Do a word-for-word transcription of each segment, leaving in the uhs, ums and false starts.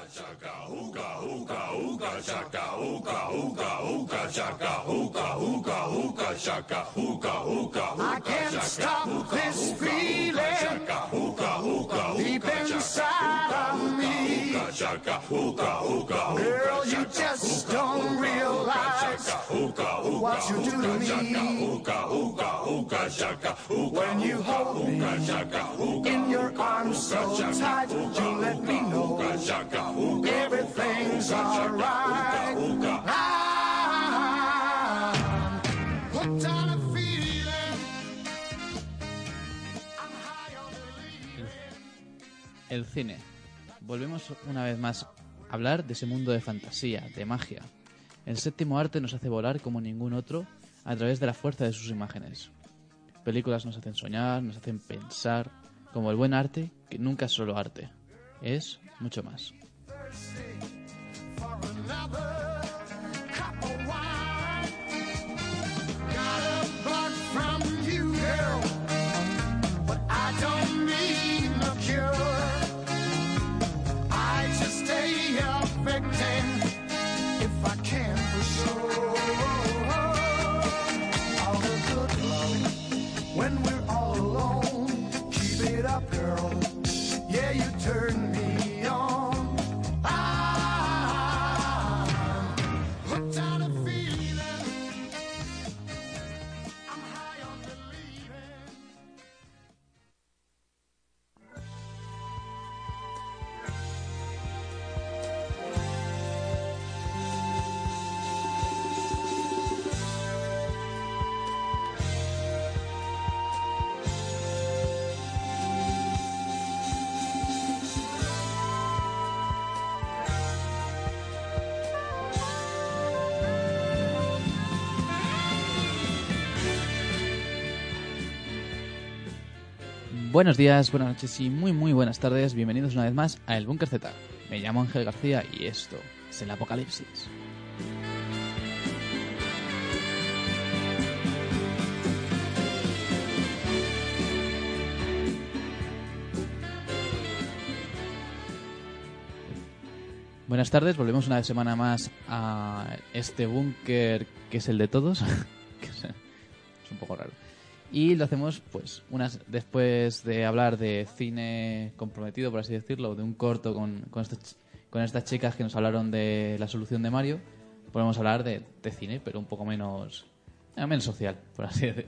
I can't stop this feeling deep inside of me. Girl, you just don't realize what you do to me. When you hold me in your arms so tight, you let me know everything's alright. I'm hooked on a feeling. I'm high on believing. El cine. Volvemos una vez más a hablar de ese mundo de fantasía, de magia. El séptimo arte nos hace volar como ningún otro a través de la fuerza de sus imágenes. Películas nos hacen soñar, nos hacen pensar, como el buen arte, que nunca es solo arte, es mucho más. When we're all alone, keep it up, girl. Yeah, you turn me on. I'm hooked on a feeling. I'm high on believing. Buenos días, buenas noches y muy muy buenas tardes. Bienvenidos una vez más a El Búnker Z. Me llamo Ángel García y esto es el Apocalipsis. Buenas tardes, volvemos una semana más a este búnker que es el de todos. Que es un poco raro. Y lo hacemos, pues, unas después de hablar de cine comprometido, por así decirlo, de un corto con, con, estos, con estas chicas que nos hablaron de La solución de Mario, podemos hablar de, de cine, pero un poco menos, eh, menos social, por así decirlo.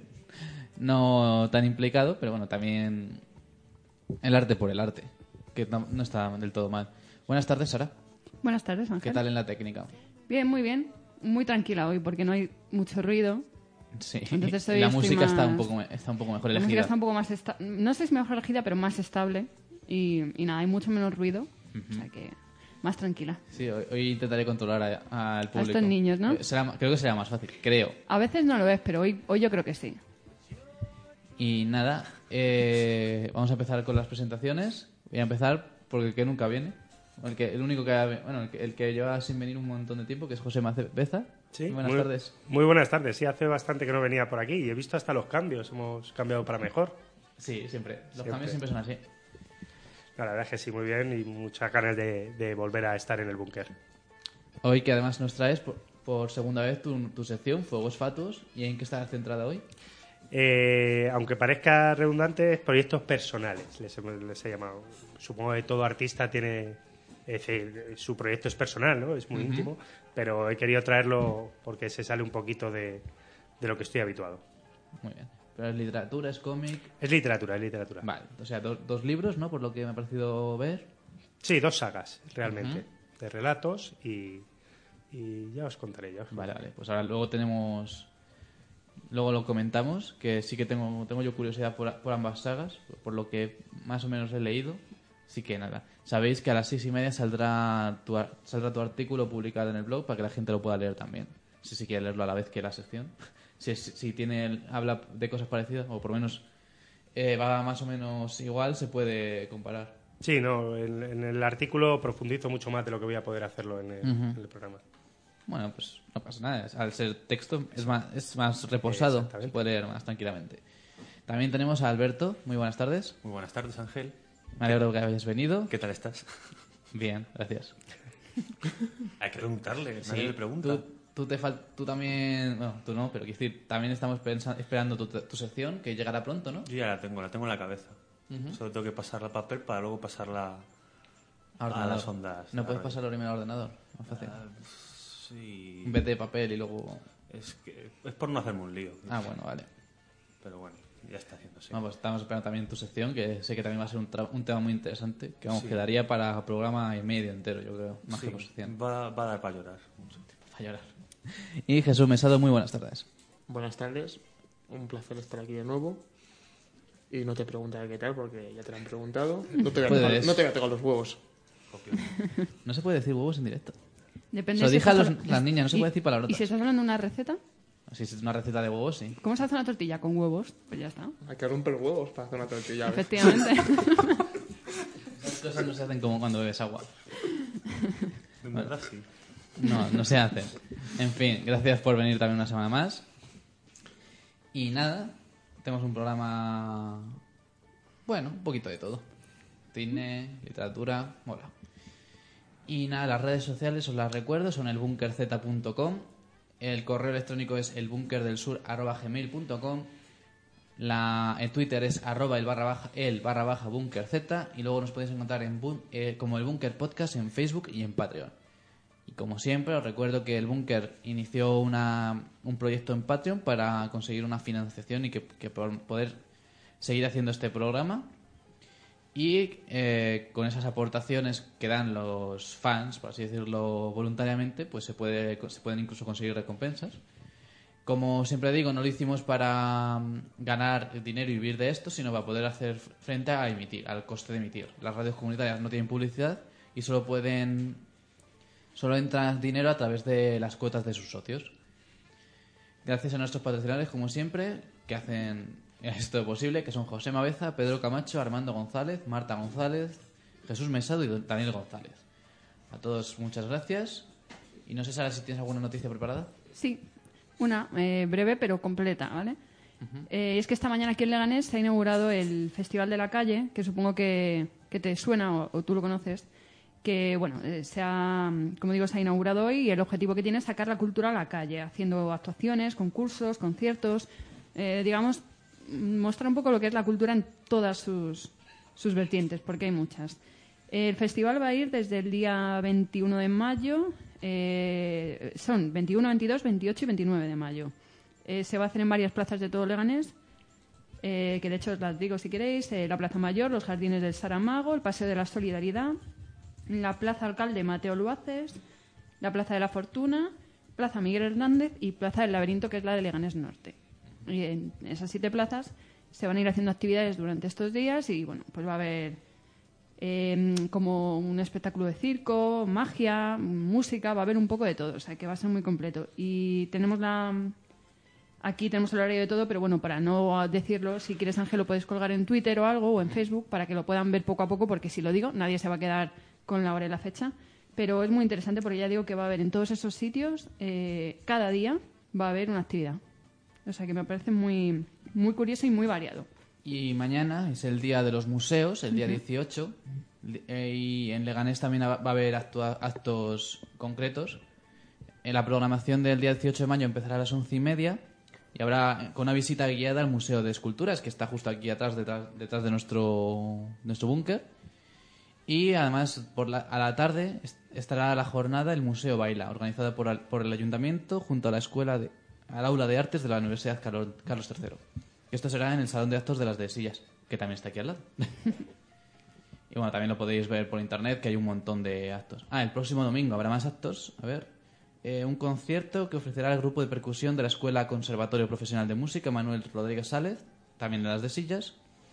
No tan implicado, pero bueno, también el arte por el arte, que no, no está del todo mal. Buenas tardes, Sara. Buenas tardes, Ángel. ¿Qué tal en la técnica? Bien, muy bien. Muy tranquila hoy porque no hay mucho ruido. Sí, Entonces hoy la estoy música más... está un poco está un poco mejor La elegida. música está un poco más esta... no sé si mejor elegida, pero más estable y, y nada, hay mucho menos ruido, uh-huh. O sea que más tranquila. Sí, hoy, hoy intentaré controlar a- al público. A estos niños, ¿no? Eh, será- creo que será más fácil, creo. A veces no lo ves, pero hoy, hoy yo creo que sí. Y nada, eh, vamos a empezar con las presentaciones. Voy a empezar porque el que nunca viene. El, que, el único que ha- bueno, el que, el que lleva sin venir un montón de tiempo, que es José Beza. Sí, muy buenas muy, tardes. Muy buenas tardes. Sí, hace bastante que no venía por aquí y he visto hasta los cambios. Hemos cambiado para mejor. Sí, siempre. Los Siempre. cambios siempre son así. La verdad es que sí, muy bien y muchas ganas de, de volver a estar en el búnker. Hoy que además nos traes por, por segunda vez tu, tu sección, Fuegos Fatuos. ¿Y en qué está centrada hoy? Eh, aunque parezca redundante, proyectos personales les he, les he llamado. Supongo que todo artista tiene... Es decir, su proyecto es personal, ¿no? Es muy uh-huh. íntimo, pero he querido traerlo porque se sale un poquito de, de lo que estoy habituado. Muy bien. ¿Pero es literatura, es cómic? Es literatura, es literatura. Vale, o sea, do, dos libros, ¿no? Por lo que me ha parecido ver. Sí, dos sagas, realmente, uh-huh. de relatos y, y ya os contaré. Ya os contaré. Vale, vale, pues ahora luego tenemos... Luego lo comentamos, que sí que tengo, tengo yo curiosidad por, por ambas sagas, por lo que más o menos he leído. Así que nada, sabéis que a las seis y media saldrá tu, saldrá tu artículo publicado en el blog para que la gente lo pueda leer también. Si se quiere leerlo a la vez que la sección. Si, si tiene habla de cosas parecidas, o por lo menos eh, va más o menos igual, se puede comparar. Sí, no, en, en el artículo profundizo mucho más de lo que voy a poder hacerlo en el, uh-huh. en el programa. Bueno, pues no pasa nada. Al ser texto es más, es más reposado, se puede leer más tranquilamente. También tenemos a Alberto. Muy buenas tardes. Muy buenas tardes, Ángel. Me alegro que hayas venido. ¿Qué tal estás? Bien, gracias. Hay que preguntarle, nadie Sí, le pregunta. Tú, tú, te fal- tú también... Bueno, tú no, pero quiero decir, también estamos pensa- esperando tu, tu sección, que llegará pronto, ¿no? Yo ya la tengo, la tengo en la cabeza. Solo tengo que pasarla a papel para luego pasarla A a ordenador. las ondas. ¿No a puedes radio. pasarlo primero al ordenador? Más fácil. Ah, sí. En vez de papel y luego... Es, que, es por no hacerme un lío. Ah, bueno, vale. Pero bueno, ya está haciéndose. Bueno, pues estamos esperando también tu sección, que sé que también va a ser un, tra- un tema muy interesante, que vamos, Sí. quedaría para programa y medio entero, yo creo, más Sí, que por sección. va, va a dar para llorar. Para llorar. Y Jesús Mesado, muy buenas tardes. Buenas tardes, un placer estar aquí de nuevo. Y no te preguntaré qué tal porque ya te lo han preguntado. No te voy a Puedes. tocar, no te voy a tocar los huevos. No se puede decir huevos en directo. Depende Se lo si dije a estás los- habla- las niñas, no se y- puede decir palabrotas. ¿Y si estás hablando de una receta? Si es una receta de huevos, sí. ¿Cómo se hace una tortilla? Con huevos. Pues ya está. Hay que romper huevos para hacer una tortilla. ¿ves? Efectivamente. Esas cosas no se hacen como cuando bebes agua. En verdad, sí. No, no se hacen. En fin, gracias por venir también una semana más. Y nada, tenemos un programa... Bueno, un poquito de todo. Cine, literatura, mola. Y nada, las redes sociales os las recuerdo, son el bunker z punto com, el correo electrónico es elbunkerdelsur arroba gmail punto com, la, el Twitter es arroba el barra baja, el barra baja bunker z, y luego nos podéis encontrar en bun- eh, como el Bunker Podcast en Facebook y en Patreon. Y como siempre, os recuerdo que el Bunker inició una, un proyecto en Patreon para conseguir una financiación y que, que por poder seguir haciendo este programa. Y eh, con esas aportaciones que dan los fans, por así decirlo voluntariamente, pues se, puede, se pueden incluso conseguir recompensas. Como siempre digo, no lo hicimos para mm, ganar dinero y vivir de esto, sino para poder hacer frente a emitir, al coste de emitir. Las radios comunitarias no tienen publicidad y solo pueden, solo entra dinero a través de las cuotas de sus socios. Gracias a nuestros patrocinadores, como siempre, que hacen esto posible, que son José Mabeza, Pedro Camacho, Armando González, Marta González, Jesús Mesado y Daniel González. A todos muchas gracias. Y no sé, Sara, si tienes alguna noticia preparada. Sí, una eh, breve pero completa, ¿vale? Eh, es que esta mañana aquí en Leganés se ha inaugurado el Festival de la Calle, que supongo que, que te suena o, o tú lo conoces, que, bueno, eh, se ha, como digo, se ha inaugurado hoy y el objetivo que tiene es sacar la cultura a la calle, haciendo actuaciones, concursos, conciertos, eh, digamos, mostrar un poco lo que es la cultura en todas sus, sus vertientes, porque hay muchas. El festival va a ir desde el día veintiuno de mayo, eh, son veintiuno, veintidós, veintiocho y veintinueve de mayo. Eh, se va a hacer en varias plazas de todo Leganés, eh, que de hecho os las digo si queréis, eh, la Plaza Mayor, los Jardines del Saramago, el Paseo de la Solidaridad, la Plaza Alcalde Mateo Luaces, la Plaza de la Fortuna, Plaza Miguel Hernández y Plaza del Laberinto, que es la de Leganés Norte. Y en esas siete plazas se van a ir haciendo actividades durante estos días y, bueno, pues va a haber eh, como un espectáculo de circo, magia, música, va a haber un poco de todo, o sea que va a ser muy completo. Y tenemos la... Aquí tenemos el horario de todo, pero bueno, para no decirlo, si quieres, Ángel, lo puedes colgar en Twitter o algo, o en Facebook, para que lo puedan ver poco a poco, porque si lo digo, nadie se va a quedar con la hora y la fecha. Pero es muy interesante porque ya digo que va a haber en todos esos sitios, eh, cada día va a haber una actividad. O sea que me parece muy, muy curioso y muy variado. Y mañana es el día de los museos, el día dieciocho, eh, y en Leganés también va a haber actua- actos concretos. En la programación del día dieciocho de mayo empezará a las once y media y habrá con una visita guiada al Museo de Esculturas, que está justo aquí atrás, detrás, detrás de nuestro, nuestro búnker. Y además, por la, a la tarde est- estará la jornada El Museo Baila, organizada por, al- por el Ayuntamiento junto a la Escuela de, al Aula de Artes de la Universidad Carlos, Carlos tercero. Esto será en el Salón de Actos de las Desillas, que también está aquí al lado. Y bueno, también lo podéis ver por internet, que hay un montón de actos. Ah, el próximo domingo habrá más actos. A ver, eh, un concierto que ofrecerá el grupo de percusión de la Escuela Conservatorio Profesional de Música Manuel Rodríguez Sález, también de las Desillas.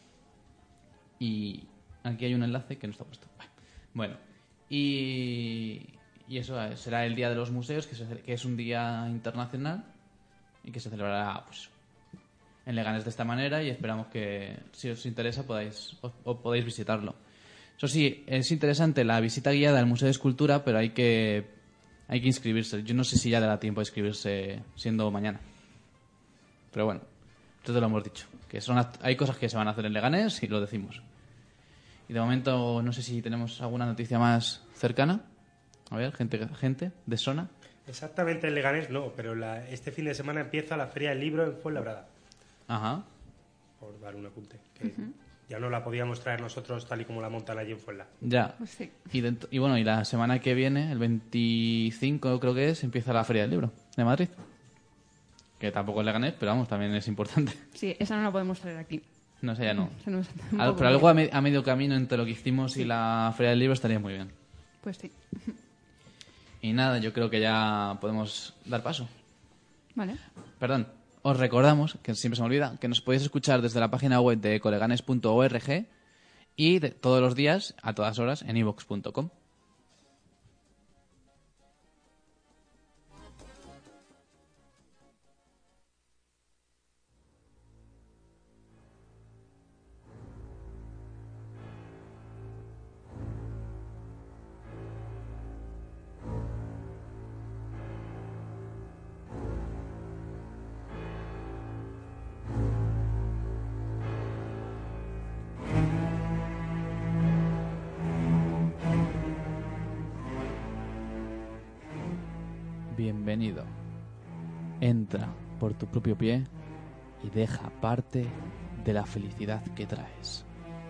Y aquí hay un enlace que no está puesto. Bueno, y, y eso eh, será el Día de los Museos, que, se, que es un día internacional y que se celebrará pues, en Leganés de esta manera, y esperamos que, si os interesa, podáis, o, o podéis visitarlo. Eso sí, es interesante la visita guiada al Museo de Escultura, pero hay que, hay que inscribirse. Yo no sé si ya dará tiempo de inscribirse siendo mañana. Pero bueno, entonces lo hemos dicho. Que son act- hay cosas que se van a hacer en Leganés y lo decimos. Y de momento no sé si tenemos alguna noticia más cercana. A ver, gente, gente de zona. Exactamente en Leganés no, pero la, este fin de semana empieza la Feria del Libro en Fuenlabrada, Ajá. por dar un apunte. Que ya no la podíamos traer nosotros tal y como la montan allí en Fuenlabrada. Ya. Pues sí. Y, dent- y bueno, y la semana que viene, el veinticinco creo que es, empieza la Feria del Libro de Madrid. Que tampoco es Leganés, pero vamos, también es importante. Sí, esa no la podemos traer aquí. No sé, ya no. Se nos- un Al- poco pero muy- algo a, me- a medio camino entre lo que hicimos y la Feria del Libro estaría muy bien. Pues sí. Y nada, yo creo que ya podemos dar paso. Vale. Perdón, os recordamos, que siempre se me olvida, que nos podéis escuchar desde la página web de coleganes punto org y de, todos los días, a todas horas, en ivox punto com. Bienvenido. Entra por tu propio pie y deja parte de la felicidad que traes.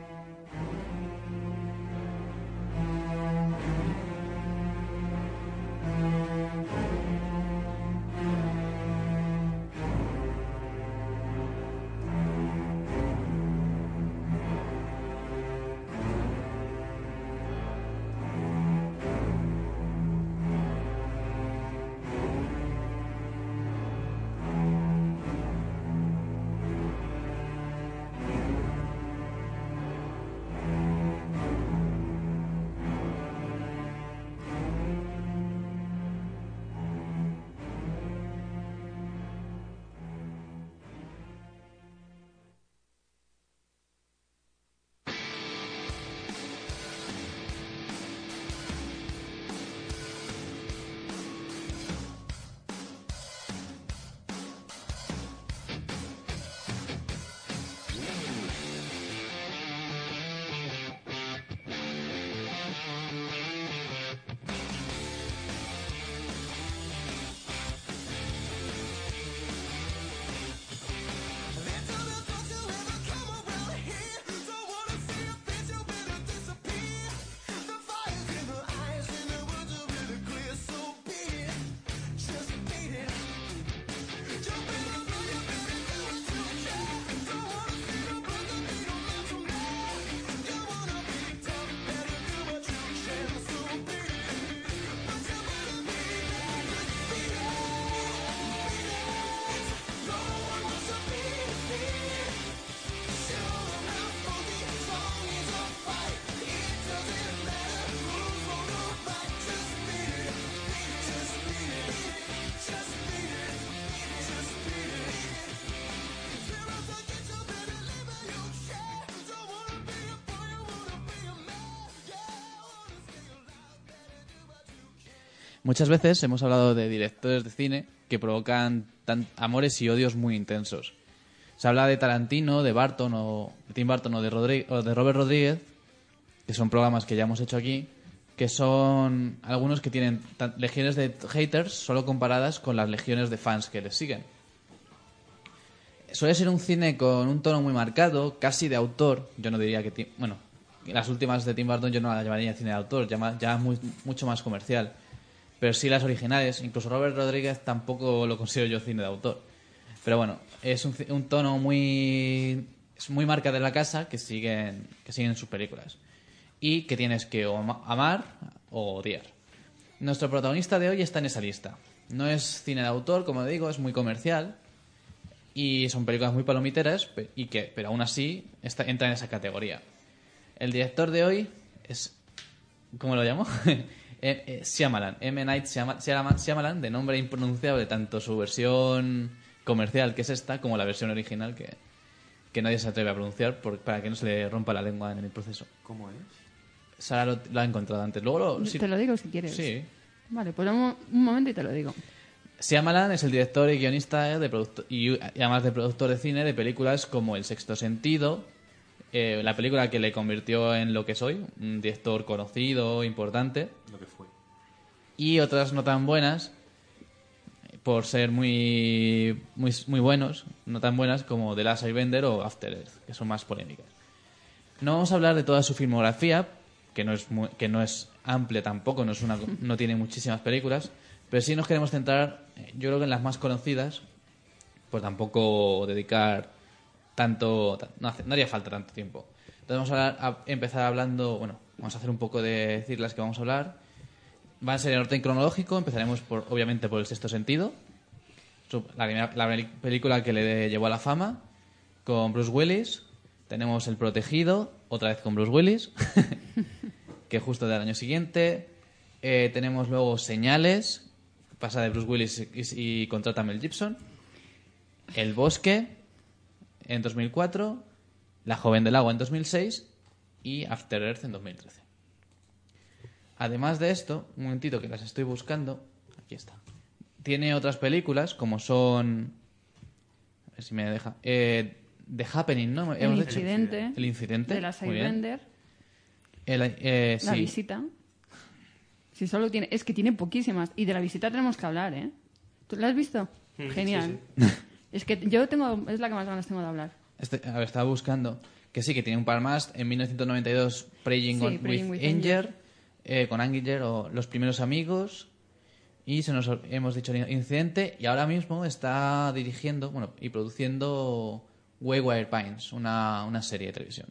Muchas veces hemos hablado de directores de cine que provocan tan- amores y odios muy intensos. Se habla de Tarantino, de Barton o de Tim Burton o de, Rodri- o de Robert Rodríguez, que son programas que ya hemos hecho aquí, que son algunos que tienen tan- legiones de haters solo comparadas con las legiones de fans que les siguen. Suele ser un cine con un tono muy marcado, casi de autor. Yo no diría que... Tim- Bueno, las últimas de Tim Burton yo no las llamaría cine de autor, ya, ma- ya muy- mucho más comercial. Pero sí las originales, incluso Robert Rodríguez tampoco lo considero yo cine de autor. Pero bueno, es un, ci- un tono muy es muy marca de la casa que siguen que siguen sus películas y que tienes que o ama- amar o odiar. Nuestro protagonista de hoy está en esa lista. No es cine de autor, como digo, es muy comercial y son películas muy palomiteras, pe- y que, pero aún así está, entra en esa categoría. El director de hoy es... ¿Cómo lo llamo? eh, eh, Shyamalan. M. Night Shyama- Shyamalan, Shyamalan, de nombre impronunciable, tanto su versión comercial, que es esta, como la versión original, que, que nadie se atreve a pronunciar por- para que no se le rompa la lengua en el proceso. ¿Cómo es? Sara lo, lo ha encontrado antes. Luego lo... sí- Te lo digo si quieres. Sí. Vale, pues un, un momento y te lo digo. Shyamalan es el director y guionista de producto- y, y además de productor de cine de películas como El Sexto Sentido, eh, la película que le convirtió en lo que soy, un director conocido, importante, Lo que fue. y otras no tan buenas, por ser muy, muy, muy buenos, no tan buenas como The Last Airbender o After Earth, que son más polémicas. No vamos a hablar de toda su filmografía, que no es, muy- que no es amplia tampoco, no, es una, no tiene muchísimas películas, pero sí nos queremos centrar, eh, yo creo que en las más conocidas, pues tampoco dedicar tanto, ta- no, hace- no haría falta tanto tiempo. Entonces vamos a, hablar- a empezar hablando, bueno, vamos a hacer un poco de decir las que vamos a hablar. Va a ser en orden cronológico, empezaremos por, obviamente por El Sexto Sentido, su- la, primera- la peli- película que le llevó a la fama, con Bruce Willis. Tenemos El Protegido, otra vez con Bruce Willis, que justo del año siguiente. Eh, tenemos luego Señales, pasa de Bruce Willis y, y contrata a Mel Gibson. El Bosque, en dos mil cuatro. La Joven del Agua, en dos mil seis. Y After Earth, en dos mil trece. Además de esto, un momentito que las estoy buscando. Aquí está. Tiene otras películas, como son... A ver si me deja... Eh, The Happening, ¿no? El Hemos dicho. incidente. El incidente. De la muy bien. Sidebender. El, eh, La sí. visita. Si solo tiene... Es que tiene poquísimas. Y de la visita tenemos que hablar, ¿eh? ¿Tú la has visto? Genial. Es que yo tengo... Es la que más ganas tengo de hablar. Este, a ver, estaba buscando. Que sí, que tiene un par más. En mil novecientos noventa y dos, Praying, Sí, on- Praying with, with Anger. eh, con Anger o Los Primeros Amigos. Y se nos hemos dicho el incidente. Y ahora mismo está dirigiendo, bueno, y produciendo Wayward Pines, una, una serie de televisión.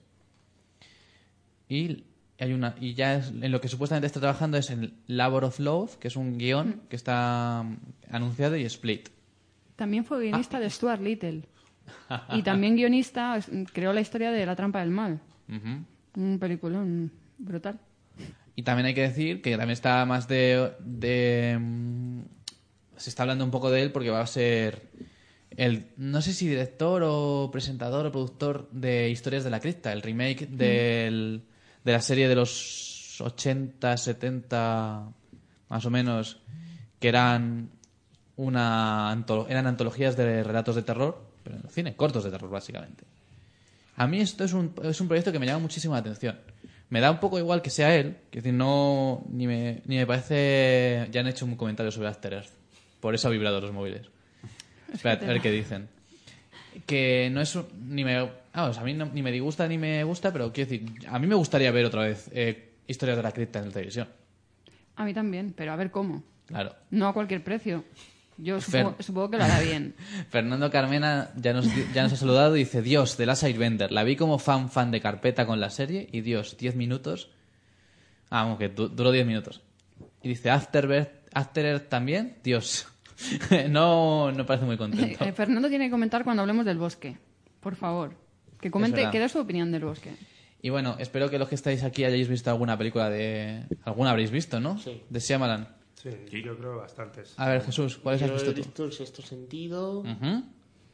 Y hay una y ya es- en lo que supuestamente está trabajando es en Labor of Love, que es un guión que está mm, anunciado, y Split. También fue Ah. guionista de Stuart Little. Y también guionista, es- creó la historia de La Trampa del Mal. Ujú. Un peliculón brutal. Y también hay que decir que también está más de, de mm, se está hablando un poco de él porque va a ser el, no sé si director o presentador o productor de Historias de la Cripta, el remake del, de la serie de los ochenta, setenta más o menos, que eran una antolo- eran antologías de relatos de terror, pero en el cine, cortos de terror básicamente. A mí esto es un, es un proyecto que me llama muchísimo la atención. Me da un poco igual que sea él, que decir, no, ni me, ni me parece... Ya han hecho un comentario sobre After Earth. Por eso ha vibrado los móviles. Espera, a ver qué dicen. Que no es un- ni me... Vamos, a mí no- ni me disgusta ni me gusta, pero quiero decir, a mí me gustaría ver otra vez eh, Historias de la Cripta en la televisión. A mí también, pero a ver cómo. Claro. No a cualquier precio. Yo Fer- supongo, supongo que lo hará bien. Fernando Carmena ya nos, ya nos ha saludado y dice: Dios, The Last Airbender. La vi como fan fan de carpeta con la serie y Dios, diez minutos. Ah, vamos, que du- duró diez minutos. Y dice: After Earth, After Earth también. Dios. no, no parece muy contento. Eh, Fernando tiene que comentar cuando hablemos del bosque. Por favor. Que comente, verdad. que dé su opinión del bosque. Y bueno, espero que los que estáis aquí hayáis visto alguna película de... Alguna habréis visto, ¿no? Sí. De Shyamalan. Sí, yo creo bastantes. A ver, Jesús, ¿cuáles has Yo visto he tú? visto El Sexto Sentido. Ujú.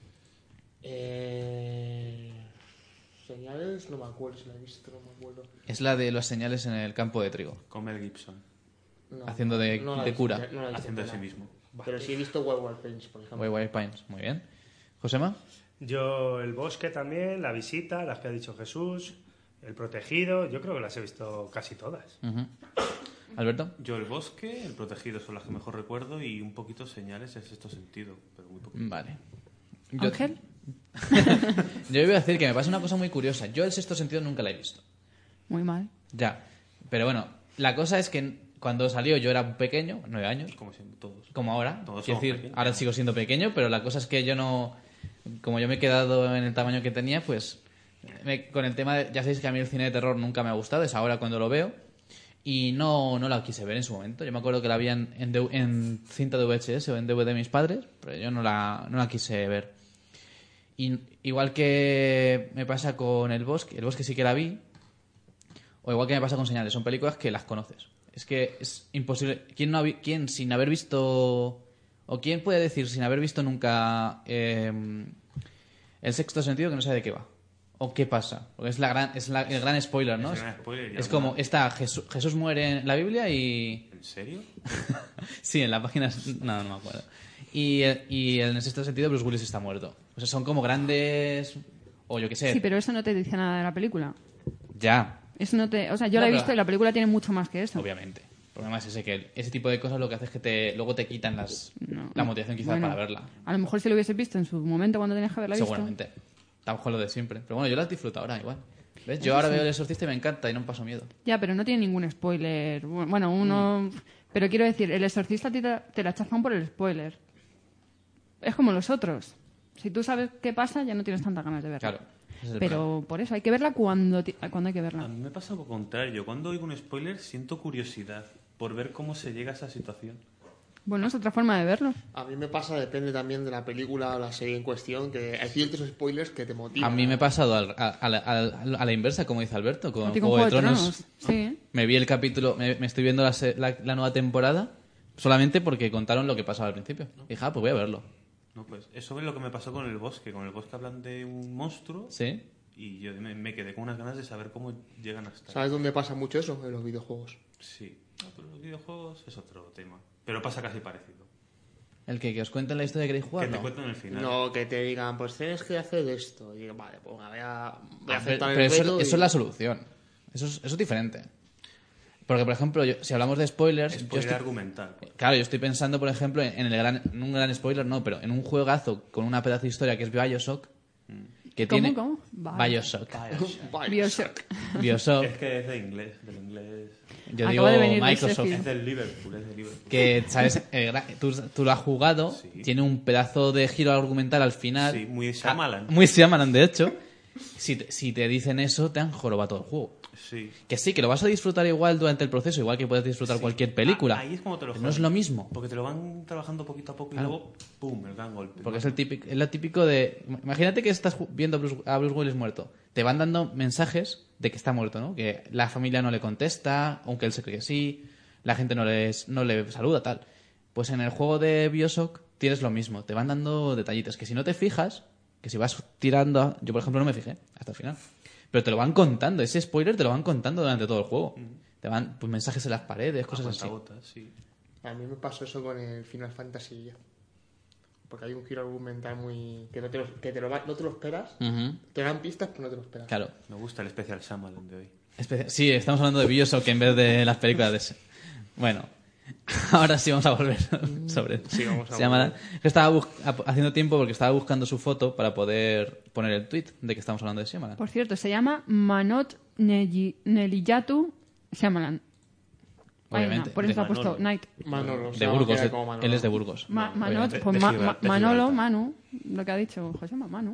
eh, Señales, no me acuerdo si la he visto, no me acuerdo. Es la de las señales en el campo de trigo. Con Mel Gibson. No, Haciendo de- no la he de visto, cura. no la he visto Haciendo de sí entera. mismo. Pero sí he visto Wayward Pines, por ejemplo. Wayward Pines, muy bien. ¿Josema? Yo El Bosque también, La Visita, las que ha dicho Jesús, El Protegido, yo creo que las he visto casi todas. Ujú. ¿Alberto? Yo El Bosque, El Protegido son las que mejor recuerdo y un poquito Señales en Sexto Sentido, pero muy poquito. Vale. Yo- Ángel, Yo iba a decir que me pasa una cosa muy curiosa. Yo el Sexto Sentido nunca la he visto. muy mal. Ya. Pero bueno, la cosa es que cuando salió yo era pequeño, nueve años, Como siempre, todos. como ahora. Todos Quiero somos decir, pequeños. ahora sigo siendo pequeño, pero la cosa es que yo no... Como yo me he quedado en el tamaño que tenía, pues... me- con el tema de... Ya sabéis que a mí el cine de terror nunca me ha gustado, es ahora cuando lo veo. Y no, no la quise ver en su momento. Yo me acuerdo que la vi en, en, D- en cinta de V H S o en D V D de mis padres, pero yo no la, no la quise ver. Y, igual que me pasa con El Bosque, El Bosque sí que la vi, o igual que me pasa con Señales, son películas que las conoces. Es que es imposible. ¿Quién, no ha vi- quién sin haber visto, o quién puede decir sin haber visto nunca eh, El Sexto Sentido que no sabe de qué va? ¿O qué pasa? Porque es, la gran, es la- el gran spoiler, ¿no? Es el gran spoiler, y Es alguna- como, está Jesús, Jesús muere en la Biblia y... ¿En serio? Sí, en la página... No, no me acuerdo. Y, y en el Sexto Sentido Bruce Willis está muerto. O sea, son como grandes... O yo qué sé. Sí, pero eso no te dice nada de la película. Ya, Eso no te... O sea, yo No, la he pero- visto y la película tiene mucho más que eso. obviamente. El problema es ese, que ese tipo de cosas lo que hace es que te, luego te quitan las, No. la motivación quizás Bueno, para verla. A lo mejor si lo hubieses visto en su momento cuando tenías que haberla visto. Seguramente. A lo mejor lo de siempre. Pero bueno, yo las disfruto ahora igual. ¿Ves? Yo ahora veo El Exorcista y me encanta y no me paso miedo. Ya, pero no tiene ningún spoiler. Bueno, uno... Mm. Pero quiero decir, el exorcista a ti te, te la chafan por el spoiler. Es como los otros. Si tú sabes qué pasa, ya no tienes tantas ganas de verla. Claro. ese es el Pero problema. por eso, hay que verla cuando, ti- cuando hay que A verla. mí me pasa lo contrario. Cuando oigo un spoiler siento curiosidad por ver cómo se llega a esa situación. Bueno, es otra forma de verlo. A mí me pasa, depende también de la película o la serie en cuestión, que hay ciertos spoilers que te motivan. A mí me ha pasado al- a, a la, a la- a la inversa, como dice Alberto, con A ti Juego, con de Tronos. Sí. Me vi el capítulo, me, me estoy viendo la, se- la- la nueva temporada solamente porque contaron lo que pasaba al principio. Y dije, ah, pues voy a verlo. No, pues eso es lo que me pasó con El Bosque. Con El Bosque hablan de un monstruo ¿Sí? y yo me, me quedé con unas ganas de saber cómo llegan hasta ahí. ¿Sabes dónde pasa mucho eso? En los videojuegos. Sí. No, pero los videojuegos es otro tema. Pero pasa casi parecido. El que, que os cuenten la historia que queréis jugar, Que te ¿no? cuentan el final. No, que te digan, pues tienes que hacer esto. Y digo, vale, pues voy a, voy a Ah, pero aceptar pero el eso, reto. eso y- es la solución. Eso es, eso es diferente. Porque, por ejemplo, yo- si hablamos de spoilers... yo Spoiler estoy- argumental. Claro, yo estoy pensando, por ejemplo, en, el gran, en un gran spoiler, no, pero en un juegazo con una pedazo de historia que es Bioshock. Que ¿Cómo, tiene... cómo? Bioshock. Vaya. Bioshock. Bioshock. Es que es de inglés, del inglés. Yo Acaba digo de venir de Microsoft. Sheffield. Es del Liverpool, es del Liverpool. Que, ¿sabes? El gra- tú, tú lo has jugado, Sí. tiene un pedazo de giro argumental al final. Sí, muy Shyamalan. Ah, muy Shyamalan, de hecho. Si te, si te dicen eso, te han jorobado todo el juego. Sí. Que sí, que lo vas a disfrutar igual durante el proceso, igual que puedes disfrutar Sí. cualquier película. Ah, ahí es como te lo Pero no es joden. lo mismo. Porque te lo van trabajando poquito a poco Claro. y luego, ¡pum!, el gran golpe. Porque es, el típico, es lo típico de... Imagínate que estás ju- viendo a Bruce, a Bruce Willis muerto. Te van dando mensajes de que está muerto, ¿no? Que la familia no le contesta, aunque él se cree que sí. La gente no, les, no le saluda, tal. Pues en el juego de Bioshock tienes lo mismo. Te van dando detallitos que si no te fijas, que si vas tirando... a- Yo, por ejemplo, no me fijé hasta el final. Pero te lo van contando. Ese spoiler te lo van contando durante todo el juego. Te van pues, mensajes en las paredes, cosas A así. cuentagotas, sí. A mí me pasó eso con el Final Fantasy ya. Porque hay un giro argumental muy... que no te lo, que te lo, va- no te lo esperas. Ujú. Te dan pistas, pero no te lo esperas. Claro. Me gusta el especial Shyamalan de hoy. Espe- Sí, estamos hablando de Bioshock en vez de las películas de ese. Bueno, ahora sí vamos a volver sobre Sí, vamos a se llama- volver. que estaba bus- ap- haciendo tiempo porque estaba buscando su foto para poder poner el tweet de que estamos hablando de Shyamalan. Por cierto, se llama Manot Neji- Neliyatu Shyamalan. Ahí, Obviamente, no, por de eso ha puesto Manolo. Night. Manolo. De se llama Burgos, que de- era como Manolo. él es de Burgos. Ma- Manot, obviamente. pues De Ma- Gibraltar, Ma- de Manolo, Gibraltar. Manu, lo que ha dicho José Manu.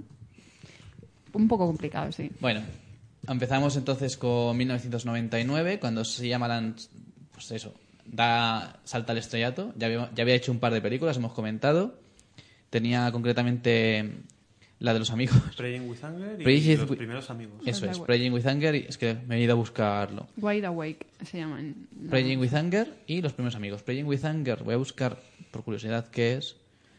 Un poco complicado, sí. Bueno, empezamos entonces con mil novecientos noventa y nueve, cuando Shyamalan, pues eso, da salta al estrellato. Ya había, ya había hecho un par de películas, hemos comentado. Tenía concretamente la de los amigos. Praying with Anger y Praying los with- primeros amigos. Eso es, Awake. Praying with Anger, y es que me he ido a buscarlo. Wide Awake se llama. en- no. Praying with Anger y los primeros amigos. Praying with Anger, voy a buscar por curiosidad qué es.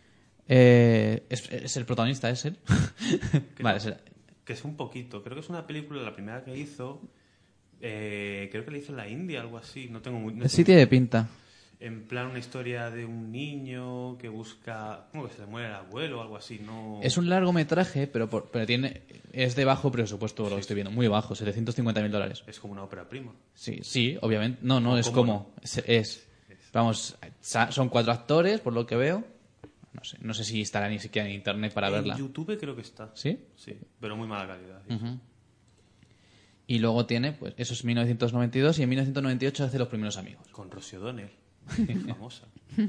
Eh, es, es el protagonista, es él. Vale, es el- Que es un poquito. Creo que es una película, la primera que hizo. eh, creo que la hizo en la India, algo así. No tengo muy. no sí tengo- tiene pinta. En plan, una historia de un niño que busca. ¿Cómo que se le muere el abuelo o algo así? No. Es un largometraje, pero, por- pero tiene es de bajo presupuesto, lo que estoy viendo. Muy bajo, setecientos cincuenta mil dólares. Es como una ópera prima. Sí, sí, obviamente. No, no, ¿Cómo es no? como. Es, es- Vamos, sa- son cuatro actores, por lo que veo. No sé, no sé si estará ni siquiera en internet para en verla. YouTube creo que está. ¿Sí? Sí, pero muy mala calidad. sí. Ujú. Y luego tiene, pues, eso es mil novecientos noventa y dos y en mil novecientos noventa y ocho hace Los primeros amigos. Con Rosie O'Donnell. Famosa.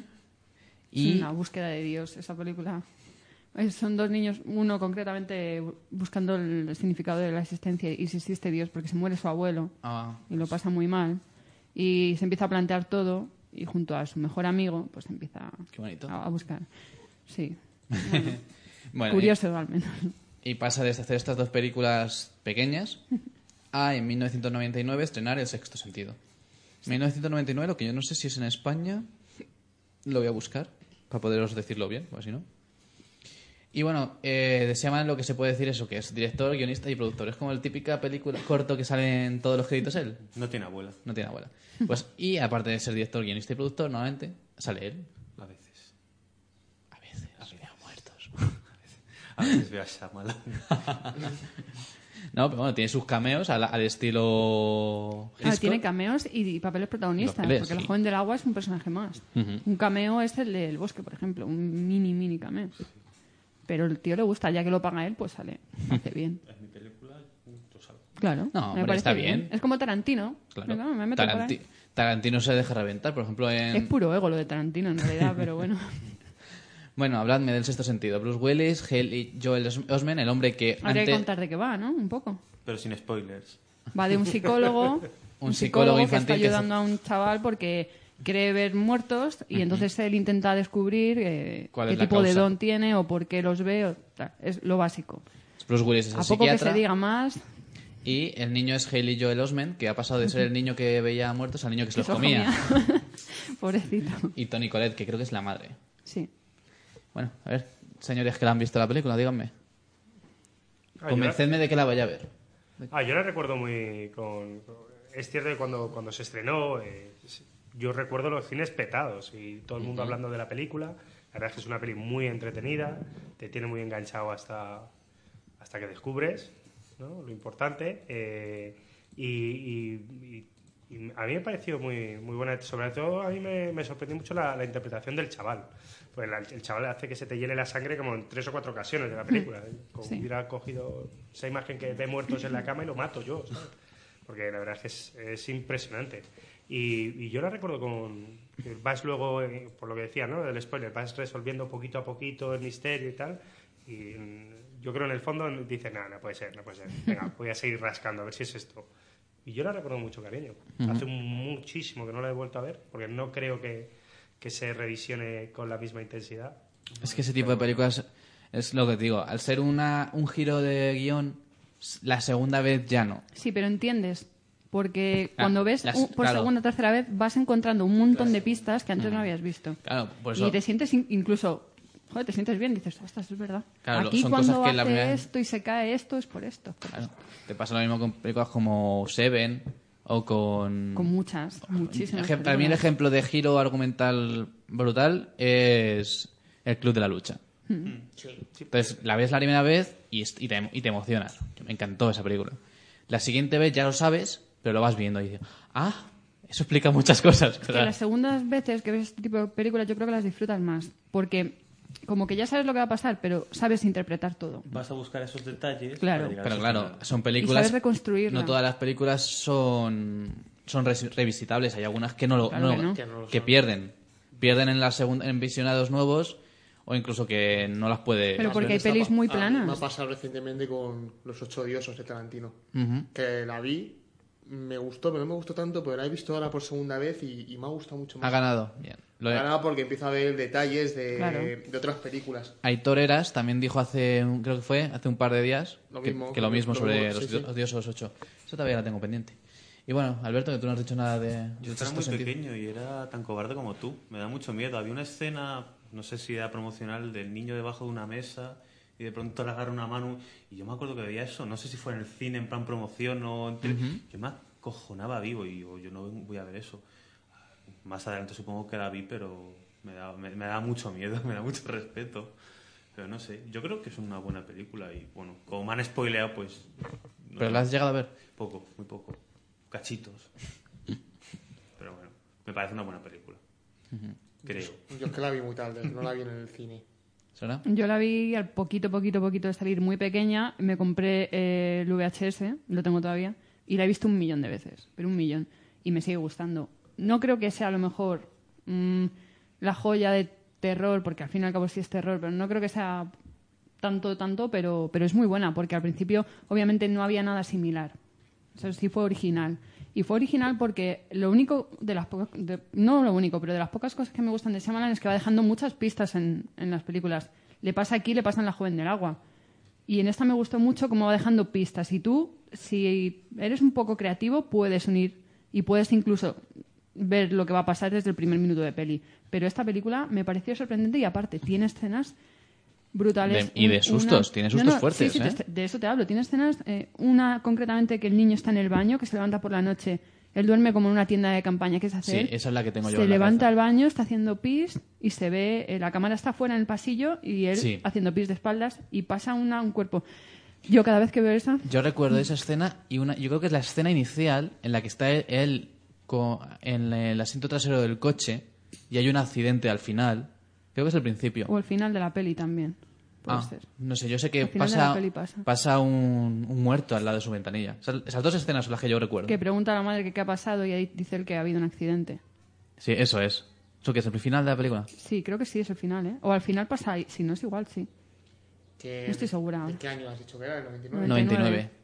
Y Es una búsqueda de Dios, esa película. Eh, Son dos niños, uno concretamente bu- buscando el significado de la existencia y si existe Dios, porque se muere su abuelo ah, y lo pasa muy mal. Y se empieza a plantear todo y junto a su mejor amigo, pues empieza qué bonito. a, a buscar. Sí, Bueno, curioso al menos. Y, y pasa de hacer estas dos películas pequeñas a en mil novecientos noventa y nueve estrenar El sexto sentido. mil novecientos noventa y nueve, lo que yo no sé si es en España, lo voy a buscar para poderos decirlo bien, pues si no. Y bueno, eh, de Shyamalan lo que se puede decir es eso, que es director, guionista y productor. Es como el típica película corto que sale en todos los créditos él. No tiene abuela. No tiene abuela. Pues, y aparte de ser director, guionista y productor, normalmente sale él. A veces. A veces, a veces muertos. A veces veo a Shyamalan. No, pero bueno, tiene sus cameos al, al estilo... Ah, Hitchcock. tiene cameos y, y papeles protagonistas, Y papeles, porque sí. el joven del agua es un personaje más. Ujú. Un cameo es el del bosque, por ejemplo, un mini, mini cameo. Pero el tío le gusta, ya que lo paga él, pues sale, hace bien. Es mi película, tú sabes. Claro, No, me hombre, parece está bien. Es como Tarantino. Claro. Venga, me meto por ahí. Taranti- Tarantino se deja reventar, por ejemplo, en... Es puro ego lo de Tarantino, en realidad, pero bueno. Bueno, habladme del Sexto Sentido. Bruce Willis, Haley Joel Os- Osment, el hombre que Habría que antes... contar de qué va, ¿no? Un poco. Pero sin spoilers. Va de un psicólogo, Un psicólogo que infantil está que fue- ayudando a un chaval porque cree ver muertos y entonces él intenta descubrir eh, ¿Cuál qué es la tipo de causa? don tiene o por qué los ve. O tal. Es lo básico. Bruce Willis es el A poco que psiquiatra. se diga más, Y el niño es Haley Joel Osment, que ha pasado de ser el niño que veía muertos al niño que se que los se comía. Pobrecito. Y Toni Collette, que creo que es la madre. Sí. Bueno, a ver, señores que la han visto la película, díganme. Ah, yo Convencedme de que la vaya a ver. la- Ah, yo la recuerdo muy... Con... Es cierto que cuando, cuando se estrenó, eh, yo recuerdo los cines petados y todo el mundo hablando de la película. La verdad es que es una peli muy entretenida, te tiene muy enganchado hasta, hasta que descubres, ¿no? Lo importante. eh, y, y- y- y a mí me pareció muy, muy buena. Sobre todo a mí me, me sorprendió mucho la, la interpretación del chaval. Pues la- el chaval hace que se te llene la sangre como en tres o cuatro ocasiones de la película. Como Sí. hubiera cogido esa imagen que ve muertos en la cama y lo mato yo, ¿sabes? Porque la verdad es que es, es impresionante. Y, y yo la recuerdo con... que vas luego, eh, por lo que decía, ¿no? Del spoiler, vas resolviendo poquito a poquito el misterio y tal. Y mm, yo creo en el fondo dices, nada, no puede ser, no puede ser. Venga, voy a seguir rascando a ver si es esto. Y yo la recuerdo con mucho cariño. Hace muchísimo que no la he vuelto a ver, porque no creo que, que se revisione con la misma intensidad. Es que ese tipo de películas es lo que te digo. Al ser una, un giro de guión, la segunda vez ya no. Sí, pero entiendes. Porque Ah, cuando ves las- un- por claro. segunda o tercera vez vas encontrando un montón de pistas que antes no habías visto. Claro, por eso... Y te sientes in- incluso... Joder, te sientes bien. Dices, ostras, es verdad. Claro, Aquí son cuando cosas que hace la primera- esto y se cae esto es por esto. Claro, te pasa lo mismo con películas como Seven o con... Con muchas, muchísimas. Ejem- Para mí el películas. ejemplo de giro argumental brutal es El Club de la Lucha. Sí. Entonces la ves la primera vez y, est- y, te, y te emocionas. Me encantó esa película. La siguiente vez ya lo sabes, pero lo vas viendo y dices, ah, eso explica muchas cosas. Que las segundas veces que ves este tipo de películas yo creo que las disfrutas más. Porque como que ya sabes lo que va a pasar, pero sabes interpretar todo. Vas a buscar esos detalles. Claro. para llegar a Pero esos claro, finales. son Y películas... sabes reconstruirla. No todas las películas son, son res- revisitables. Hay algunas que no lo, Claro no- que no. Que no lo que son. pierden. Pierden en, la segun- en visionados nuevos o incluso que no las puede... Pero porque hay Está pelis pa- muy a mí Me ha planas. pasado recientemente con Los Ocho Diosos de Tarantino. Ujú. Que la vi, me gustó, pero no me gustó tanto, pero la he visto ahora por segunda vez y, y me ha gustado mucho más. Ha ganado. Bien. Lo- Ganaba porque empiezo a ver detalles de, Claro. de otras películas. Aitor Eras también dijo hace, un- creo que fue, hace un par de días, Lo que, mismo, que lo mismo lo sobre mismo, los, sí, sí. los diosos ocho. Eso todavía la tengo pendiente. Y bueno, Alberto, que tú no has dicho nada de... Yo de era Sexto muy Sentido. pequeño y era tan cobarde como tú. Me da mucho miedo. Había una escena, no sé si era promocional, del niño debajo de una mesa y de pronto le agarra una mano. Y yo me acuerdo que veía eso. No sé si fue en el cine, en plan promoción o en tele. Yo me acojonaba vivo y digo, yo no voy a ver eso. Más adelante supongo que la vi, pero me da, me, me da mucho miedo, me da mucho respeto. Pero no sé, yo creo que es una buena película y bueno, como me han spoileado, pues... no ¿Pero sé. la has llegado a ver? Poco, muy poco. Cachitos. Pero bueno, me parece una buena película. Creo. Yo es que la vi muy tarde, no la vi en el cine. ¿Será? Yo la vi al poquito, poquito, poquito de salir muy pequeña. Me compré eh, el V H S, lo tengo todavía, y la he visto un millón de veces, pero un millón. Y me sigue gustando. No creo que sea a lo mejor mm, la joya de terror, porque al fin y al cabo sí es terror, pero no creo que sea tanto, tanto, pero, pero es muy buena, porque al principio obviamente no había nada similar. O sea, sí fue original. Y fue original porque lo único de las pocas... de- no lo único, pero de las pocas cosas que me gustan de Shyamalan es que va dejando muchas pistas en, en las películas. Le pasa aquí, le pasa en La joven del agua. Y en esta me gustó mucho cómo va dejando pistas. Y tú, si eres un poco creativo, puedes unir y puedes incluso ver lo que va a pasar desde el primer minuto de peli. Pero esta película me pareció sorprendente y aparte tiene escenas brutales. De- y de Un- sustos, tiene sustos fuertes, sí, sí, ¿eh? te- de eso te hablo. Tiene escenas, eh, una concretamente que el niño está en el baño, que se levanta por la noche. Él duerme como en una tienda de campaña que se hace Sí, él. esa es la que tengo yo Se en la levanta cabeza. al baño, está haciendo pis y se ve, eh, la cámara está fuera en el pasillo y él Sí. haciendo pis de espaldas y pasa una, un cuerpo. Yo cada vez que veo esa... Yo recuerdo esa escena y una, yo creo que es la escena inicial en la que está él, él co- en el asiento trasero del coche y hay un accidente al final. Creo que es el principio. O el final de la peli también. Puede Ah, ser. no sé, yo sé que Al final de pasa, la peli pasa. pasa un, un muerto al lado de su ventanilla. Esas, esas dos escenas son las que yo recuerdo. Que pregunta a la madre que qué ha pasado y ahí dice él que ha habido un accidente. Sí, eso es. ¿Eso qué es el final de la película? Sí, creo que sí, es el final, ¿eh? O al final pasa ahí. Si no es igual, sí. Que- No estoy segura. ¿De qué año has dicho que era? ¿El noventa y nueve? noventa y nueve. noventa y nueve.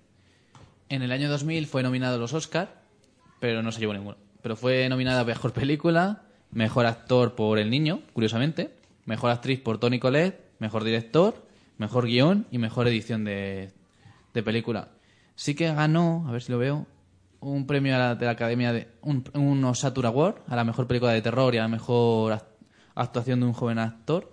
En el año dos mil fue nominado a los Oscar, pero no se llevó ninguno. Pero fue nominada a Mejor Película, Mejor Actor por El Niño, curiosamente, Mejor Actriz por Toni Collette, Mejor Director, Mejor Guión y Mejor Edición de, de Película. Sí que ganó, a ver si lo veo, un premio a la- de la Academia de... Un, un Saturn Award a la Mejor Película de Terror y a la Mejor act- Actuación de un Joven Actor.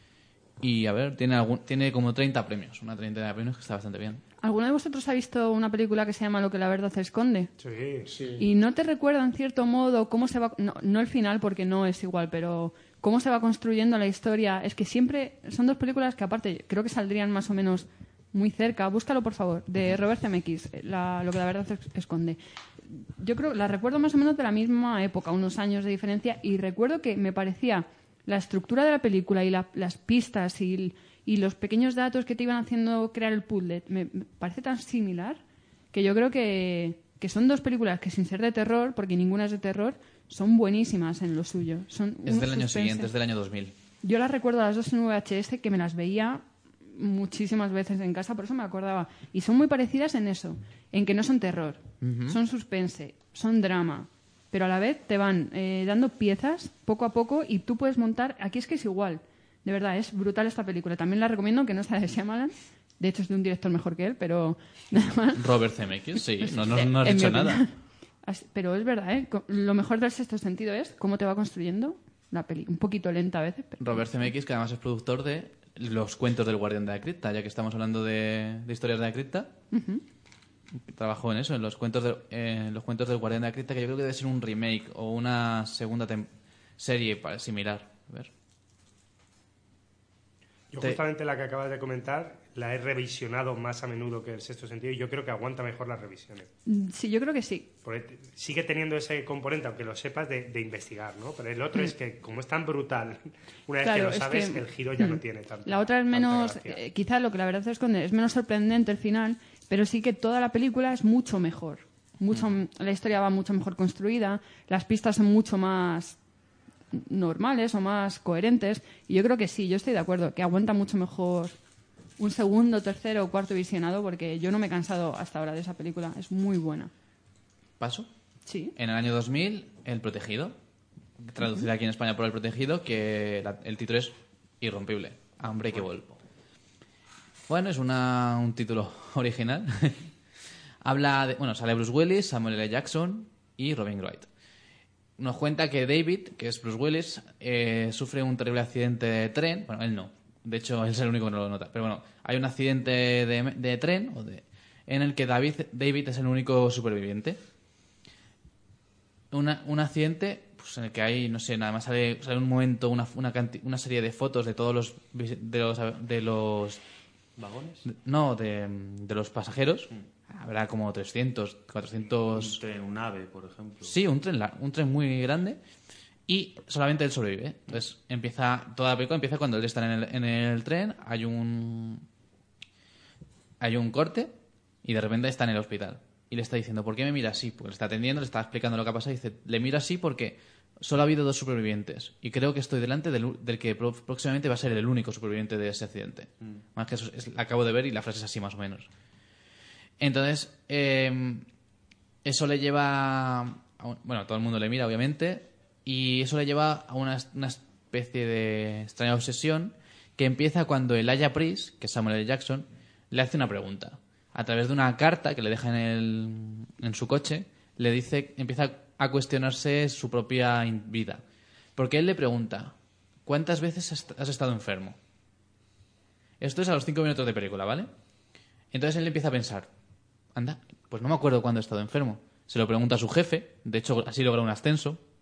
Y a ver, tiene algún, tiene como treinta premios, una treintena de premios que está bastante bien. ¿Alguno de vosotros ha visto una película que se llama Lo que la verdad se esconde? Sí. Sí. ¿Y no te recuerda en cierto modo cómo se va... No, no el final porque no es igual, pero cómo se va construyendo la historia? Es que siempre son dos películas que aparte creo que saldrían más o menos muy cerca. Búscalo, por favor, de Robert Zemeckis, la- Lo que la verdad se esconde. Yo creo, la recuerdo más o menos de la misma época, unos años de diferencia, y recuerdo que me parecía la estructura de la película y la- las pistas y, el- y los pequeños datos que te iban haciendo crear el puzzle, me, me parece tan similar que yo creo que, que son dos películas que sin ser de terror, porque ninguna es de terror, son buenísimas en lo suyo. Son Es un del año suspense. siguiente, es del año dos mil. Yo las recuerdo a las dos en V H S, que me las veía muchísimas veces en casa, por eso me acordaba. Y son muy parecidas en eso, en que no son terror, son suspense, son drama, pero a la vez te van eh, dando piezas poco a poco y tú puedes montar... Aquí es que es igual, de verdad, es brutal esta película. También la recomiendo, que no sea de Shyamalan, de hecho es de un director mejor que él, pero nada más. Robert Zemeckis, sí, no, no, no has En mi dicho opinión. nada. Así- Pero es verdad, ¿eh? Co- Lo mejor del sexto sentido es cómo te va construyendo la peli. Un poquito lenta a veces, pero... Robert Zemeckis, que además es productor de Los cuentos del guardián de la cripta, ya que estamos hablando de, de historias de la cripta. Trabajó en eso, en los cuentos de, en los cuentos del guardián de la cripta, que yo creo que debe ser un remake o una segunda tem- serie pa- similar. A ver. Yo Te- justamente la que acabas de comentar la he revisionado más a menudo que el sexto sentido y yo creo que aguanta mejor las revisiones. Mm, Sí, yo creo que sí. Porque te- sigue teniendo ese componente, aunque lo sepas, de, de investigar, ¿no? Pero el otro es que, como es tan brutal, una vez Claro, que lo es sabes, que- el giro ya no tiene tanto. La otra es tanta menos, gracia. eh, quizá lo que la verdad se esconde es menos sorprendente el final, pero sí que toda la película es mucho mejor. Mucho, La historia va mucho mejor construida, las pistas son mucho más normales o más coherentes, y yo creo que sí, yo estoy de acuerdo, que aguanta mucho mejor un segundo, tercero o cuarto visionado, porque yo no me he cansado hasta ahora de esa película, es muy buena. Paso. Sí. En el año dos mil, El Protegido, traducida aquí en España por El Protegido, que la- el título es Irrompible, Unbreakable. Bueno, es una, un título original. Habla de, bueno, sale Bruce Willis, Samuel L. Jackson y Robin Wright. Nos cuenta que David, que es Bruce Willis, eh, sufre un terrible accidente de tren. Bueno, él no. De hecho, él es el único que no lo nota. Pero bueno, hay un accidente de, de tren o de, en el que David, David es el único superviviente. Una- un accidente pues, en el que hay, no sé, nada más sale, sale un momento, una, una, canti- una serie de fotos de todos los vis- de los, de los ¿Vagones? no, de, de los pasajeros. Habrá como trescientos, cuatrocientos... Un tren, un ave, por ejemplo. Sí, un tren, lar- un tren muy grande. Y solamente él sobrevive. Entonces, empieza toda la película empieza cuando él está en el, en el tren, hay un... Hay un corte y de repente está en el hospital. Y le está diciendo, ¿por qué me mira así? Porque le está atendiendo, le está explicando lo que ha pasado y dice, le miro así porque solo ha habido dos supervivientes. Y creo que estoy delante del, u- del que pro- próximamente va a ser el único superviviente de ese accidente. Más que eso, es- la acabo de ver y la frase es así más o menos. Entonces, eh, eso le lleva... A un- bueno, todo el mundo le mira, obviamente. Y eso le lleva a una, una especie de extraña obsesión que empieza cuando Elijah Priest, que es Samuel L. Jackson, le hace una pregunta. A través de una carta que le deja en, el, en su coche, le dice, empieza a cuestionarse su propia in- vida. Porque él le pregunta, ¿cuántas veces has has estado enfermo? Esto es a los cinco minutos de película, ¿vale? Entonces él empieza a pensar, anda, pues no me acuerdo cuándo he estado enfermo. Se lo pregunta a su jefe, de hecho así logra un ascenso,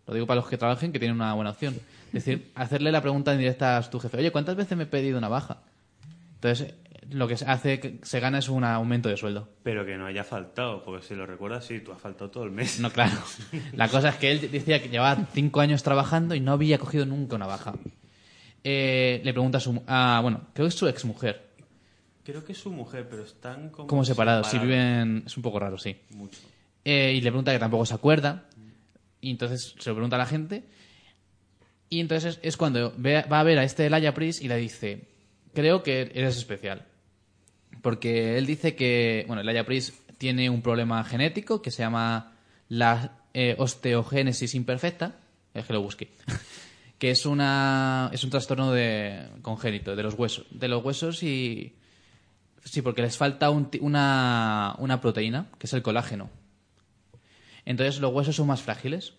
Lo digo para los que trabajen, que tienen una buena opción. Es decir, hacerle la pregunta en directa a tu jefe. Oye, ¿cuántas veces me he pedido una baja? Entonces, lo que se hace que se gana es un aumento de sueldo. Pero que no haya faltado, porque si lo recuerdas, sí, tú has faltado todo el mes. No, claro. La cosa es que él decía que llevaba cinco años trabajando y no había cogido nunca una baja. Eh, le pregunta a su... A, bueno, creo que es su exmujer. Creo que es su mujer, pero están como... Como separados. Si separados. viven... Es un poco raro, sí. Mucho. Eh, y le pregunta que tampoco se acuerda. Y entonces se lo pregunta a la gente. Y entonces es, es cuando ve, va a ver a este Elijah Priest y le dice: creo que eres especial. Porque él dice que, bueno, Elijah Priest tiene un problema genético que se llama la eh, osteogénesis imperfecta. Es que lo busqué. Que es una es un trastorno de congénito de los huesos, de los huesos y sí, porque les falta un ti- una una proteína, que es el colágeno. Entonces los huesos son más frágiles.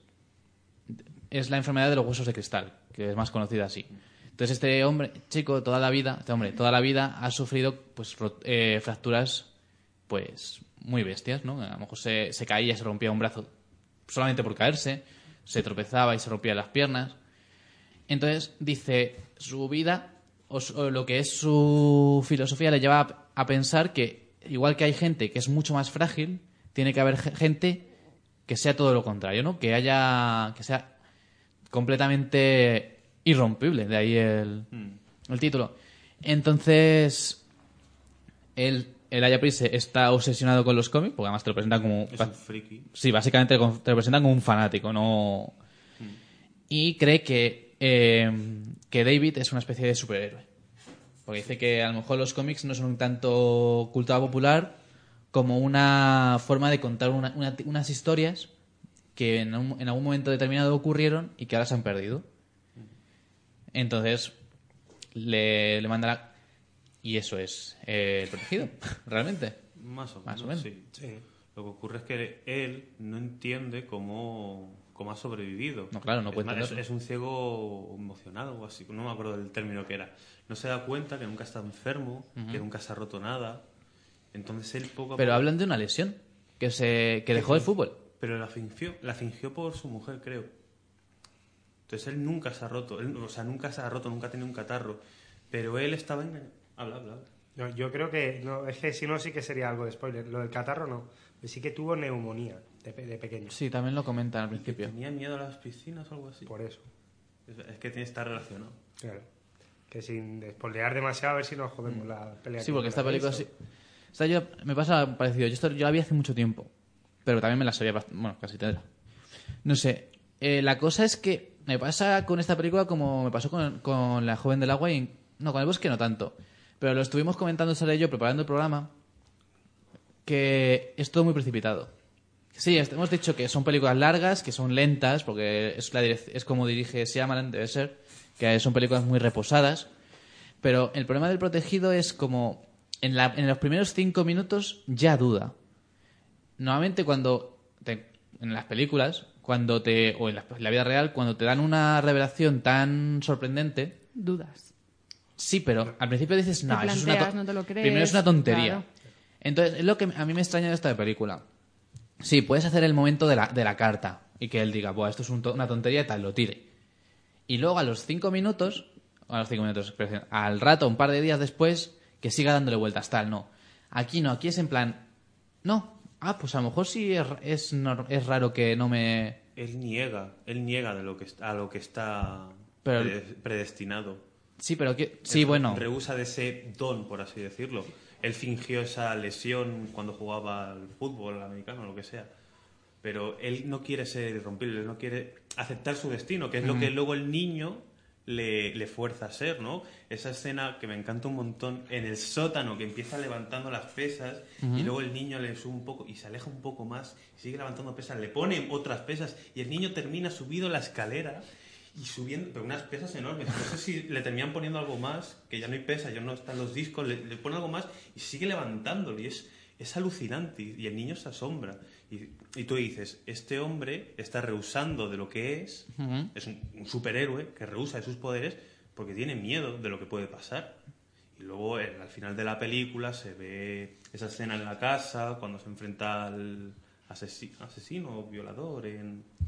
Es la enfermedad de los huesos de cristal, que es más conocida así. Entonces este hombre, chico, toda la vida, este hombre, toda la vida ha sufrido pues ro- eh, fracturas pues muy bestias, ¿no? A lo mejor se, se caía, se rompía un brazo solamente por caerse, se tropezaba y se rompía las piernas. Entonces dice, su vida o, su- o lo que es su filosofía le lleva a, a pensar que igual que hay gente que es mucho más frágil, tiene que haber ge- gente que sea todo lo contrario, ¿no? Que haya que sea completamente irrompible, de ahí el, el título. Entonces, él, el Elijah Priest está obsesionado con los cómics, porque además te lo presentan como... Es un friki. Sí, básicamente te lo presentan como un fanático, ¿no? Y cree que, eh, que David es una especie de superhéroe. Porque dice que a lo mejor los cómics no son un tanto cultura popular como una forma de contar una- una- unas historias que en, un- en algún momento determinado ocurrieron y que ahora se han perdido. Entonces, le, le manda la... Y eso es eh, el protegido, realmente. Más o menos, Más o menos. sí. Sí. Lo que ocurre es que él no entiende cómo, cómo ha sobrevivido. No, claro, no es, puede más, es, entenderlo. es un ciego emocional o algo así. No me acuerdo del término que era. No se da cuenta que nunca ha estado enfermo, que nunca se ha roto nada. Entonces él poco a Pero poco... hablan de una lesión, que se que dejó el fútbol. Pero la fingió, la fingió por su mujer, creo. Entonces él nunca se ha roto. Él, o sea, nunca se ha roto, nunca ha tenido un catarro. Pero él estaba en... Habla, habla, habla. No, yo creo que, no, es que si no sí que sería algo de spoiler. Lo del catarro no. Sí que tuvo neumonía de, pe- de pequeño. Sí, también lo comentan al principio. ¿Tenía miedo a las piscinas o algo así? Por eso. Es, es que tiene que estar relacionado. Claro. Que sin spoilear demasiado, a ver si nos jodemos la pelea. Sí, que porque no esta la he película visto. sí. Esta yo, me pasa parecido. Yo, esto, yo la vi hace mucho tiempo. Pero también me la sabía, bast- bueno, casi entera. No sé. Eh, la cosa es que me pasa con esta película como me pasó con, con La joven del agua y... No, con El bosque no tanto. Pero lo estuvimos comentando Sara y yo preparando el programa, que es todo muy precipitado. Sí, est- hemos dicho que son películas largas, que son lentas, porque es, la direc- es como dirige Shyamalan, debe ser, que son películas muy reposadas. Pero el problema del protegido es como en, la- en los primeros cinco minutos ya duda. Normalmente cuando te- en las películas, cuando te o en la, en la vida real, cuando te dan una revelación tan sorprendente, Dudas. sí, pero al principio dices, no, Te eso es una planteas, to- no te lo crees, primero es una tontería. claro. Entonces, es lo que a mí me extraña de esta película. Sí, puedes hacer el momento de la, de la carta y que él diga, Buah, esto es un to- una tontería y tal, lo tire. Y luego a los cinco minutos, a los cinco minutos, perdón, al rato, un par de días después, que siga dándole vueltas, tal, no. Aquí no, aquí es en plan, no, ah, pues a lo mejor sí es, es, nor- es raro que no me... Él niega, él niega de lo que, est- a lo que está Pero- prede- predestinado. Sí, pero que... Sí, Él bueno, Rehúsa de ese don, por así decirlo. Él fingió esa lesión cuando jugaba al fútbol, al americano, lo que sea. Pero él no quiere ser irrompible, él no quiere aceptar su destino, que es lo que luego el niño le, le fuerza a ser, ¿no? Esa escena que me encanta un montón en el sótano, que empieza levantando las pesas y luego el niño le sube un poco y se aleja un poco más, sigue levantando pesas, le pone otras pesas y el niño termina subido la escalera y subiendo, pero unas pesas enormes. No sé si le terminan poniendo algo más, que ya no hay pesas, ya no están los discos, le, le pone algo más y sigue levantándolo y es, es alucinante y el niño se asombra. Y, y tú dices, este hombre está rehusando de lo que es, Ujú. es un, un superhéroe que rehúsa de sus poderes porque tiene miedo de lo que puede pasar. Y luego eh, al final de la película se ve esa escena en la casa, cuando se enfrenta al asesi- asesino o violador en...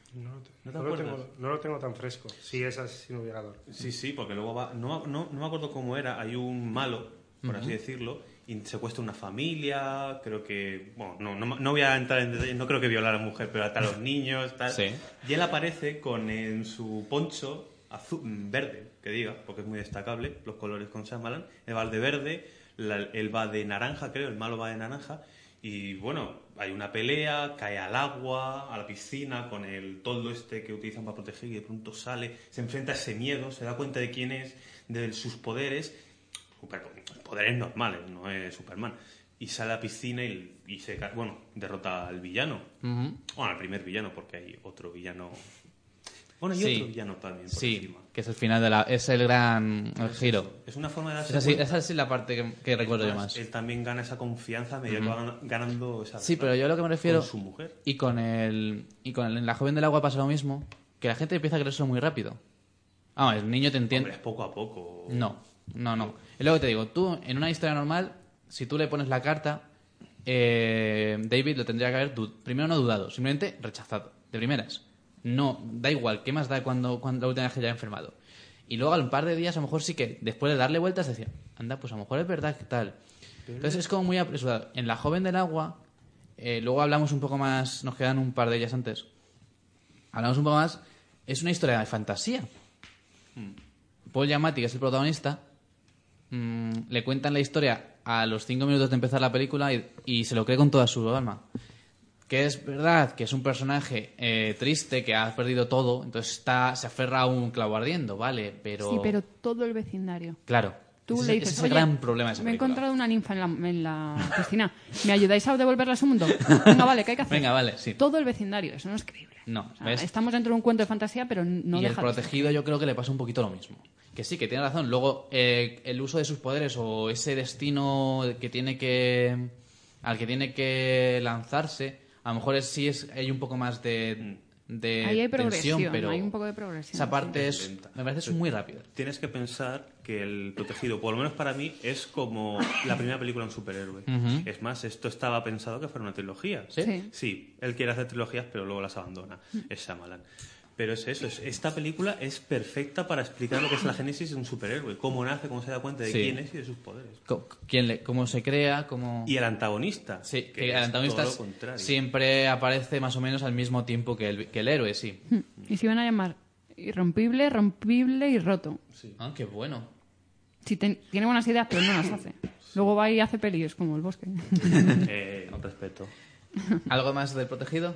No, te- ¿No te no lo acuerdas? tengo, no lo tengo tan fresco. Sí, es asesino violador. Sí, sí, porque luego va... No, no, no me acuerdo cómo era. Hay un malo, por así decirlo, y secuestra una familia, creo que... Bueno, no, no, no voy a entrar en detalles, no creo que violar a la mujer, pero hasta a los niños, tal. Sí. Y él aparece con en su poncho azul, verde, que diga, porque es muy destacable, los colores con Shyamalan. Él va de verde, la, él va de naranja, creo, el malo va de naranja. Y bueno, hay una pelea, cae al agua, a la piscina, con el toldo este que utilizan para proteger y de pronto sale, se enfrenta a ese miedo, se da cuenta de quién es, de sus poderes, super, poderes normales, no es Superman. Y sale a la piscina y, y se ca- bueno, derrota al villano. Ujú. Bueno, al primer villano, porque hay otro villano. Bueno, y Sí. otro villano también por Sí, encima. que es el final de la... Es el gran el giro. Es una forma de darse Esa sí, cuenta. esa sí es la parte que, que recuerdo yo Además, más. él también gana esa confianza a medida que va ganando esa Sí, verdad pero yo a lo que me refiero... con su mujer. Y con el... Y con el, en La Joven del Agua pasa lo mismo, que la gente empieza a creerse muy rápido. Ah, el niño te entiende... Hombre, es poco a poco. No, no, no. Es lo que te digo. Tú, en una historia normal, si tú le pones la carta, eh, David lo tendría que haber, du- primero no dudado, simplemente rechazado, de primeras. No, da igual, ¿qué más da cuando, cuando la última vez que ya ha enfermado? Y luego, al par de días, a lo mejor sí que, después de darle vueltas, decía, anda, pues a lo mejor es verdad que tal. Entonces es como muy apresurado. En La Joven del Agua, eh, luego hablamos un poco más, nos quedan un par de ellas antes. Hablamos un poco más, es una historia de fantasía. Paul Giamatti, que es el protagonista, mm, le cuentan la historia a los cinco minutos de empezar la película y, y se lo cree con toda su alma. Que es verdad que es un personaje eh, triste, que ha perdido todo, entonces está se aferra a un clavo ardiendo, ¿vale? Pero... Sí, pero todo el vecindario. Claro. Tú ese, le ese dices, es el "Oye, gran problema de esa me he película". encontrado una ninfa en la, en la piscina. ¿Me ayudáis a devolverla a su mundo? Venga, vale, ¿qué hay que hacer? Venga, vale, sí. Todo el vecindario, eso no es creíble. No, O sea, ¿ves? estamos dentro de un cuento de fantasía, pero no y el deja de ser. protegido yo creo que le pasa un poquito lo mismo. Que sí, que tiene razón. Luego, eh, el uso de sus poderes o ese destino que tiene que al que tiene que lanzarse, a lo mejor es, sí es, hay un poco más de, de Ahí hay tensión, progresión, pero hay un poco de progresión. esa parte sí. es, lenta. me parece es muy rápida. Tienes que pensar que El Protegido, por lo menos para mí, es como la primera película de un superhéroe. Ujú. Es más, esto estaba pensado que fuera una trilogía. ¿Sí? Sí. Sí, él quiere hacer trilogías, pero luego las abandona. Es Shyamalan. Pero es eso, es, esta película es perfecta para explicar lo que es la génesis de un superhéroe, cómo nace, cómo se da cuenta de Sí. quién es y de sus poderes. Co- quién le- cómo se crea, cómo... Y el antagonista, Sí, que que el es antagonista todo es- lo contrario. siempre aparece más o menos al mismo tiempo que el, que el héroe, sí. Y se iban a llamar irrompible, rompible y roto. Ah, qué bueno. Si ten- tiene buenas ideas, pero no las hace. Luego va y hace pelis como El Bosque. Eh, con respeto. ¿Algo más del protegido?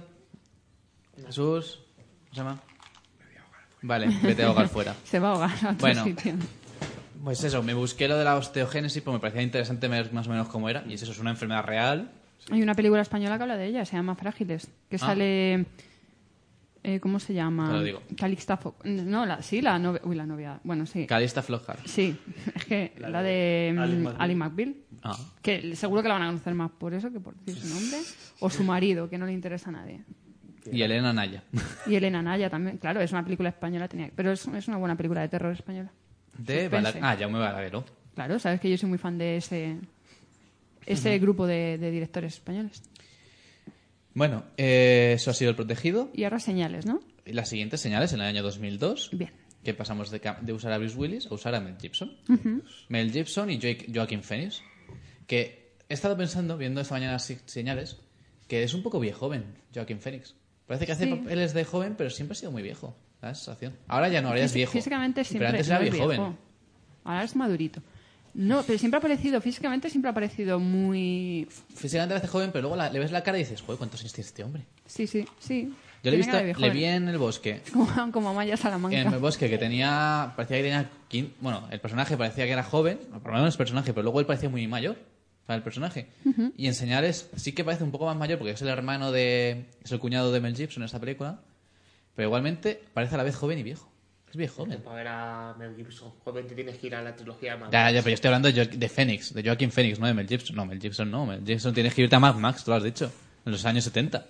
Jesús, ¿cómo se llama? Vale, vete a ahogar fuera. Se va a ahogar a otro Bueno. sitio. Pues eso, me busqué lo de la osteogénesis porque me parecía interesante ver más o menos cómo era. Y es eso, es una enfermedad real. Hay una película española que habla de ella, se llama Frágiles, que Ah. sale... eh, ¿Cómo se llama? Te lo digo. Calixta Fo- No, la, sí, la novia... Uy, la novia... Bueno, sí. Calista Flojar. Sí, es que La la, de de, mm, Ali McBeal. Ali McBeal, Ah. que seguro que la van a conocer más por eso que por decir su nombre, o su marido, que no le interesa a nadie. Y Elena Naya. Y Elena Naya también, claro, es una película española, tenía, pero es, es una buena película de terror española. De Suspense. Bala- Ah, Jaume Balagueró. Claro, sabes que yo soy muy fan de ese ese grupo de, de directores españoles. Bueno, eh, eso ha sido el protegido. Y ahora señales, ¿no? Y las siguientes señales, en el año dos mil dos, Bien. que pasamos de, ca- de usar a Bruce Willis a usar a Mel Gibson. Mel Gibson y Jo- Joaquin Phoenix. Que he estado pensando, viendo esta mañana las si- señales, que es un poco viejo joven, Joaquin Phoenix. Parece que hace Sí. papeles de joven, pero siempre ha sido muy viejo. Da la sensación. Ahora ya no, ahora ya es Físi- viejo. Físicamente siempre Pero antes no era es viejo viejo. joven. Ahora es madurito. No, pero siempre ha parecido, físicamente siempre ha parecido muy... Físicamente parece joven, pero luego la- le ves la cara y dices, joder, ¿cuántos años tiene este hombre? Sí, sí, sí. Yo le he Tiene visto, cara de viejo le joven. vi en el bosque. Como, como Amaya Salamanca. En el bosque que tenía, parecía que tenía, quin- bueno, el personaje parecía que era joven, o por lo menos el personaje, pero luego él parecía muy mayor para el personaje. Y en señales sí que parece un poco más mayor porque es el hermano de, es el cuñado de Mel Gibson en esta película, pero igualmente parece a la vez joven y viejo. Es viejo joven. Para ver a Mel Gibson joven te tienes que ir a la trilogía más. Ya, ya, pero yo estoy hablando de, Jo- de Phoenix, de Joaquin Phoenix, no de Mel Gibson. No, Mel Gibson no, Mel Gibson tienes que irte a Mad Max, tú lo has dicho, en los años setenta.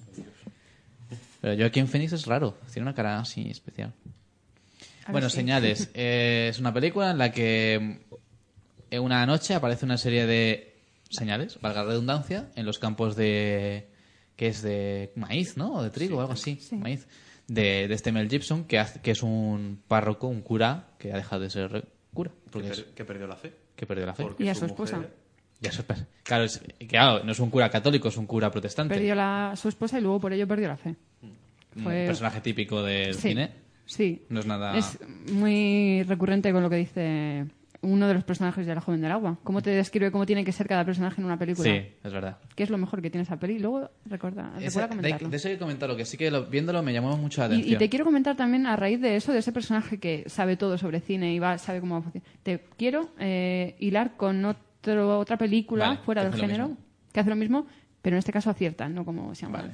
Pero Joaquin Phoenix es raro, tiene una cara así especial. A ver Bueno, si- señales. Eh, es una película en la que eh, una noche aparece una serie de señales, valga la redundancia, en los campos de... que es de maíz, ¿no? O de trigo o algo así. Sí. Maíz. de, de este Mel Gibson, que, hace- que es un párroco, un cura, que ha dejado de ser re- cura. Que, Porque per- es- que perdió la fe. que perdió la fe. Porque Y a su esposa. mujer- Ya eso es- claro, es- claro, no es un cura católico, es un cura protestante. Perdió la, su esposa y luego por ello perdió la fe. Un Fue- personaje típico del Sí, cine. sí. No es nada... Es muy recurrente con lo que dice uno de los personajes de La Joven del Agua. Cómo te describe cómo tiene que ser cada personaje en una película. Sí, es verdad. ¿Qué es lo mejor que tiene esa peli? Luego recuerda, Esa- recuerda de, comentarlo. de eso hay que comentarlo, que sí que lo- viéndolo me llamó mucho la Y, atención. y te quiero comentar también a raíz de eso, de ese personaje que sabe todo sobre cine y va, sabe cómo va a funcionar. Te quiero eh, hilar con otro, otra película Vale, fuera que del hace lo género mismo. que hace lo mismo, pero en este caso acierta, no como se llama. Vale.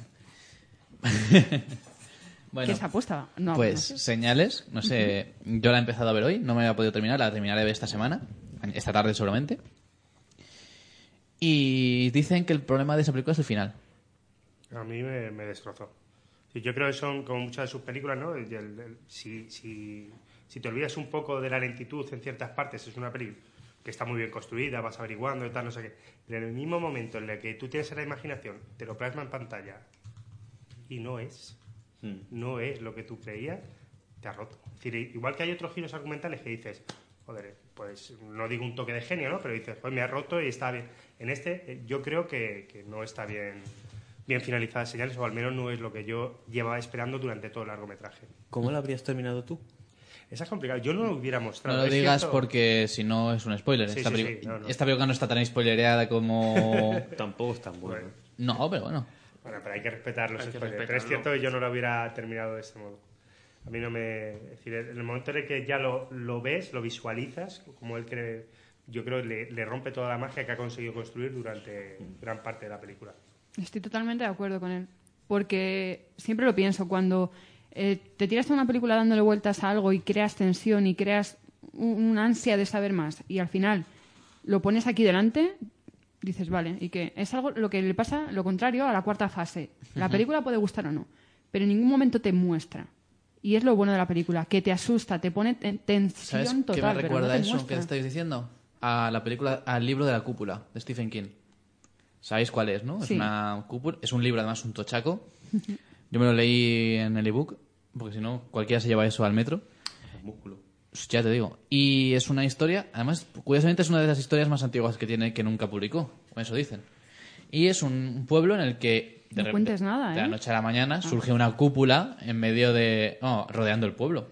Bueno, ¿Qué es apuesta? No, pues no sé. Señales, no sé, yo la he empezado a ver hoy, no me había podido terminar, la terminaré esta semana, esta tarde seguramente. Y dicen que el problema de esa película es el final. A mí me, me destrozó. Sí, yo creo que son como muchas de sus películas, ¿no? Y el- el- si, si, si te olvidas un poco de la lentitud en ciertas partes, es una película que está muy bien construida, vas averiguando y tal, no sé qué. Pero en el mismo momento en el que tú tienes la imaginación, te lo plasma en pantalla y no es, Hmm. no es lo que tú creías, te ha roto. Es decir, igual que hay otros giros argumentales que dices, joder, pues no digo un toque de genio, ¿no? Pero dices, pues me ha roto y está bien. En este, eh, yo creo que, que no está bien, bien finalizada Señales, o al menos no es lo que yo llevaba esperando durante todo el largometraje. ¿Cómo la habrías terminado tú? Esa es complicada. Yo no lo hubiera No mostrado. lo Es digas cierto- porque si no es un spoiler. Sí, esta, sí, peli- sí, no, no. esta película no está tan spoilereada como... Tampoco es tan bueno. Bueno. No, pero bueno. Bueno, pero hay que respetar los Hay que spoilers. Pero es respetarlo. cierto que yo no lo hubiera terminado de ese modo. A mí no me... Es decir, en el momento en el que ya lo, lo ves, lo visualizas, como él cree... Yo creo que le, le rompe toda la magia que ha conseguido construir durante gran parte de la película. Estoy totalmente de acuerdo con él. Porque siempre lo pienso, cuando eh, te tiras a una película dándole vueltas a algo y creas tensión y creas un, una ansia de saber más y al final lo pones aquí delante, dices, vale, y que es algo lo que le pasa lo contrario a la cuarta fase. La película puede gustar o no, pero en ningún momento te muestra. Y es lo bueno de la película, que te asusta, te pone en tensión ¿Sabes total, qué me pero recuerda no te eso muestra. que estáis diciendo? A la película, al libro de la cúpula, de Stephen King. ¿Sabéis cuál es, no? Es Sí. una cúpula, es un libro, además, un tochaco. Yo me lo leí en el ebook, porque si no, cualquiera se lleva eso al metro. El músculo. Pues ya te digo. Y es una historia, además, curiosamente es una de las historias más antiguas que tiene que nunca publicó. O eso dicen. Y es un pueblo en el que de, No repente, cuentes nada, de la ¿eh? noche a la mañana surge una cúpula en medio de... No, rodeando el pueblo.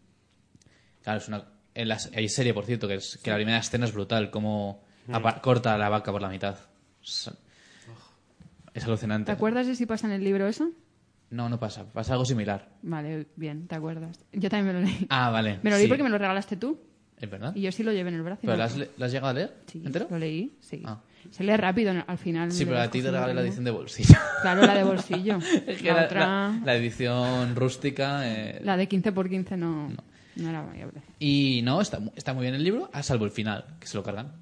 Claro, es una... En la, hay serie, por cierto, que, es, que la primera escena es brutal, como apa- corta a la vaca por la mitad. Es, es alucinante. ¿Te acuerdas de si pasa en el libro eso? No, no pasa. Pasa algo similar. Vale, bien, te acuerdas. Yo también me lo leí. Ah, vale. Me lo leí sí. porque me lo regalaste tú ¿Es verdad? y yo sí lo llevé en el brazo. y ¿Pero no- la has, le- la has llegado a leer? Sí, ¿Entero? lo leí, sí. Ah. Se lee rápido al final. Sí, le pero a vas ti te cogiendo regalé la ritmo. edición de bolsillo. Claro, la de bolsillo. Es que la la, otra, la- la edición rústica... eh, la de quince por quince no, no. era viable. Y no, está, mu- está muy bien el libro, a salvo el final, que se lo cargan.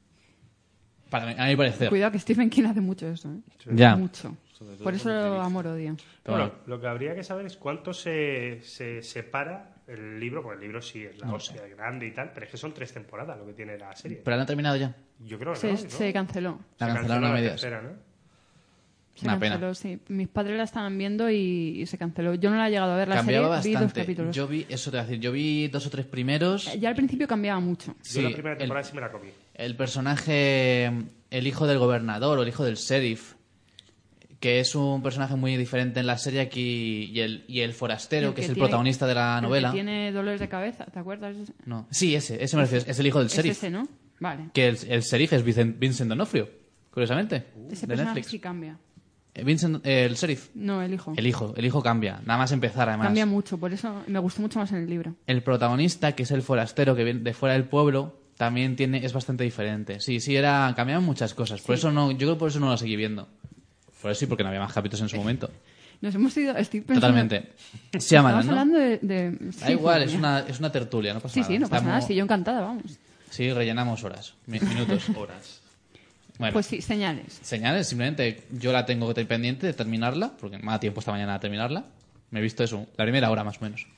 Para mí, a mi parecer. Cuidado que Stephen King hace mucho eso, ¿eh? Ya. Mucho. Por eso lo amor-odio. Pero Bueno, bueno, lo que habría que saber es cuánto se, se separa el libro, porque el libro sí es la No hostia, es grande y tal, pero es que son tres temporadas lo que tiene la serie. pero la han terminado ya. Yo creo que Se, no, se ¿no? canceló. La Se cancelaron canceló a la medias. tercera, ¿no? Se Una pena. canceló, sí. Mis padres la estaban viendo y, y se canceló. Yo no la he llegado a ver. La Cambiaba serie vi dos bastante. capítulos. Yo vi, eso te voy a decir, yo vi dos o tres primeros. Ya al principio cambiaba mucho. Yo Sí, la primera el- temporada sí me la comí. El personaje, el hijo del gobernador o el hijo del sheriff, que es un personaje muy diferente en la serie aquí, y el, y el forastero, El que, que es el tiene- protagonista de la El que novela. tiene dolores de cabeza, ¿te acuerdas? No. Sí, ese, ese me refiero, es el hijo del Es sheriff. ese, ¿no? Vale. Que el, el sheriff es Vincent, Vincent D'Onofrio, curiosamente, Ese de personaje Netflix. sí cambia. Eh, Vincent, eh, el sheriff, No, el hijo. el hijo, el hijo cambia, nada más empezar además. Cambia mucho, por eso me gustó mucho más en el libro. El protagonista, que es el forastero que viene de fuera del pueblo, también tiene es bastante diferente. Sí, sí, era cambiaban muchas cosas. Por Sí. eso no, yo creo que por eso no lo seguí viendo. Por eso sí, porque no había más capítulos en su momento. Nos hemos ido... Estoy pensando- Totalmente. Shyamalan, Estamos ¿no? hablando de... de- Da sí, igual, madre es mía. una, es una tertulia, no pasa Sí, nada. sí, no pasa Estamos- nada. Sí, yo encantada, vamos. Sí, rellenamos horas, mi- minutos. Horas. Bueno, Pues sí, señales. señales, simplemente yo la tengo pendiente de terminarla, porque me da tiempo esta mañana a terminarla. Me he visto eso, la primera hora más o menos.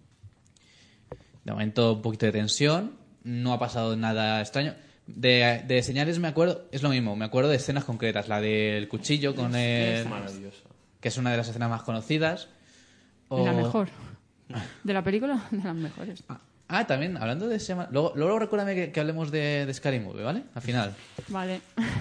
De momento un poquito de tensión, no ha pasado nada extraño. De, de señales me acuerdo, es lo mismo, me acuerdo de escenas concretas, la del cuchillo con el... Maravilloso. que es una de las escenas más conocidas. O- La mejor. De la película, de las mejores. Ah, también, hablando de ese... Luego, luego recuérdame que, que hablemos de, de Scary Movie, ¿vale? Al final. Vale.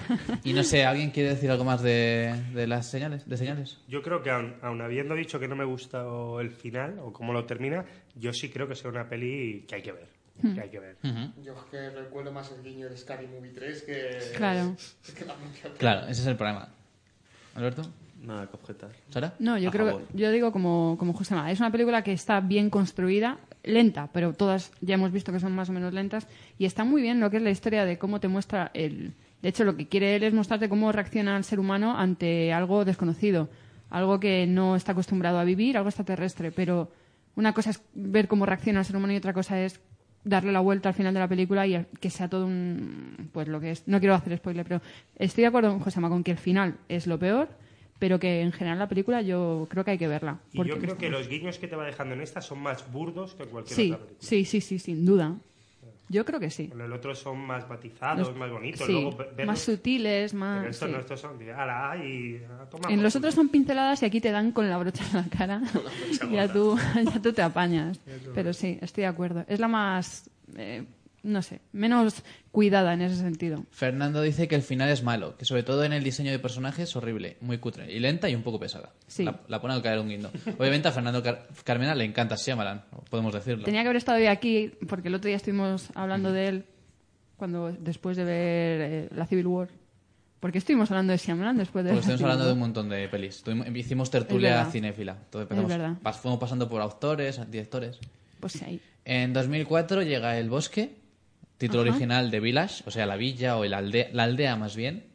Y no sé, ¿alguien quiere decir algo más de, de las señales? ¿De señales? Yo creo que aun, aun habiendo dicho que no me gusta el final o cómo lo termina, yo sí creo que sea una peli que hay que ver. Que hay que ver. Yo es que recuerdo más el guiño de Scary Movie tres que... Claro. que la mucha peli. Claro, ese es el problema. ¿Alberto? Nada que objetar. ¿Sara? No, yo A creo favor. que, yo digo como, como Josema, es una película que está bien construida, lenta, pero todas ya hemos visto que son más o menos lentas, y está muy bien lo que es la historia de cómo te muestra el... De hecho, lo que quiere él es mostrarte cómo reacciona el ser humano ante algo desconocido, algo que no está acostumbrado a vivir, algo extraterrestre, pero una cosa es ver cómo reacciona el ser humano y otra cosa es darle la vuelta al final de la película y que sea todo un... pues lo que es... No quiero hacer spoiler, pero estoy de acuerdo con Josema con que el final es lo peor, pero que en general la película yo creo que hay que verla. Y porque yo creo está- que los guiños que te va dejando en esta son más burdos que en cualquier Sí, otra película. sí, sí, sí, sin duda. Yo creo que sí. En el otro son más matizados, Los- más bonitos. sí, Luego ve- verlos- más sutiles, pero más... estos sí. no, estos son de ala y a tomar En por los culo. otros son pinceladas y aquí te dan con la brocha en la cara. y ya tú, ya tú te apañas. Pero sí, estoy de acuerdo. Es la más, eh, no sé, menos cuidada en ese sentido. Fernando dice que el final es malo, que sobre todo en el diseño de personajes es horrible, muy cutre, y lenta y un poco pesada. Sí. La, la pone al caer un guindo. Obviamente a Fernando Car- Carmena le encanta Shyamalan, podemos decirlo. Tenía que haber estado hoy aquí porque el otro día estuvimos hablando de él cuando después de ver eh, la Civil War. Porque estuvimos hablando de Shyamalan después de Porque ver la estuvimos Civil hablando de War. un montón de pelis. Tuvimos- hicimos Es tertulia verdad. cinéfila. Entonces empezamos, Es verdad. pas- fuimos pasando por autores, directores. Pues sí, ahí. En dos mil cuatro llega El Bosque, título Ajá. original de Village, o sea, la villa o el aldea, la aldea más bien.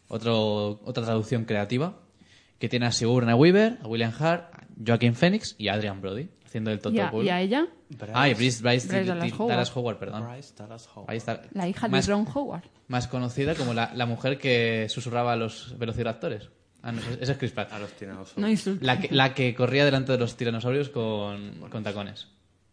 Otro, otra traducción creativa. Que tiene a Sigourney Weaver, a William Hart, a Joaquin Phoenix y a Adrian Brody, haciendo el Toto Y a, Pueblo. y a ella, Ah, y Bryce, Bryce, Bryce Di- Dallas Di- Howard. Dallas Howard, perdón. Bryce Dallas Howard. Ahí está. la hija de más, Ron Howard. más conocida como la, la mujer que susurraba a los velociraptores. Ah, no, ese es Chris Pratt. A los tiranos. No insultes. La que, la que corría delante de los tiranosaurios con, con tacones.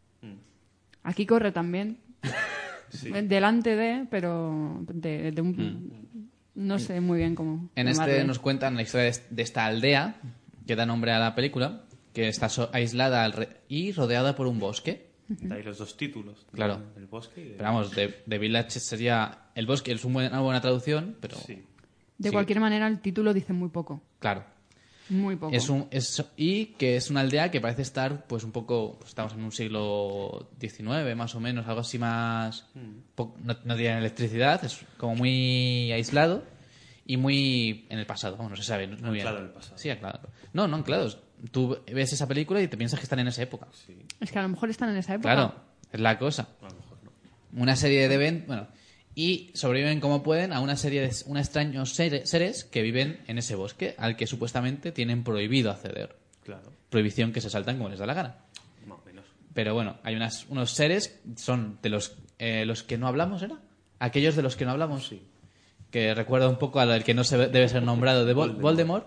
Aquí corre también. Sí. Delante de, pero de, de un... No sé muy bien cómo Mm. En llamarle. este nos cuentan la historia de, de esta aldea, que da nombre a la película, que está so- aislada al re- y rodeada por un bosque. De ahí los dos títulos. Claro. El bosque y de... Pero vamos, de, de Village sería... El bosque es un buen- una buena traducción, pero... Sí. De sí. cualquier manera, el título dice muy poco. Claro. Muy poco. Es un, es, y que es una aldea que parece estar, pues un poco, pues, estamos en un siglo diecinueve más o menos, algo así más, po- no, no tiene electricidad, es como muy aislado y muy en el pasado, vamos, no se sabe muy bien. Anclado en el pasado. Sí, anclado. No, no anclados. Tú ves esa película y te piensas que están en esa época. Es que a lo mejor están en esa época. Claro, es la cosa. A lo mejor no. Una serie de eventos, bueno, y sobreviven como pueden a una serie de una extraños sere- seres que viven en ese bosque al que supuestamente tienen prohibido acceder. Claro. Prohibición que se saltan como les da la gana. Más o menos. Pero bueno, hay unas, unos seres, son de los, eh, los que no hablamos, ¿era? Aquellos de los que no hablamos. Sí. Que recuerda un poco al que no se ve- debe ser nombrado de Vol- Voldemort. Voldemort.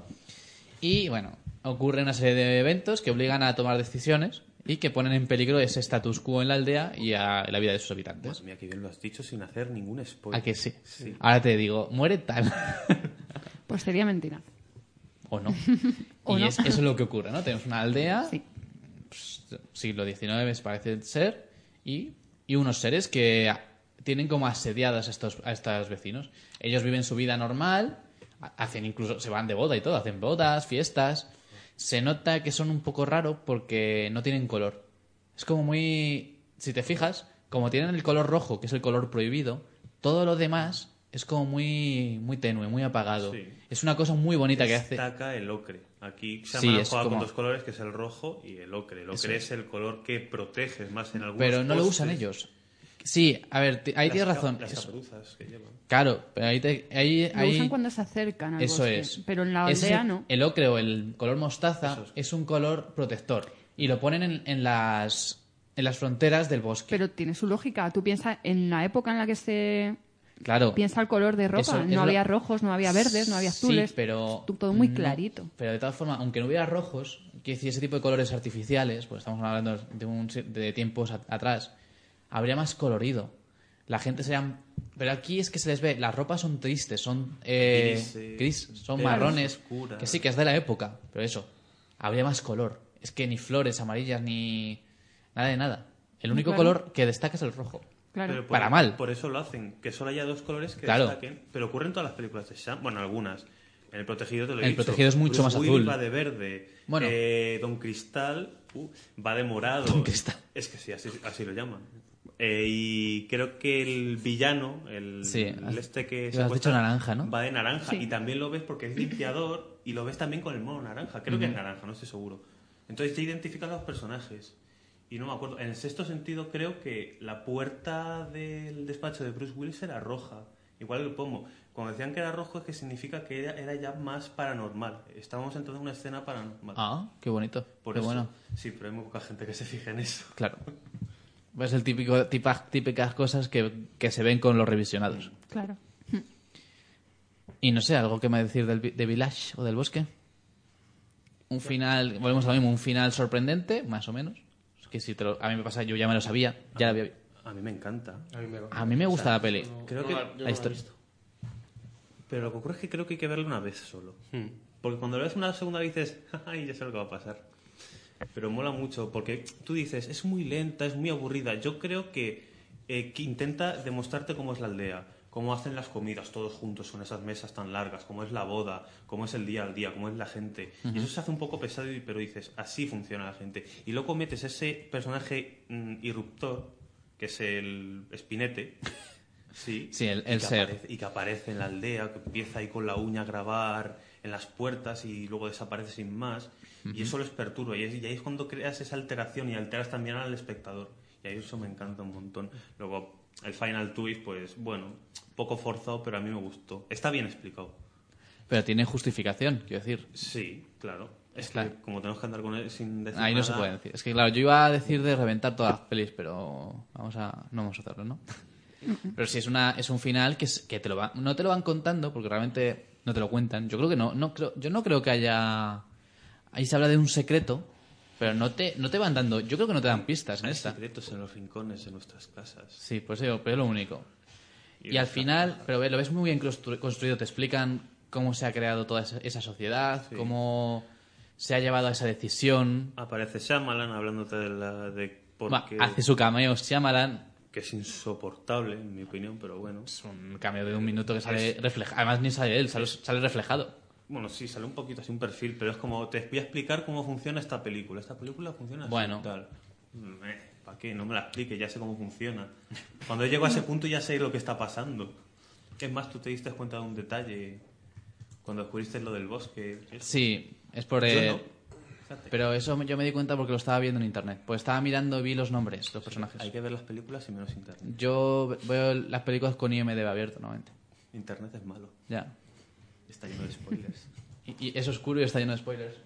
Y bueno, ocurre una serie de eventos que obligan a tomar decisiones y que ponen en peligro ese status quo en la aldea y a la vida de sus habitantes. Madre mía, que bien lo has dicho sin hacer ningún spoiler. ¿A que sí? Sí. Ahora te digo, muere tal. Pues sería mentira. o no. O y no. es, eso es lo que ocurre, ¿no? Tenemos una aldea, Sí. pues, siglo diecinueve parece ser, y, y unos seres que a- tienen como asediadas a estos, a estos vecinos. Ellos viven su vida normal, ha- hacen incluso, se van de boda y todo, hacen bodas, fiestas. Se nota que son un poco raros porque no tienen color. Es como muy... Si te fijas, como tienen el color rojo, que es el color prohibido, todo lo demás es como muy, muy tenue, muy apagado. Sí. Es una cosa muy bonita que hace... Destaca el ocre. Aquí se Sí, llama es juega como- con dos colores, que es el rojo y el ocre. El ocre es el color que protege más en algunos Pero no lo postes. usan ellos. Sí, a ver, te- ahí Las tienes ca- razón. Las Eso- caperuzas que llevan. claro, pero ahí, te- ahí, Lo ahí- usan cuando se acercan al eso bosque, es. pero en la Ese es aldea el- no. El ocre o el color mostaza Eso es. es un color protector y lo ponen en, en las en las fronteras del bosque. Pero tiene su lógica. Tú piensas en la época en la que se claro. piensa el color de ropa. Eso es no lo- había rojos, no había verdes, no había azules. Sí, pero Estuvo todo muy no- clarito. Pero de todas formas, aunque no hubiera rojos, quiero decir, ese tipo de colores artificiales, pues estamos hablando de, un, de tiempos a- atrás, habría más colorido. La gente sería... Pero aquí es que se les ve, las ropas son tristes, son eh, Grises, gris, son verdes marrones, oscuras. que sí, que es de la época, pero eso, habría más color. es que ni flores amarillas ni nada de nada. El único Claro. color que destaca es el rojo. Claro. Pero por- Para mal. Por eso lo hacen, que solo haya dos colores que Claro. destaquen. Pero ocurre en todas las películas de Sam. Bueno, algunas. En El Protegido te lo he El dicho. Protegido es mucho Bruce más Willis azul. va de verde. Bueno. Eh, Don Cristal uh, va de morado. Don Cristal. Es que sí, así, así lo llaman. Eh, y creo que el villano, el, Sí, el has- este que has secuestra, dicho naranja, ¿no? va de naranja. Sí. Y también lo ves porque es limpiador y lo ves también con el mono naranja. Creo que es naranja, no estoy seguro. Entonces te identificas a los personajes. Y no me acuerdo. En el sexto sentido creo que la puerta del despacho de Bruce Willis era roja. Igual el pomo. Cuando decían que era rojo es que significa que era, era ya más paranormal. Estábamos entonces en una escena paranormal. Ah, qué bonito. Por qué eso. bueno. Sí, pero hay muy poca gente que se fije en eso. Claro. Es el típico, tipa- típicas cosas que, que se ven con los revisionados. Claro. Y no sé, algo que me decir del, vi- de Village o del bosque. Un final, volvemos a lo mismo, un final sorprendente, más o menos. Es que si te lo- a mí me pasa, yo ya me lo sabía, ya lo había. A mí me encanta. A mí me, A mí me gusta la peli. Creo no que la- yo no la la he historia. visto. Pero lo que ocurre es que creo que hay que verlo una vez solo. Porque cuando lo ves una segunda vez dices, ay, ya sé lo que va a pasar. Pero mola mucho, porque tú dices, es muy lenta, es muy aburrida. Yo creo que, eh, que intenta demostrarte cómo es la aldea, cómo hacen las comidas todos juntos en esas mesas tan largas, cómo es la boda, cómo es el día al día, cómo es la gente. Y eso se hace un poco pesado, y- pero dices, así funciona la gente. Y luego metes ese personaje mm, irruptor, que es el espinete. Sí, Sí, el- y el que ser. aparece- y que aparece en la aldea, que empieza ahí con la uña a grabar en las puertas y luego desaparece sin más. Y eso les perturba. Y, es- y ahí es cuando creas esa alteración y alteras también al espectador. Y ahí eso me encanta un montón. Luego, el final twist, pues bueno, poco forzado, pero a mí me gustó. Está bien explicado. Pero tiene justificación, quiero decir. Sí, claro. Es Claro. que como tenemos que andar con él sin decir Ahí no nada, se puede decir. Es que claro, yo iba a decir de reventar todas las pelis, pero vamos a no vamos a hacerlo, ¿no? Pero si es una es un final que, es- que te lo va, no te lo van contando porque realmente no te lo cuentan. Yo creo que no, no creo, yo no creo que haya ahí se habla de un secreto, pero no te no te van dando, yo creo que no te dan pistas en Hay esta. secretos en los rincones de nuestras casas. Sí, pues yo, pero es lo único. Y Y al nuestras final, casas. pero ve, lo ves muy bien constru- construido, te explican cómo se ha creado toda esa, esa sociedad, Sí. cómo se ha llevado a esa decisión. Aparece Shyamalan hablándote de la de por Va, qué- hace su cameo Shyamalan, que es insoportable, en mi opinión, pero bueno. es un cameo de un minuto que sale reflejado. Además, ni sale él, sale, sale reflejado. Bueno, sí, sale un poquito así un perfil, pero es como te voy a explicar cómo funciona esta película. Esta película funciona así Bueno. tal. Mm, eh, ¿Para qué? No me la explique, ya sé cómo funciona. Cuando llego a ese punto ya sé lo que está pasando. Es más, tú te diste cuenta de un detalle cuando descubriste lo del bosque. Sí, es por... Yo eh, no. Fíjate. Pero eso yo me di cuenta porque lo estaba viendo en internet. Pues estaba mirando y vi los nombres, los personajes. Hay que ver las películas y menos internet. Yo veo las películas con I M D B abierto, normalmente. Internet es malo. Ya. Está lleno de spoilers. Y, y es oscuro y está lleno de spoilers.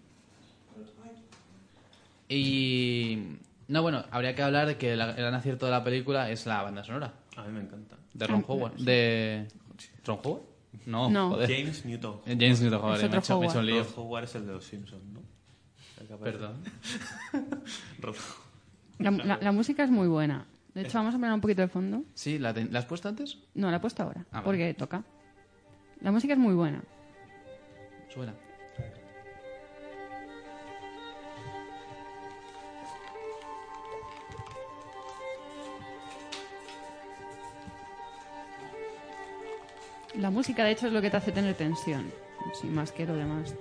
Y... No, bueno, habría que hablar de que la- el gran acierto de la película es la banda sonora. A mí me encanta. De Ron Ah, Howard. ¿De Ron Howard? No, No. joder. James Newton. Eh, James Newton Howard. Es Me he otro hecho, me he hecho un lío. Ron Howard es el de los Simpsons, ¿no? El que aparece. Perdón. Ron- La, la- la música es muy buena. De hecho, vamos a poner un poquito de fondo. Sí, ¿la, te- ¿la has puesto antes? No, la he puesto ahora, Ah, vale. porque toca. La música es muy buena. Suena. La música, de hecho, es lo que te hace tener tensión, sin más que lo demás.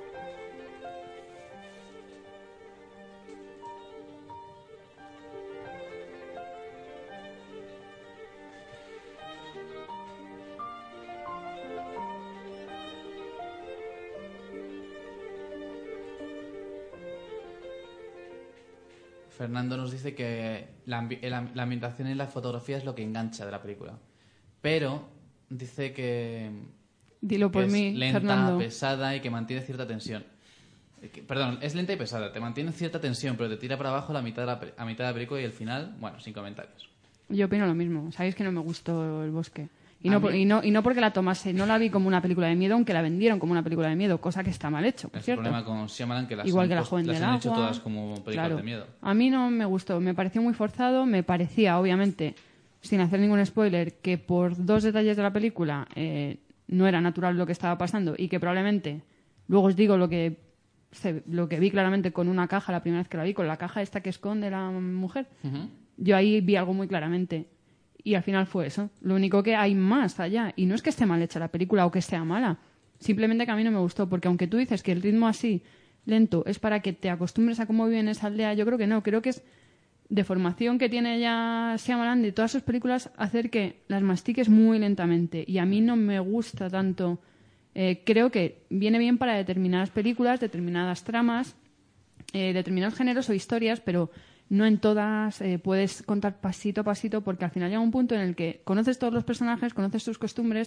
Fernando nos dice que la, ambi- el am- la ambientación y la fotografía es lo que engancha de la película. Pero dice que, Dilo que por es mí, lenta, Fernando. pesada y que mantiene cierta tensión. Eh, que- Perdón, es lenta y pesada, te mantiene cierta tensión, pero te tira para abajo la mitad de la, pe- a mitad de la película y el final, bueno, sin comentarios. Yo opino lo mismo. Sabéis que no me gustó El Bosque. Y A no, mí- por- y, no, y no porque la tomase, no la vi como una película de miedo, aunque la vendieron como una película de miedo, cosa que está mal hecho, por Es el cierto. problema con Shyamalan que las Igual han, que La puesto- Joven las del han Agua. hecho todas como películas Claro. de miedo. A mí no me gustó, me pareció muy forzado, me parecía, obviamente, sin hacer ningún spoiler, que por dos detalles de la película eh, no era natural lo que estaba pasando y que probablemente, luego os digo lo que se- lo que vi claramente con una caja, la primera vez que la vi, con la caja esta que esconde la mujer, Ujú. yo ahí vi algo muy claramente. Y al final fue eso. Lo único que hay más allá. Y no es que esté mal hecha la película o que sea mala. Simplemente que a mí no me gustó. Porque aunque tú dices que el ritmo así, lento, es para que te acostumbres a cómo vive en esa aldea, yo creo que no. Creo que es de formación que tiene ya Shyamalan de todas sus películas hacer que las mastiques muy lentamente. Y a mí no me gusta tanto. Eh, creo que viene bien para determinadas películas, determinadas tramas, eh, determinados géneros o historias, pero no en todas eh, puedes contar pasito a pasito porque al final llega un punto en el que conoces todos los personajes, conoces sus costumbres,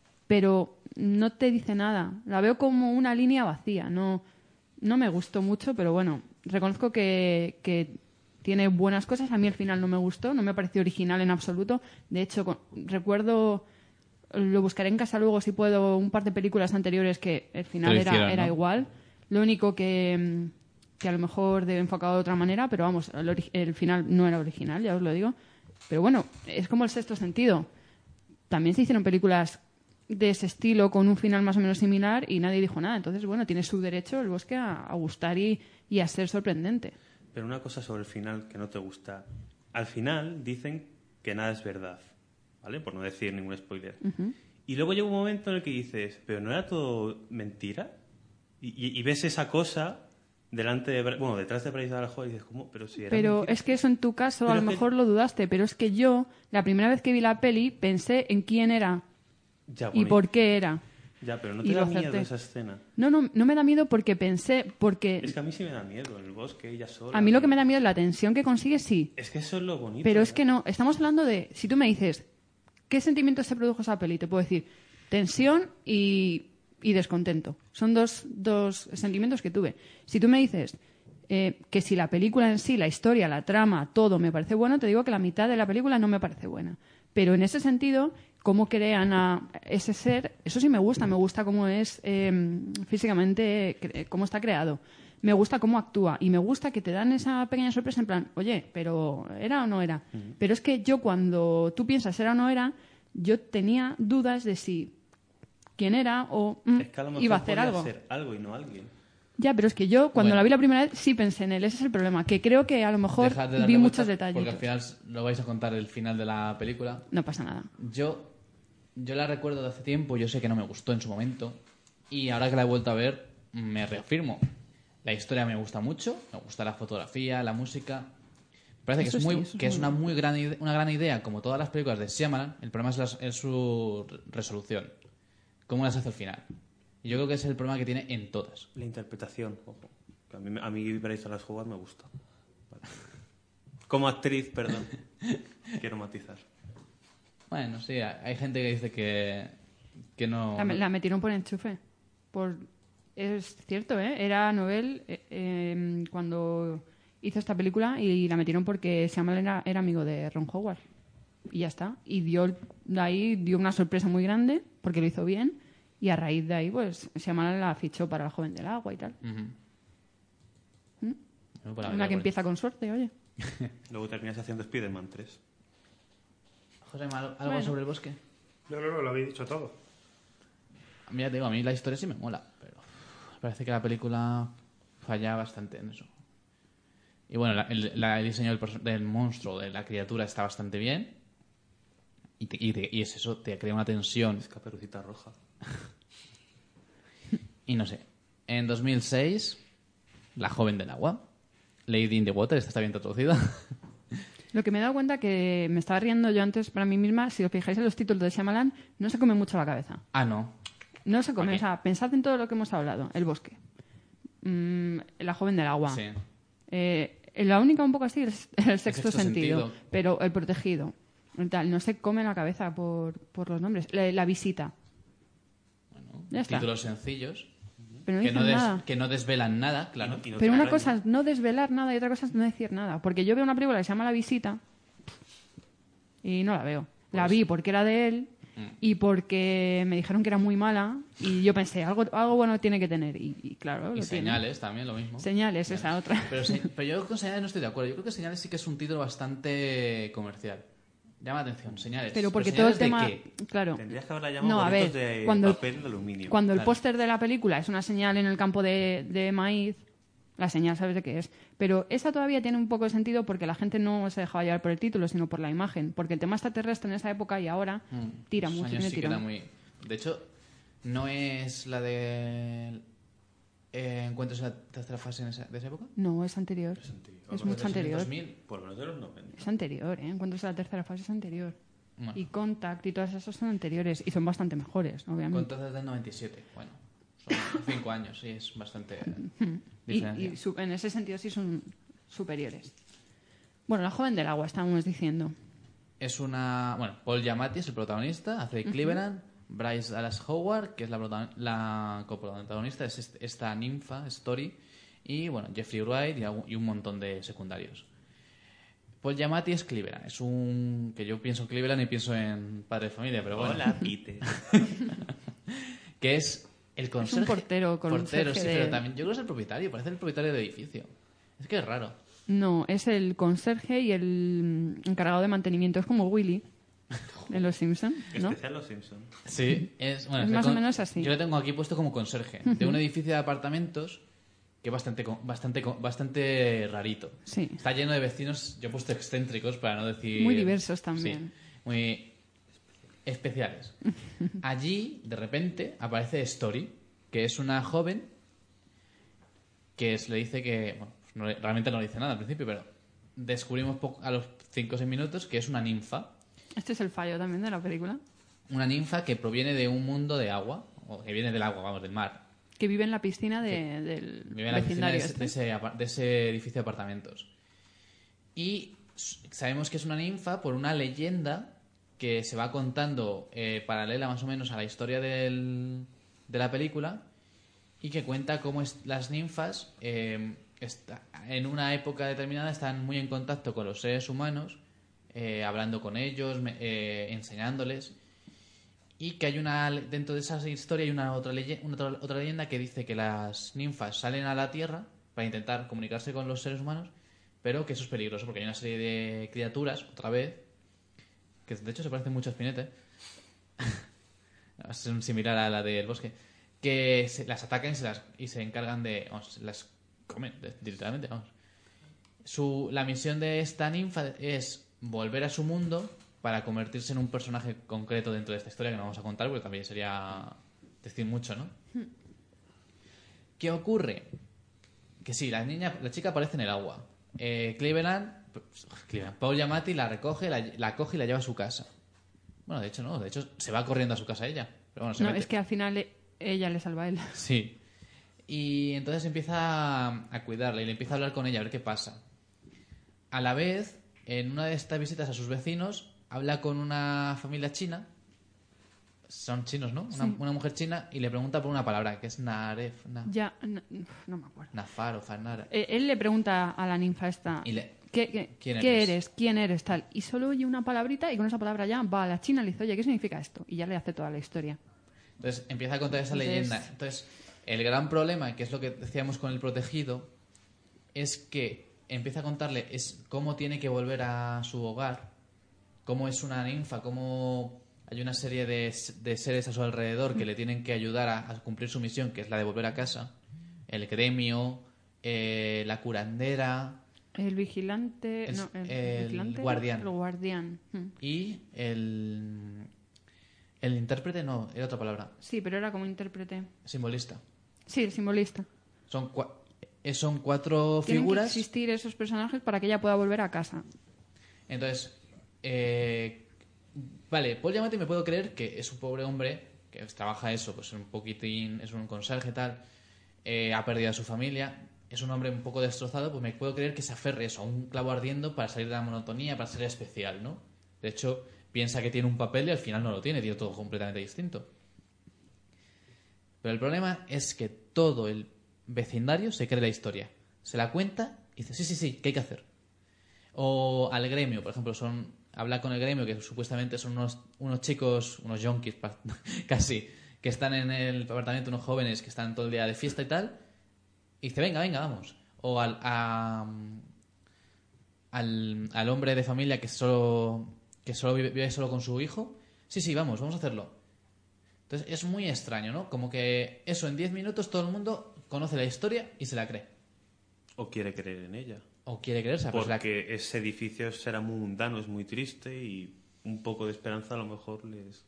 pero no te dice nada. La veo como una línea vacía. No, no me gustó mucho, pero bueno, reconozco que, que tiene buenas cosas. A mí el final no me gustó, no me pareció original en absoluto. De hecho, con- recuerdo, lo buscaré en casa luego si puedo, un par de películas anteriores que el final Te lo era, hicieron, era ¿no? igual. Lo único que, mm, que a lo mejor de enfocado de otra manera, pero vamos, el, ori- el final no era original, ya os lo digo. Pero bueno, es como el sexto sentido. También se hicieron películas de ese estilo con un final más o menos similar y nadie dijo nada. Entonces, bueno, tiene su derecho el bosque a, a gustar y, y a ser sorprendente. Pero una cosa sobre el final que no te gusta. Al final dicen que nada es verdad, ¿vale? Por no decir ningún spoiler. Y luego llega un momento en el que dices, pero ¿no era todo mentira? Y, y- y ves esa cosa delante de, Bra- bueno, detrás de Bryce Dallas Howard y dices, ¿cómo? Pero si era Pero mentira. es que eso en tu caso Pero a lo que- mejor lo dudaste, pero es que yo, la primera vez que vi la peli, pensé en quién era Ya, y bueno, por qué era. Ya, pero no y te lo da miedo acerté. esa escena. No, no, no me da miedo porque pensé, porque Es que a mí sí me da miedo, en el bosque, ella sola. a mí lo que me da miedo es la tensión que consigue, sí. Es que eso es lo bonito. Pero es ¿no? que no, estamos hablando de, si tú me dices, ¿qué sentimientos se produjo esa peli? Te puedo decir, tensión y, y descontento. Son dos, dos sentimientos que tuve. Si tú me dices eh, que si la película en sí, la historia, la trama, todo me parece bueno, te digo que la mitad de la película no me parece buena. Pero en ese sentido, cómo crean a ese ser, eso sí me gusta. Me gusta cómo es eh, físicamente, cre- cómo está creado. Me gusta cómo actúa y me gusta que te dan esa pequeña sorpresa en plan, oye, pero ¿era o no era? Pero es que yo cuando tú piensas era o no era, yo tenía dudas de si quién era o mm, Es que a lo mejor iba a hacer podía algo. ser algo y no alguien. Ya, pero es que yo cuando Bueno. la vi la primera vez sí pensé en él, ese es el problema, que creo que a lo mejor Dejad de darle vi vueltas muchos detalles. porque al final lo vais a contar el final de la película. No pasa nada. Yo, yo la recuerdo de hace tiempo, yo sé que no me gustó en su momento y ahora que la he vuelto a ver me reafirmo. La historia me gusta mucho, me gusta la fotografía, la música. Me parece que Eso es, sí, muy, eso es que es muy una bueno. muy gran ide- una gran idea, como todas las películas de Shyamalan. El problema es, las- es su re- resolución, cómo las hace al final. Y yo creo que ese es el problema que tiene en todas. La interpretación, ojo. Que A mí, a mí Bryce Dallas Howard me gusta. Vale. Como actriz, perdón. Quiero matizar. Bueno, sí, hay hay gente que dice que, que no... La, no- la metieron por enchufe. Por... Es cierto, ¿eh? Era Noel eh, eh, cuando hizo esta película y la metieron porque Shyamalan era, era amigo de Ron Howard. Y ya está. Y dio el- de ahí dio una sorpresa muy grande porque lo hizo bien. Y a raíz de ahí, pues, Shyamalan la fichó para El joven del agua y tal. Ujú. ¿Mm? No, pues la Una veré que por- empieza con suerte, oye. Luego terminas haciendo Spider-Man tres. José, ¿algo algo Bueno. sobre el bosque? No, no, no, lo habéis dicho todo. Mira, te digo, a mí la historia sí me mola, pero me parece que la película falla bastante en eso. Y bueno, la- el, la- el diseño del, perso- del monstruo, de la criatura, está bastante bien. Y, te- y te- y es eso, te crea una tensión. Es Caperucita Roja. Y no sé. En dos mil seis, La joven del agua. Lady in the Water, esta está bien traducida. Lo que me he dado cuenta que me estaba riendo yo antes para mí misma, si os fijáis en los títulos de Shyamalan, no se come mucho la cabeza. Ah, no. No se come, ¿Para o qué? sea, pensad en todo lo que hemos hablado. El bosque. Mm, la joven del agua. Sí. Eh, la única un poco así es el sexto, sexto sentido, sentido. pero el protegido. Tal, no se come la cabeza por, por los nombres. La, la visita. Bueno, Ya está. títulos sencillos. Pero no Que dicen no, des- nada. que no desvelan nada, claro. Y no Pero te una engañan. cosa es no desvelar nada y otra cosa es no decir nada. Porque yo veo una película que se llama La visita y no la veo. La Pues- vi porque era de él y porque me dijeron que era muy mala y yo pensé, algo, algo bueno tiene que tener. Y, y claro, Y lo tiene. señales también, lo mismo. Señales, esa otra. Pero, se- pero yo con señales no estoy de acuerdo. Yo creo que señales sí que es un título bastante comercial. llama la atención, señales. Pero porque ¿Pero todo el señales tema... de qué? Claro. Tendrías que haberla llamado No, a bolitos ver, de cuando, papel de aluminio. cuando el Claro. póster de la película es una señal en el campo de, de maíz, la señal sabes de qué es. Pero esta todavía tiene un poco de sentido porque la gente no se dejaba llevar por el título, sino por la imagen. Porque el tema extraterrestre en esa época y ahora Mm, tira esos mucho, años tiene sí que tirón. era muy... De hecho, no es la de... Eh, ¿Encuentros en la tercera fase en esa- de esa época? No, es anterior. Es anterior. Es Pues mucho es en el anterior. dos mil. Por lo menos de los noventa. Es anterior, ¿eh? Encuentros en la tercera fase es anterior. Bueno, Y Contact y todas esas son anteriores. Y son bastante mejores, obviamente. Contact es del noventa y siete. Bueno, son cinco años, sí, es bastante Y, diferencia. y su- en ese sentido sí son superiores. Bueno, la joven del agua, estábamos diciendo. Es una... Bueno, Paul Giamatti es el protagonista, hace de Cleveland. Bryce Dallas Howard, que es la, protagon- la coprotagonista, es est- esta ninfa, Story. Y, bueno, Jeffrey Wright y, algún- y un montón de secundarios. Paul Giamatti es Cleveland. Es un... Que yo pienso en Cleveland y pienso en Padre de Familia, pero bueno. Hola, Peter. Que es el conserje... portero, Portero, conserje sí, de- pero también... Yo creo que es el propietario, parece el propietario del edificio. Es que es raro. No, es el conserje y el mm, encargado de mantenimiento. Es como Willy en Los Simpsons, ¿no? Especial Los Simpsons. Sí, es, bueno, Es el más o con- menos así. Yo lo tengo aquí puesto como conserje de un edificio de apartamentos que es bastante, co- bastante, co- bastante rarito. Sí. Está lleno de vecinos, yo he puesto excéntricos para no decir... Muy diversos también. Sí, muy especiales. Allí, de repente, aparece Story, que es una joven que es- le dice que... Bueno, pues no le- realmente no le dice nada al principio, pero descubrimos poco- a los cinco o seis minutos que es una ninfa. Este es el fallo también de la película. Una ninfa que proviene de un mundo de agua, o que viene del agua, vamos, del mar. Que vive en la piscina de- del Vive en la piscina de vecindario. ese, este. de ese apar- de ese edificio de apartamentos. Y s- sabemos que es una ninfa por una leyenda que se va contando eh, paralela más o menos a la historia del- de la película y que cuenta cómo es- las ninfas eh, está- en una época determinada están muy en contacto con los seres humanos, eh, hablando con ellos, me- eh, enseñándoles. Y que hay una dentro de esa historia hay una otra, leye- una otra, otra leyenda que dice que las ninfas salen a la tierra para intentar comunicarse con los seres humanos, pero que eso es peligroso porque hay una serie de criaturas, otra vez, que de hecho se parecen mucho a Spinetta, es un similar a la del bosque, que se, las atacan y se, las, y se encargan de... Vamos, se las comen, de- literalmente, vamos. Su, la misión de esta ninfa es volver a su mundo para convertirse en un personaje concreto dentro de esta historia que no vamos a contar porque también sería decir mucho, ¿no? ¿Qué ocurre? Que sí, la niña, la chica aparece en el agua. Eh, Cleveland, Cleveland, Paul Giamatti la recoge, la, la coge y la lleva a su casa. Bueno, de hecho no, de hecho se va corriendo a su casa ella. Pero bueno, se No, mete. es que al final e- ella le salva a él. Sí. Y entonces empieza a, a cuidarla y le empieza a hablar con ella a ver qué pasa. A la vez, en una de estas visitas a sus vecinos, habla con una familia china. Son chinos, ¿no? Una, Sí. una mujer china y le pregunta por una palabra que es Naref, na, Ya, no, no me acuerdo. Nafar o Farnara. Eh, Él le pregunta a la ninfa esta, Y le- ¿qué, qué- ¿Quién qué eres? eres? ¿Quién eres? Tal. Y solo oye una palabrita y con esa palabra ya va a la china y le dice, oye, ¿qué significa esto? Y ya le hace toda la historia. Entonces empieza a contar esa Entonces- leyenda. Entonces, el gran problema, que es lo que decíamos con el protegido, es que empieza a contarle es cómo tiene que volver a su hogar, cómo es una ninfa, cómo hay una serie de, de seres a su alrededor que le tienen que ayudar a, a cumplir su misión, que es la de volver a casa. El gremio, eh, la curandera El vigilante... Es no, el, el vigilante, guardián. El guardián. Mm. y el... El intérprete, no, era otra palabra. Sí, pero era como intérprete. Simbolista. Sí, el simbolista. Son, cua- eh, son cuatro Tienen que figuras. existir esos personajes para que ella pueda volver a casa. Entonces, eh, vale, Paul Giamatti me puedo creer que es un pobre hombre que trabaja eso, pues un poquitín, es un conserje tal, eh, ha perdido a su familia, es un hombre un poco destrozado, pues me puedo creer que se aferre eso, a un clavo ardiendo para salir de la monotonía, para ser especial, ¿no? De hecho, piensa que tiene un papel y al final no lo tiene, tiene todo completamente distinto. Pero el problema es que todo el vecindario se cree la historia. Se la cuenta y dice, sí, sí, sí, ¿qué hay que hacer? O al gremio, por ejemplo, son habla con el gremio, que supuestamente son unos, unos chicos, unos yonkis pa- casi, que están en el apartamento, unos jóvenes que están todo el día de fiesta y tal, y dice, venga, venga, vamos. O al, a- al, al hombre de familia que solo que solo vive, vive solo con su hijo. Sí, sí, vamos, vamos a hacerlo. Entonces es muy extraño, ¿no? Como que eso, en diez minutos todo el mundo conoce la historia y se la cree. O quiere creer en ella. O quiere creerse. Pues la... Porque ese edificio será muy mundano, es muy triste y un poco de esperanza a lo mejor les...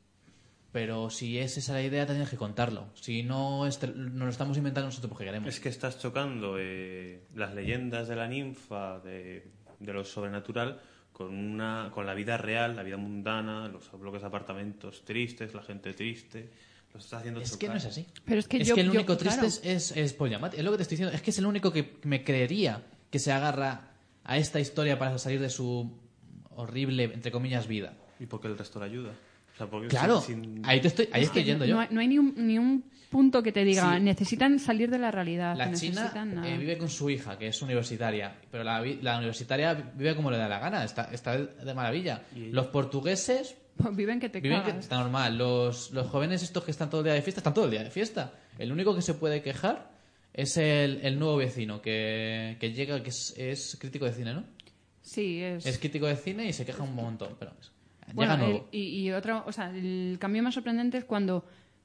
Pero si es esa la idea, tienes que contarlo. Si no, este, nos lo estamos inventando nosotros porque queremos. Es que estás chocando eh, las leyendas de la ninfa, de, de lo sobrenatural, con una con la vida real, la vida mundana, los bloques de apartamentos tristes, la gente triste. Lo estás haciendo Es chocar. que no es así. Pero es que es yo- que el yo- único triste claro. es, es, es Paul Giamatti. Es lo que te estoy diciendo. Es que es el único que me creería que se agarra a esta historia para salir de su horrible, entre comillas, vida. ¿Y por qué el resto le ayuda? O sea, porque Claro, sin- sin- ahí, te estoy, ahí Es estoy que yendo no, yo. hay, no hay ni un, ni un punto que te diga, Sí. necesitan salir de la realidad. La que china necesitan nada. eh, vive con su hija, que es universitaria, pero la, vi- la universitaria vive como le da la gana, está, está de maravilla. Los portugueses Viven que te viven que cagas. está normal. Los, los jóvenes estos que están todo el día de fiesta, están todo el día de fiesta. El único que se puede quejar es el, el nuevo vecino que, que llega, que es, es crítico de cine, ¿no? Sí, es... Es crítico de cine y se queja un montón, pero es- Bueno, llega nuevo. el- y, y otro, o sea, el cambio más sorprendente es cuando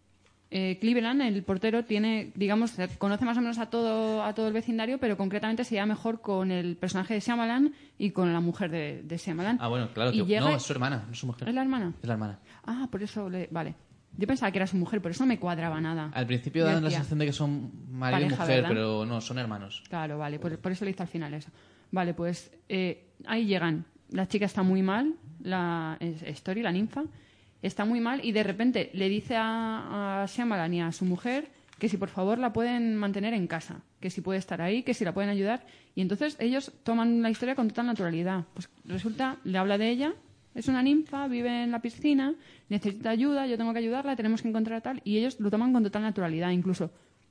eh, Cleveland, el portero, tiene, digamos, conoce más o menos a todo, a todo el vecindario, pero concretamente se lleva mejor con el personaje de Shyamalan y con la mujer de, de Shyamalan. Ah, bueno, claro. Y Que, llega- no, es su hermana, no es su mujer. ¿Es la hermana? Es la hermana. Ah, por eso, le... vale. Yo pensaba que era su mujer, por eso no me cuadraba nada. Al principio Yo dan la decía, sensación de que son marido y Pareja, mujer, ¿verdad? pero no, son hermanos. Claro, vale, por, por eso le hice al final eso. Vale, pues eh, ahí llegan. La chica está muy mal, la es- Story, la ninfa, está muy mal y de repente le dice a, a Shyamalan y a su mujer que si por favor la pueden mantener en casa, que si puede estar ahí, que si la pueden ayudar. Y entonces ellos toman la historia con total naturalidad. Pues resulta, le habla de ella, es una ninfa, vive en la piscina, necesita ayuda, yo tengo que ayudarla, tenemos que encontrar tal. Y ellos lo toman con total naturalidad. Incluso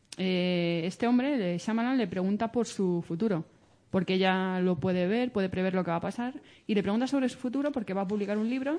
eh, este hombre, de Shyamalan, le pregunta por su futuro, porque ella lo puede ver, puede prever lo que va a pasar, y le pregunta sobre su futuro porque va a publicar un libro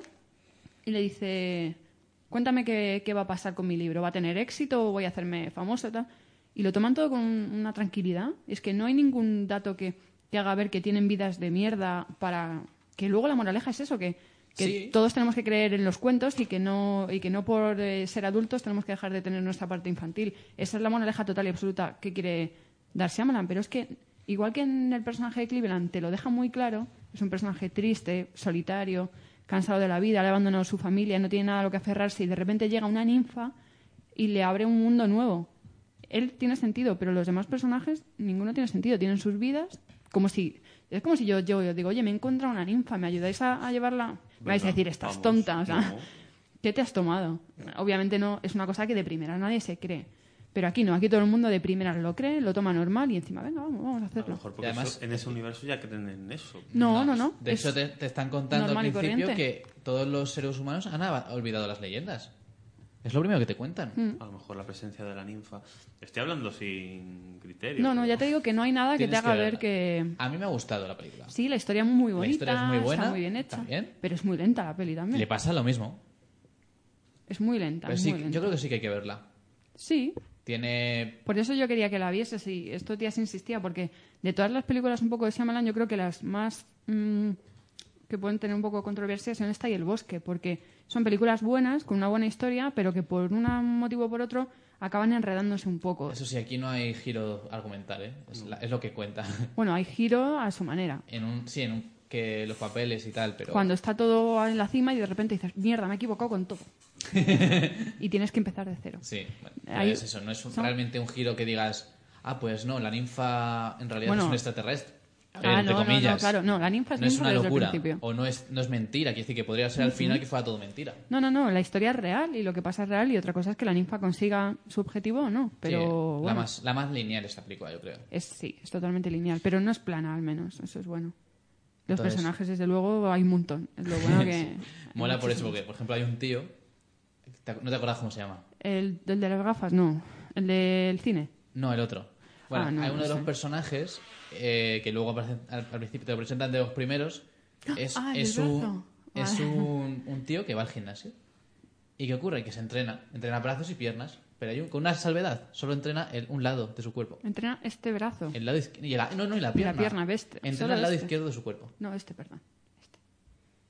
y le dice, cuéntame qué, qué va a pasar con mi libro, ¿va a tener éxito o voy a hacerme famoso? Tal? Y lo toman todo con una tranquilidad. Es que no hay ningún dato que te haga ver que tienen vidas de mierda para... Que luego la moraleja es eso, que, que Sí. todos tenemos que creer en los cuentos y que no, y que no por eh, ser adultos tenemos que dejar de tener nuestra parte infantil. Esa es la moraleja total y absoluta que quiere dar Shyamalan. Pero es que, igual que en el personaje de Cleveland te lo deja muy claro, es un personaje triste, solitario, cansado de la vida, le ha abandonado su familia, no tiene nada a lo que aferrarse y de repente llega una ninfa y le abre un mundo nuevo. Él tiene sentido, pero los demás personajes, ninguno tiene sentido. Tienen sus vidas como si... Es como si yo, yo, yo digo, oye, me he encontrado una ninfa, ¿me ayudáis a, a llevarla? Me vais a Venga, decir, estás vamos. tonta, o sea, No. ¿qué te has tomado? Obviamente no, es una cosa que de primera nadie se cree. Pero aquí no, aquí todo el mundo de primera lo cree, lo toma normal y encima, venga, vamos, vamos a A lo hacerlo. mejor porque Y además- eso- en ese universo ya creen en eso. No, no, no. De es- hecho, te, te están contando al normal y principio corriente. que todos los seres humanos han aba- olvidado las leyendas. Es lo primero que te cuentan. Mm. A lo mejor la presencia de la ninfa. Estoy hablando sin criterio. No, no, pero- ya te digo que no hay nada que te Tienes haga que ver verla. que... A mí me ha gustado la película. Sí, la historia es muy bonita, La historia es muy buena, está muy bien hecha, también. pero es muy lenta la peli también. Le pasa lo mismo. Es muy lenta, Pero es sí, muy lenta. yo creo que sí que hay que verla. Sí, Tiene... por eso yo quería que la vieses y estos días insistía, porque de todas las películas un poco de Shyamalan, yo creo que las más mm, que pueden tener un poco de controversia son esta y El Bosque, porque son películas buenas, con una buena historia, pero que por un motivo o por otro acaban enredándose un poco. Eso sí, aquí no hay giro argumental, ¿eh? Es, la- es lo que cuenta. Bueno, hay giro a su manera. En un, sí, en un, que los papeles y tal, pero... Cuando está todo en la cima y de repente dices, mierda, me he equivocado con todo. Y tienes que empezar de cero. Sí, bueno, pero Ahí- es eso, no es un- son- realmente un giro que digas, ah, pues no, la ninfa en realidad Bueno. es un extraterrestre. A ver, Ah, entre no, no, comillas. no, claro, no, la ninfa es No es ninfa una desde el locura, principio. o no es, no es mentira, quiere decir que podría ser al final que fuera todo mentira. No, no, no, la historia es real y lo que pasa es real y otra cosa es que la ninfa consiga su objetivo o no. Pero Sí, la, bueno, más, la más lineal esta película, yo creo. es, sí, es totalmente lineal, pero no es plana al menos, eso es bueno. Los Entonces- personajes, desde luego, hay un montón. Es lo bueno que... Mola hay por eso, muchísimos. porque, por ejemplo, hay un tío, ¿te- ¿no te acuerdas cómo se llama? El, el de las gafas, no. El del cine. No, el otro. Bueno, Ah, no, hay uno no de los sé. personajes eh, que luego aparecen- al, al principio te lo presentan de los primeros. Es, Ah, el es, del un, brazo. es Vale. un, un tío que va al gimnasio. ¿Y qué ocurre? Que se entrena. Entrena brazos y piernas. Pero hay un, con una salvedad. Solo entrena el- un lado de su cuerpo. Entrena este brazo. El lado izqui- y la- no, no, y la Y la pierna. pierna, este. Entrena Solo el lado este. izquierdo de su cuerpo. No, este, perdón. Este.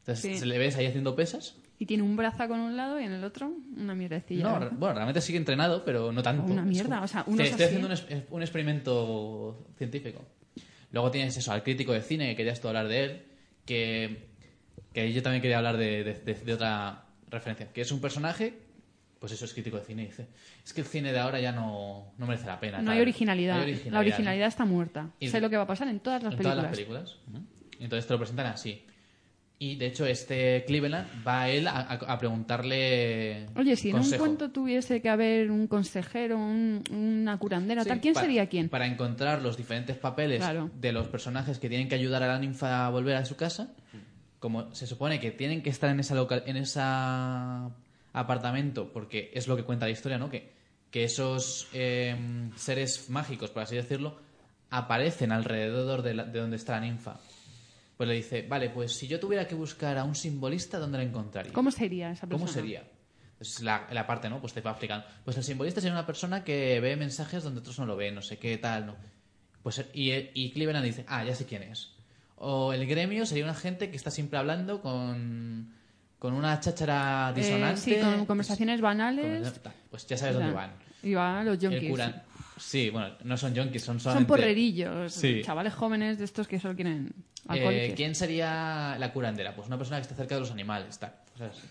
Entonces Sí. se le ves ahí haciendo pesas. Y tiene un brazo con un lado y en el otro una mierdecilla. No, ¿verdad? re- bueno, realmente sigue entrenado, pero no tanto. Una Es mierda, como- o sea, uno Te- es Estoy así. haciendo un, es- un experimento científico. Luego tienes eso, al crítico de cine, que querías tú hablar de él, que, que yo también quería hablar de, de- de- de otra referencia, que es un personaje, pues eso es crítico de cine, y dice, es que el cine de ahora ya no, no merece la pena. No tal. hay originalidad. No hay La originalidad ¿no? está muerta. Y- Sé lo que va a pasar en todas las en películas. todas las películas. Ujú. Entonces te lo presentan así. Y de hecho este Cleveland va a él a, a- a preguntarle Oye, si en un consejo. cuento tuviese que haber un consejero, un- una curandera, Sí, tal, ¿quién pa- sería quién? Para encontrar los diferentes papeles Claro. de los personajes que tienen que ayudar a la ninfa a volver a su casa. Como se supone que tienen que estar en esa local, en esa apartamento, porque es lo que cuenta la historia, ¿no? Que, que esos eh, seres mágicos, por así decirlo, aparecen alrededor de, la- de donde está la ninfa. Pues le dice, vale, pues si yo tuviera que buscar a un simbolista, ¿dónde la encontraría? ¿Cómo sería esa persona? ¿Cómo sería? Pues la, la parte, ¿no? Pues te va explicando. Pues el simbolista sería una persona que ve mensajes donde otros no lo ven, no sé qué tal, ¿no? Pues y, y Cleveland dice, ah, ya sé quién es. O el gremio sería una gente que está siempre hablando con, con una cháchara Eh, disonante. sí, con conversaciones banales. Pues, tal, pues ya sabes dónde van. Y van a los El junkies. cura... Sí, bueno, no son junkies, son Son solamente... porrerillos, Sí. chavales jóvenes de estos que solo quieren alcohol y Eh, fiesta. ¿Quién sería la curandera? Pues una persona que está cerca de los animales, tal. cosas así.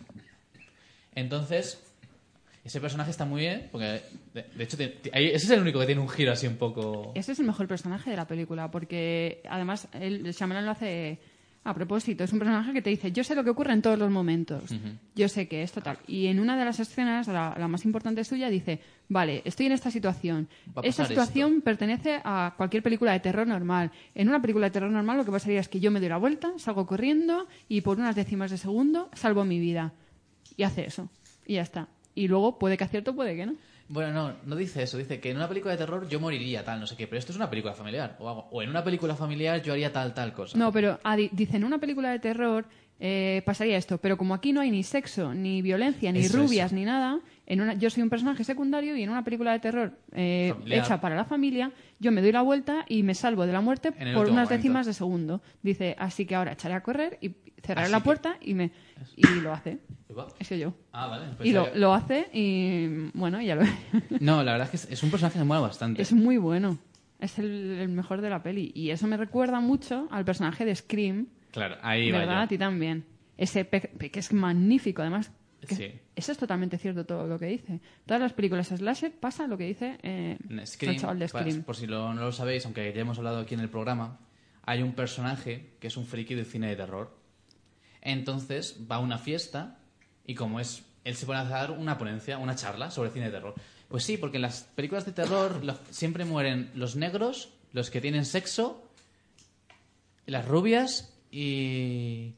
Entonces, ese personaje está muy bien, porque de, de hecho, tiene- ahí- ese es el único que tiene un giro así un poco... Ese es el mejor personaje de la película, porque además el Shyamalan lo hace a propósito. Es un personaje que te dice, yo sé lo que ocurre en todos los momentos. Yo sé que esto tal. Y en una de las escenas, la, la más importante suya, dice, vale, estoy en esta situación. Va a Esta pasar situación pertenece a cualquier película de terror normal. En una película de terror normal lo que pasaría es que yo me doy la vuelta, salgo corriendo y por unas décimas de segundo salvo mi vida. Y hace eso. Y ya está. Y luego puede que acierte o puede que no. Bueno, no, no dice eso. Dice que en una película de terror yo moriría, tal, no sé qué. Pero esto es una película familiar. O, hago- o en una película familiar yo haría tal, tal cosa. No, pero ah, di- dice, en una película de terror eh, pasaría esto, pero como aquí no hay ni sexo, ni violencia, ni Eso, rubias, eso. ni nada, en una, yo soy un personaje secundario y en una película de terror eh, Familiar. hecha para la familia, yo me doy la vuelta y me salvo de la muerte En el por último unas momento. décimas de segundo. Dice, así que ahora echaré a correr y cerraré Así la que- puerta y me y lo hace. Ahí va. Ese yo. Ah, vale. Y lo, pensaba que- lo hace y bueno, ya lo No, la verdad es que es, es un personaje que me mola bastante. es muy bueno. Es el, el mejor de la peli. Y eso me recuerda mucho al personaje de Scream. Claro, ahí va ¿Verdad? yo. A ti también. Ese pe- pe- que es magnífico, además. que- Sí. Eso es totalmente cierto todo lo que dice. Todas las películas slasher pasa lo que dice eh, En Scream, el chaval de pa- Scream. por si lo- no lo sabéis, aunque ya hemos hablado aquí en el programa, hay un personaje que es un friki del cine de terror. Entonces va a una fiesta y como es, él se pone a dar una ponencia, una charla sobre cine de terror. Pues sí, porque en las películas de terror lo- siempre mueren los negros, los que tienen sexo, las rubias y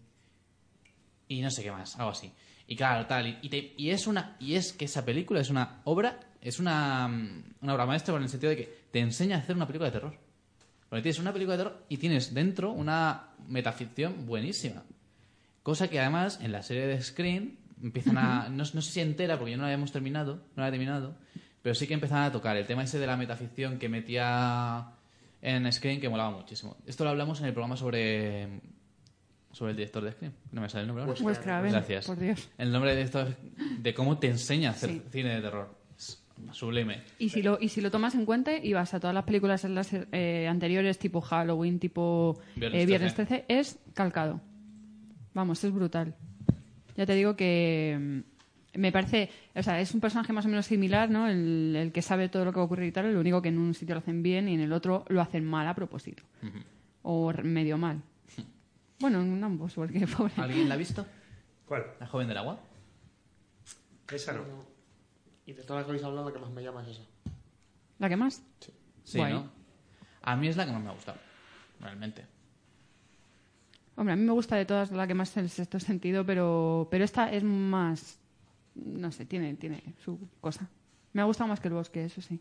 y no sé qué más, algo así. Y claro, tal, y, y te- y es una y es que esa película es una obra, es una, mm, una obra maestra en el sentido de que te enseña a hacer una película de terror. Porque tienes una película de terror y tienes dentro una metaficción buenísima. Cosa que además en la serie de Scream empiezan a... No, no sé si entera, porque yo no la habíamos terminado, no la he terminado, pero sí que empezaban a tocar el tema ese de la metaficción que metía en Scream, que molaba muchísimo. Esto lo hablamos en el programa sobre sobre el director de Scream. No me sale el nombre ahora. Wes Wes Craven, Gracias. por Dios. El nombre de esto es de cómo te enseña a hacer Sí. cine de terror. Es sublime. Y si lo y si lo tomas en cuenta y vas a todas las películas slasher, eh, anteriores, tipo Halloween, tipo Viernes eh, Viernes trece. trece, es calcado. Vamos, es brutal. Ya te digo que mm, me parece... O sea, es un personaje más o menos similar, ¿no? El, el que sabe todo lo que va a ocurrir y tal. Lo único que en un sitio lo hacen bien y en el otro lo hacen mal a propósito. O r- medio mal. Bueno, en ambos, porque pobre... ¿Alguien la ha visto? ¿Cuál? ¿La joven del agua? Esa no. Y de todas las que habéis hablado, la que más me llama es esa. ¿La que más? Sí, Guay. ¿no? A mí es la que más me ha gustado, realmente. Hombre, a mí me gusta de todas la que más en el sexto sentido, pero, pero esta es más... No sé, tiene, tiene su cosa. Me ha gustado más que el bosque, eso sí.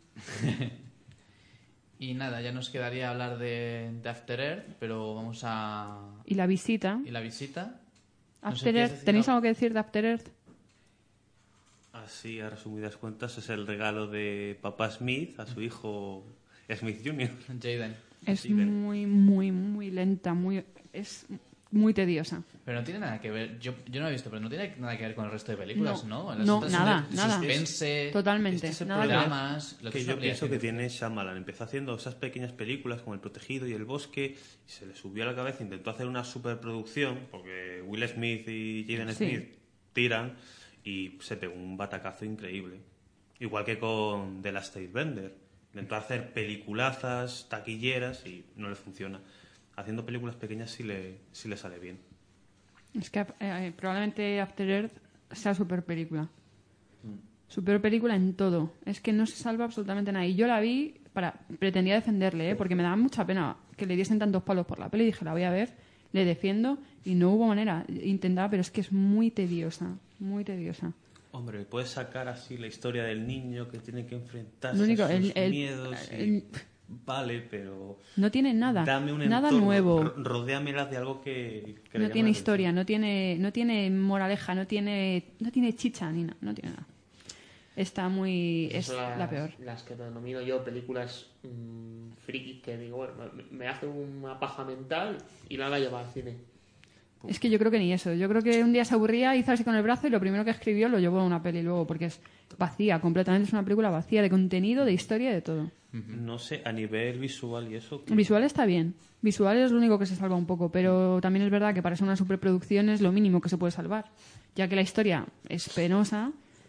Y nada, ya nos quedaría hablar de, de After Earth, pero vamos a... Y la visita. ¿Y la visita? No sé, After ¿quieres Earth, decir ¿tenéis algo? algo que decir de After Earth? Así, a resumidas cuentas, es el regalo de Papá Smith a su hijo Smith junior Jaden. Es Sí, ven. muy, muy, muy lenta, muy es muy tediosa. Pero no tiene nada que ver, yo, yo no lo he visto, pero no tiene nada que ver con el resto de películas, ¿no? Las No, otras nada, son de nada. suspense, Totalmente. Este es el nada que problema ver. dramas... lo que es yo una pienso que obligación. tiene Shyamalan. Empezó haciendo esas pequeñas películas como El Protegido y El Bosque y se le subió a la cabeza, intentó hacer una superproducción porque Will Smith y Jaden Sí. Smith tiran y se pegó un batacazo increíble. Igual que con The Last Airbender. Intentó hacer peliculazas, taquilleras y no le funciona. Haciendo películas pequeñas sí le, sí le sale bien. Es que eh, probablemente After Earth sea super película. Mm. Super película en todo. Es que no se salva absolutamente nada. Y yo la vi, para pretendía defenderle, ¿eh? Porque me daba mucha pena que le diesen tantos palos por la peli. Dije, la voy a ver, le defiendo y no hubo manera. Intentaba, pero es que es muy tediosa. Muy tediosa. Hombre, puedes sacar así la historia del niño que tiene que enfrentarse Lo único, a sus el- el- miedos y... el- Vale, pero... No tiene nada. Dame un nada entorno, nuevo. ro- rodéamelas de algo que... que le No llame tiene la historia, atención. no tiene, no tiene moraleja, no tiene, no tiene chicha ni nada, no tiene nada. Está muy, es Son las, la peor. Las que denomino yo películas mmm, frikis que digo, bueno, me, me hace una paja mental y la la lleva al cine. Es que yo creo que ni eso. Yo creo que un día se aburría, hizo así con el brazo y lo primero que escribió lo llevó a una peli luego, porque es vacía, completamente es una película vacía de contenido, de historia, de todo. No sé, a nivel visual y eso... que- Visual está bien. Visual es lo único que se salva un poco, pero también es verdad que para ser una superproducción es lo mínimo que se puede salvar, ya que la historia es penosa,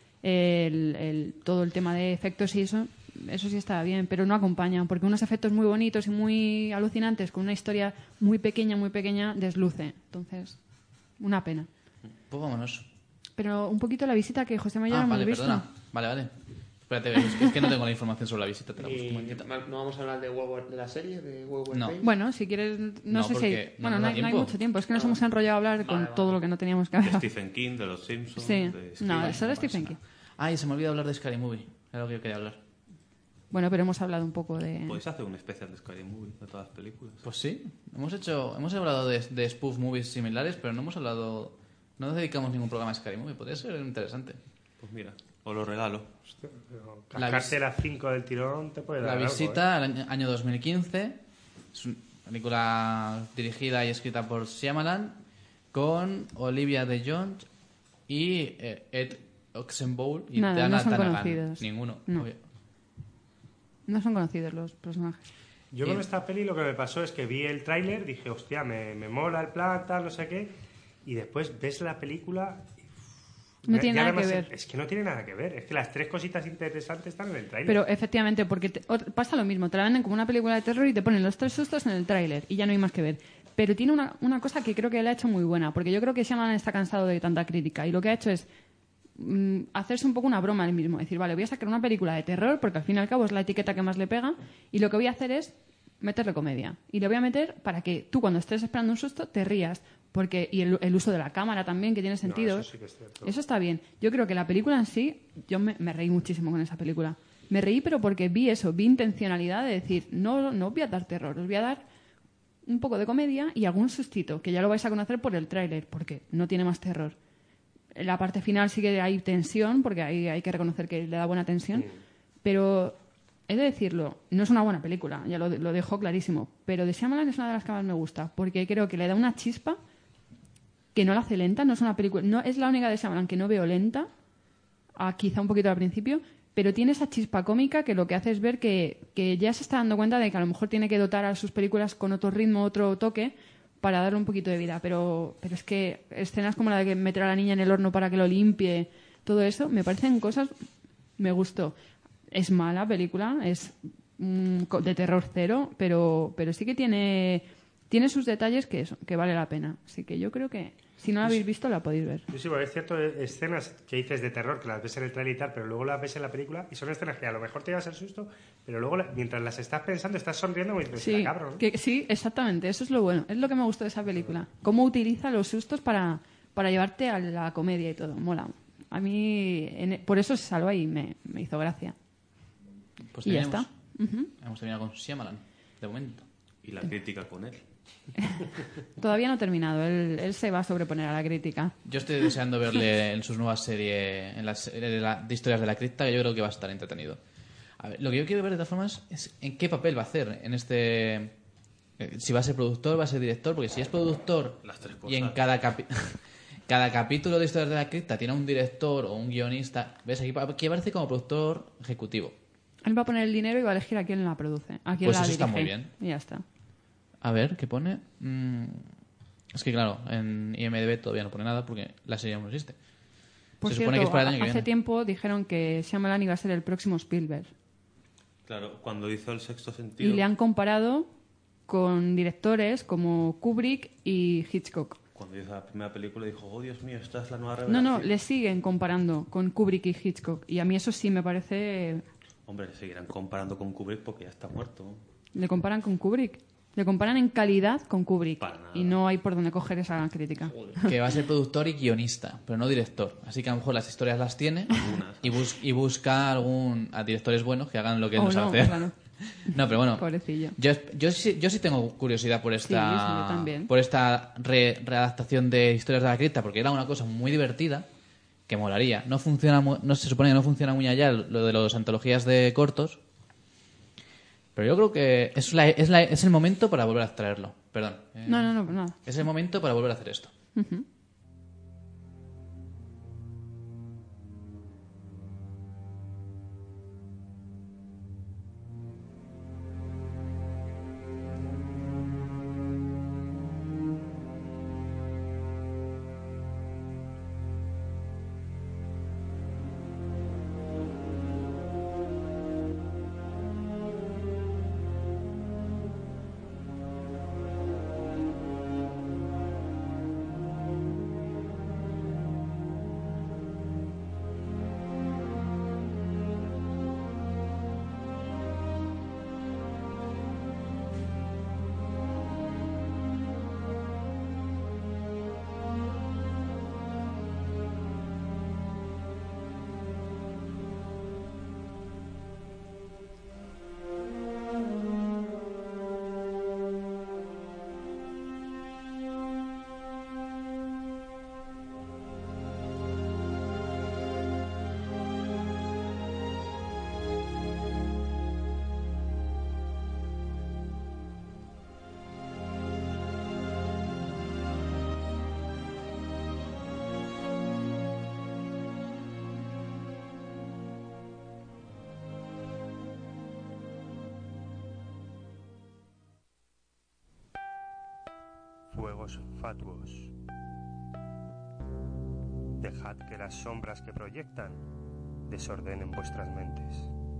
el, el- todo el tema de efectos y eso, eso sí está bien, pero no acompaña, porque unos efectos muy bonitos y muy alucinantes con una historia muy pequeña, muy pequeña, desluce. Entonces, una pena. Pues vámonos. Pero un poquito la visita que José Mayor Ah, hemos vale, visto. perdona. Vale, vale. Espérate, es que, es que no tengo la información sobre la visita, te la busco un Y momentito. no vamos a hablar de, Wayward- de la serie, de Wayward No. Days. Bueno, si quieres, no, No, sé si... porque no Bueno, nos no, da hay, no hay tiempo. mucho tiempo, es que nos hemos enrollado a hablar con Vale, todo vale. lo que no teníamos que De hablar. Stephen King, de Los Simpsons... Sí, de no, Stephen- solo Stephen King. Ah, y se me olvidó hablar de Scary Movie. Era lo que yo quería hablar. Bueno, pero hemos hablado un poco de... Podéis hacer un especial de Scary Movie de todas las películas. Pues sí. Hemos hecho, hemos hablado de, de spoof movies similares, pero no hemos hablado... No nos dedicamos ningún programa a Scary Movie. Podría ser interesante. Pues mira, os lo regalo. Hostia, pero La cascarse las cinco del tirón te puede La dar algo, visita, al año, año dos mil quince. Es una película dirigida y escrita por Shyamalan con Olivia de Jonge y eh, Ed Oxenbould y Nada, Dana no son Tanagan. conocidos. Ninguno. No. obvio. No son conocidos los personajes. Yo Y- con esta peli lo que me pasó es que vi el tráiler, dije, hostia, me, me mola el plan, tal, no sé qué, y después ves la película... y- No ya- tiene ya nada que además ver. Es que no tiene nada que ver, es que las tres cositas interesantes están en el tráiler. Pero efectivamente, porque te- ot- pasa lo mismo, te la venden como una película de terror y te ponen los tres sustos en el tráiler y ya no hay más que ver. Pero tiene una, una cosa que creo que él ha hecho muy buena, porque yo creo que Shyamalan está cansado de tanta crítica y lo que ha hecho es mm, hacerse un poco una broma él mismo. Decir, vale, voy a sacar una película de terror porque al fin y al cabo es la etiqueta que más le pega y lo que voy a hacer es meterle comedia. Y le voy a meter para que tú cuando estés esperando un susto te rías. Porque, y el, el uso de la cámara también, que tiene sentido. eso sí que es cierto. Eso está bien. Yo creo que la película en sí, yo me, me reí muchísimo con esa película. Me reí, pero porque vi eso, vi intencionalidad de decir, no, no os voy a dar terror, os voy a dar un poco de comedia y algún sustito, que ya lo vais a conocer por el tráiler, porque no tiene más terror. En la parte final sí que hay tensión, porque ahí hay que reconocer que le da buena tensión, pero he de decirlo, no es una buena película, ya lo, lo dejo clarísimo, pero de Shyamalan es una de las que más me gusta, porque creo que le da una chispa que no la hace lenta, no es una película, no es la única de Shyamalan que no veo lenta, a, quizá un poquito al principio, pero tiene esa chispa cómica que lo que hace es ver que, que ya se está dando cuenta de que a lo mejor tiene que dotar a sus películas con otro ritmo, otro toque, para darle un poquito de vida. Pero, pero es que escenas como la de que meter a la niña en el horno para que lo limpie, todo eso, me parecen cosas... Me gustó. Es mala película, es mm, co- de terror cero, pero, pero sí que tiene, tiene sus detalles que, eso, que vale la pena. Así que yo creo que si no la habéis visto la podéis ver. Yo sí, porque es cierto, eh, escenas que dices de terror, que las ves en el trailer y tal, pero luego las ves en la película y son escenas que a lo mejor te llevas el susto, pero luego la- mientras las estás pensando estás sonriendo como dices, Sí, "Ah, cabrón". ¿no? que, sí, exactamente, eso es lo bueno. Es lo que me gustó de esa película. Cómo utiliza los sustos para, para llevarte a la comedia y todo. Mola. A mí, en- por eso se salva y me, me hizo gracia. Pues Y ya tenemos- está. Ujú. Hemos terminado con Shyamalan, de momento. Y la crítica con él. Todavía no ha terminado. Él, él se va a sobreponer a la crítica. Yo estoy deseando verle en sus nuevas series, en la serie de, la- de historias de la cripta, que yo creo que va a estar entretenido. A ver, lo que yo quiero ver de todas formas es en qué papel va a hacer en este Eh, Si va a ser productor, va a ser director, porque si es productor Las tres y en cosas. cada capi- cada capítulo de Historias de la Cripta tiene un director o un guionista, ¿ves? Aquí, aquí aparece como productor ejecutivo. Él va a poner el dinero y va a elegir a quién la produce, a quién Pues la eso está dirige. muy bien. Y ya está. A ver, ¿qué pone? Mm, es que claro, en I M D B todavía no pone nada porque la serie aún no existe. Por Se cierto, supone que es para el año que hace viene. tiempo dijeron que Shyamalan iba a ser el próximo Spielberg. Claro, cuando hizo El Sexto Sentido... Y le han comparado con directores como Kubrick y Hitchcock. Cuando hizo la primera película dijo, oh Dios mío, esta es la nueva No, revelación. no, le siguen comparando con Kubrick y Hitchcock. Y a mí eso sí me parece... Hombre, le seguirán comparando con Kubrick porque ya está muerto. Le comparan con Kubrick. Le comparan en calidad con Kubrick. Para nada. Y no hay por dónde coger esa crítica. Que va a ser productor y guionista, pero no director. Así que a lo mejor las historias las tiene y, bus- y busca algún a directores buenos que hagan lo que él O no sabe no, hacer. claro. No, pero bueno, Pobrecillo. yo, yo, sí, yo sí tengo curiosidad por esta, Sí, sí, yo también. por esta re- readaptación de Historias de la Cripta, porque era una cosa muy divertida que molaría. No funciona, mu- no se supone que no funciona muy allá lo de las antologías de cortos, pero yo creo que es, la- es, la- es el momento para volver a traerlo. Perdón. eh, No, no, no, pues nada. Es el momento para volver a hacer esto. Fuegos fatuos. Dejad que las sombras que proyectan desordenen vuestras mentes.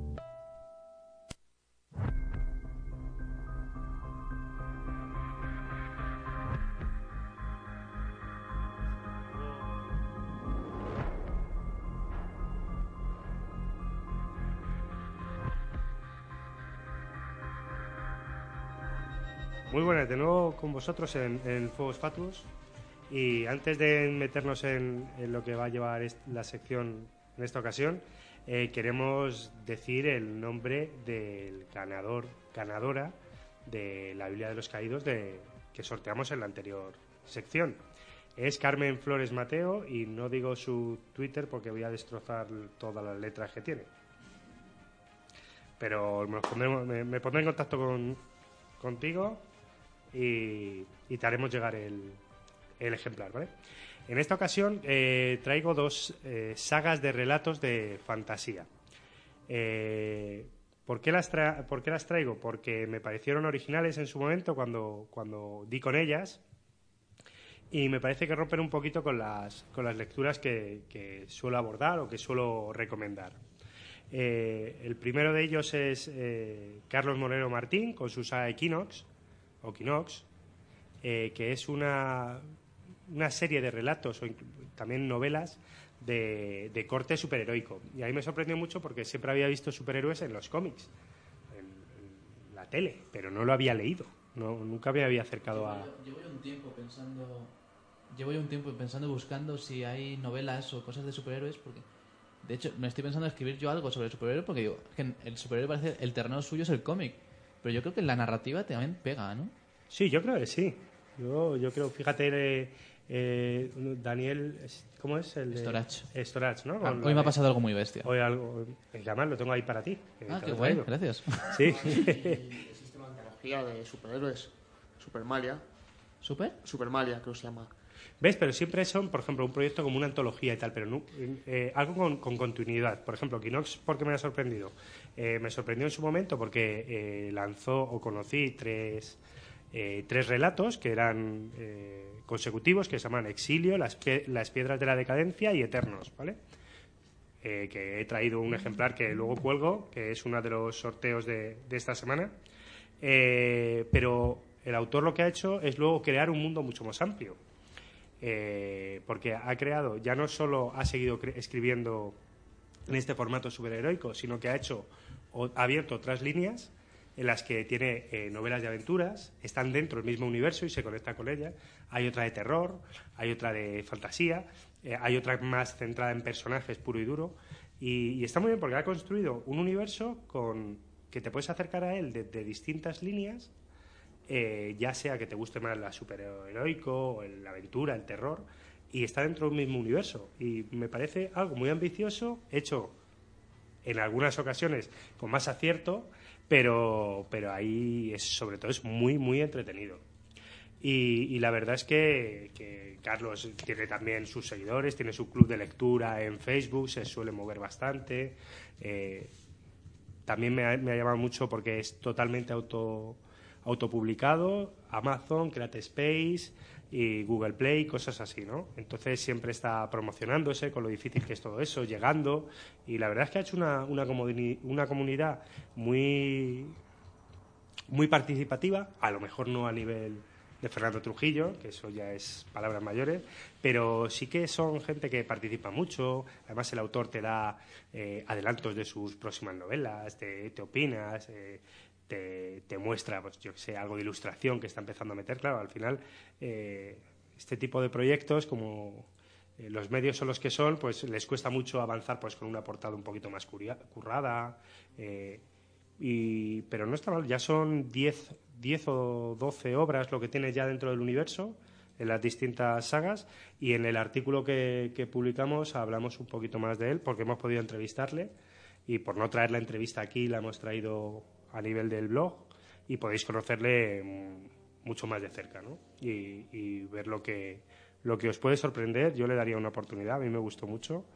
Muy buenas, de nuevo con vosotros en, en Fuegos Fatuos. Y antes de meternos en, en lo que va a llevar est- la sección en esta ocasión, eh, queremos decir el nombre del ganador, ganadora de la Biblia de los Caídos de, que sorteamos en la anterior sección. Es Carmen Flores Mateo y no digo su Twitter porque voy a destrozar todas las letras que tiene. Pero nos pondremos- me, me pondré en contacto con, contigo y, y te haremos llegar el, el ejemplar, ¿vale? En esta ocasión eh, traigo dos eh, sagas de relatos de fantasía. Eh, ¿por, qué las tra- ¿Por qué las traigo? Porque me parecieron originales en su momento cuando, cuando di con ellas y me parece que rompen un poquito con las, con las lecturas que, que suelo abordar o que suelo recomendar. Eh, el primero de ellos es eh, Carlos Moreno Martín con su saga Equinox, o Equinox, eh, que es una, una serie de relatos o inclu- también novelas de, de corte superheroico. Y a mí me sorprendió mucho porque siempre había visto superhéroes en los cómics, en, en la tele, pero no lo había leído. No, nunca me había acercado a... Llevo ya un tiempo pensando. Llevo ya un tiempo pensando y buscando si hay novelas o cosas de superhéroes, porque de hecho me estoy pensando en escribir yo algo sobre el superhéroe, porque digo, es que el superhéroe parece el terreno suyo es el cómic, pero yo creo que la narrativa también pega, ¿no? Sí, yo creo que sí. Yo, yo creo, fíjate, eh, eh, Daniel, ¿cómo es? El de- Storage. Storage, ¿no? Ah, Con hoy la me ha de- pasado algo muy bestia. Hoy algo, es que además lo tengo ahí para ti. que Ah, te qué lo he guay, traído. gracias. Sí. Existe una antología de superhéroes Supermalia. ¿Súper? Supermalia, creo que se llama. ¿Ves? Pero siempre son, por ejemplo, un proyecto como una antología y tal, pero no, eh, algo con, con continuidad. Por ejemplo, Kinox, ¿por qué me ha sorprendido? Eh, me sorprendió en su momento porque eh, lanzó o conocí tres, eh, tres relatos que eran eh, consecutivos, que se llaman Exilio, las, pie las Piedras de la Decadencia y Eternos, ¿vale? Eh, que he traído un ejemplar que luego cuelgo, que es uno de los sorteos de, de esta semana. Eh, pero el autor lo que ha hecho es luego crear un mundo mucho más amplio. Eh, porque ha creado, ya no solo ha seguido escribiendo en este formato superheroico, sino que ha hecho o ha abierto otras líneas en las que tiene eh, novelas de aventuras, están dentro del mismo universo y se conecta con ellas. Hay otra de terror, hay otra de fantasía, eh, hay otra más centrada en personajes puro y duro, y, y está muy bien porque ha construido un universo con que te puedes acercar a él de, de distintas líneas. Eh, ya sea que te guste más la superheroico, o la aventura, el terror, y está dentro del mismo universo. Y me parece algo muy ambicioso, hecho en algunas ocasiones con más acierto, pero, pero ahí es, sobre todo es muy, muy entretenido. Y, y la verdad es que, que Carlos tiene también sus seguidores, tiene su club de lectura en Facebook, se suele mover bastante. Eh, también me ha, me ha llamado mucho porque es totalmente auto... autopublicado, Amazon, CreateSpace y Google Play, cosas así, ¿no? Entonces siempre está promocionándose con lo difícil que es todo eso, llegando, y la verdad es que ha hecho una, una, comuni una comunidad muy, muy participativa, a lo mejor no a nivel de Fernando Trujillo, que eso ya es palabras mayores, pero sí que son gente que participa mucho. Además el autor te da eh, adelantos de sus próximas novelas, te, te opinas, eh, Te, te muestra, pues yo que sé, algo de ilustración que está empezando a meter. Claro, al final, eh, este tipo de proyectos, como eh, los medios son los que son, pues les cuesta mucho avanzar pues con una portada un poquito más currada, eh, y, pero no está mal, ya son diez o doce obras lo que tiene ya dentro del universo, en las distintas sagas, y en el artículo que, que publicamos hablamos un poquito más de él, porque hemos podido entrevistarle, y por no traer la entrevista aquí, la hemos traído a nivel del blog, y podéis conocerle mucho más de cerca, ¿no? Y, y ver lo que, lo que os puede sorprender. Yo le daría una oportunidad, a mí me gustó mucho,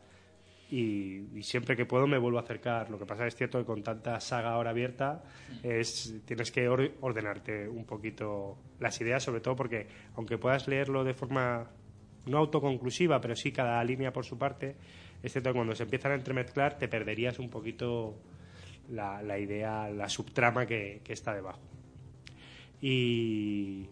y, y siempre que puedo me vuelvo a acercar. Lo que pasa es cierto que con tanta saga ahora abierta es, tienes que or, ordenarte un poquito las ideas, sobre todo porque aunque puedas leerlo de forma no autoconclusiva, pero sí cada línea por su parte, es cierto que cuando se empiezan a entremezclar te perderías un poquito La, la idea, la subtrama que, que está debajo. Y,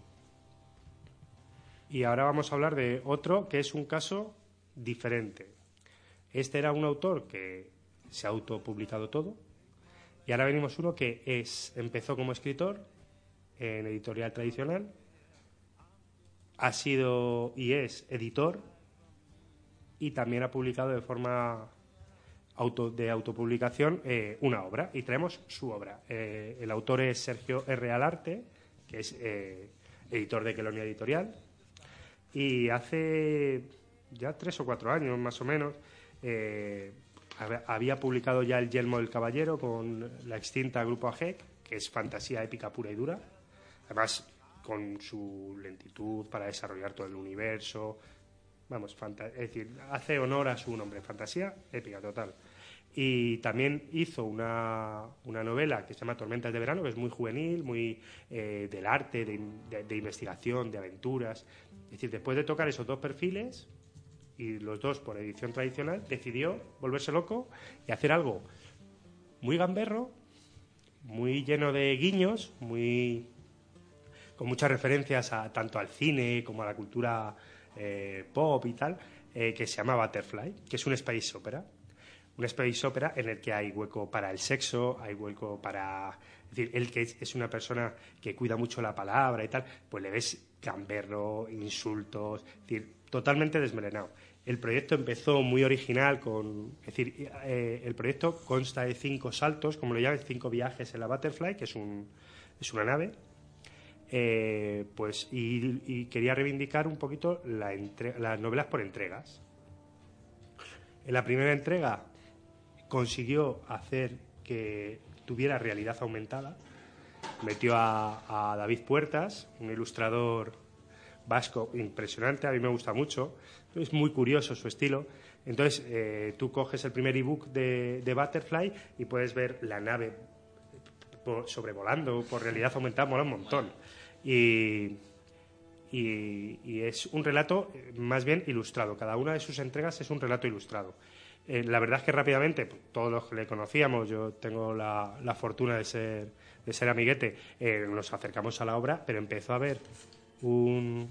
y ahora vamos a hablar de otro que es un caso diferente. Este era un autor que se ha autopublicado todo, y ahora venimos uno que es, empezó como escritor en editorial tradicional, ha sido y es editor, y también ha publicado de forma Auto, de autopublicación eh, una obra, y traemos su obra. Eh, el autor es Sergio R. Alarte, que es eh, editor de Quelonia Editorial, y hace ya tres o cuatro años más o menos eh, había publicado ya El Yelmo del Caballero con la extinta Grupo A G E C, que es fantasía épica pura y dura, además con su lentitud para desarrollar todo el universo. Vamos, es decir, hace honor a su nombre, fantasía épica total. Y también hizo una, una novela que se llama Tormentas de Verano, que es muy juvenil, muy eh, del arte, de, de, de investigación, de aventuras. Es decir, después de tocar esos dos perfiles, y los dos por edición tradicional, decidió volverse loco y hacer algo muy gamberro, muy lleno de guiños, muy con muchas referencias a, tanto al cine como a la cultura Eh, pop y tal, eh, que se llama Butterfly, que es un space opera. Un space opera en el que hay hueco para el sexo, hay hueco para... Es decir, él que es, es una persona que cuida mucho la palabra y tal, pues le ves gamberro, insultos, es decir, totalmente desmelenado. El proyecto empezó muy original con... Es decir, eh, el proyecto consta de cinco saltos, como lo llaman, cinco viajes en la Butterfly, que es, un, es una nave. Eh, pues y, y quería reivindicar un poquito la entre, las novelas por entregas. En la primera entrega consiguió hacer que tuviera realidad aumentada, metió a, a David Puertas, un ilustrador vasco impresionante, a mí me gusta mucho, es muy curioso su estilo. Entonces, eh, tú coges el primer ebook de, de Butterfly y puedes ver la nave por, sobrevolando, por realidad aumentada, mola un montón. Y, y, y es un relato más bien ilustrado, cada una de sus entregas es un relato ilustrado. Eh, la verdad es que rápidamente, pues, todos los que le conocíamos, yo tengo la, la fortuna de ser, de ser amiguete, eh, nos acercamos a la obra, pero empezó a haber un...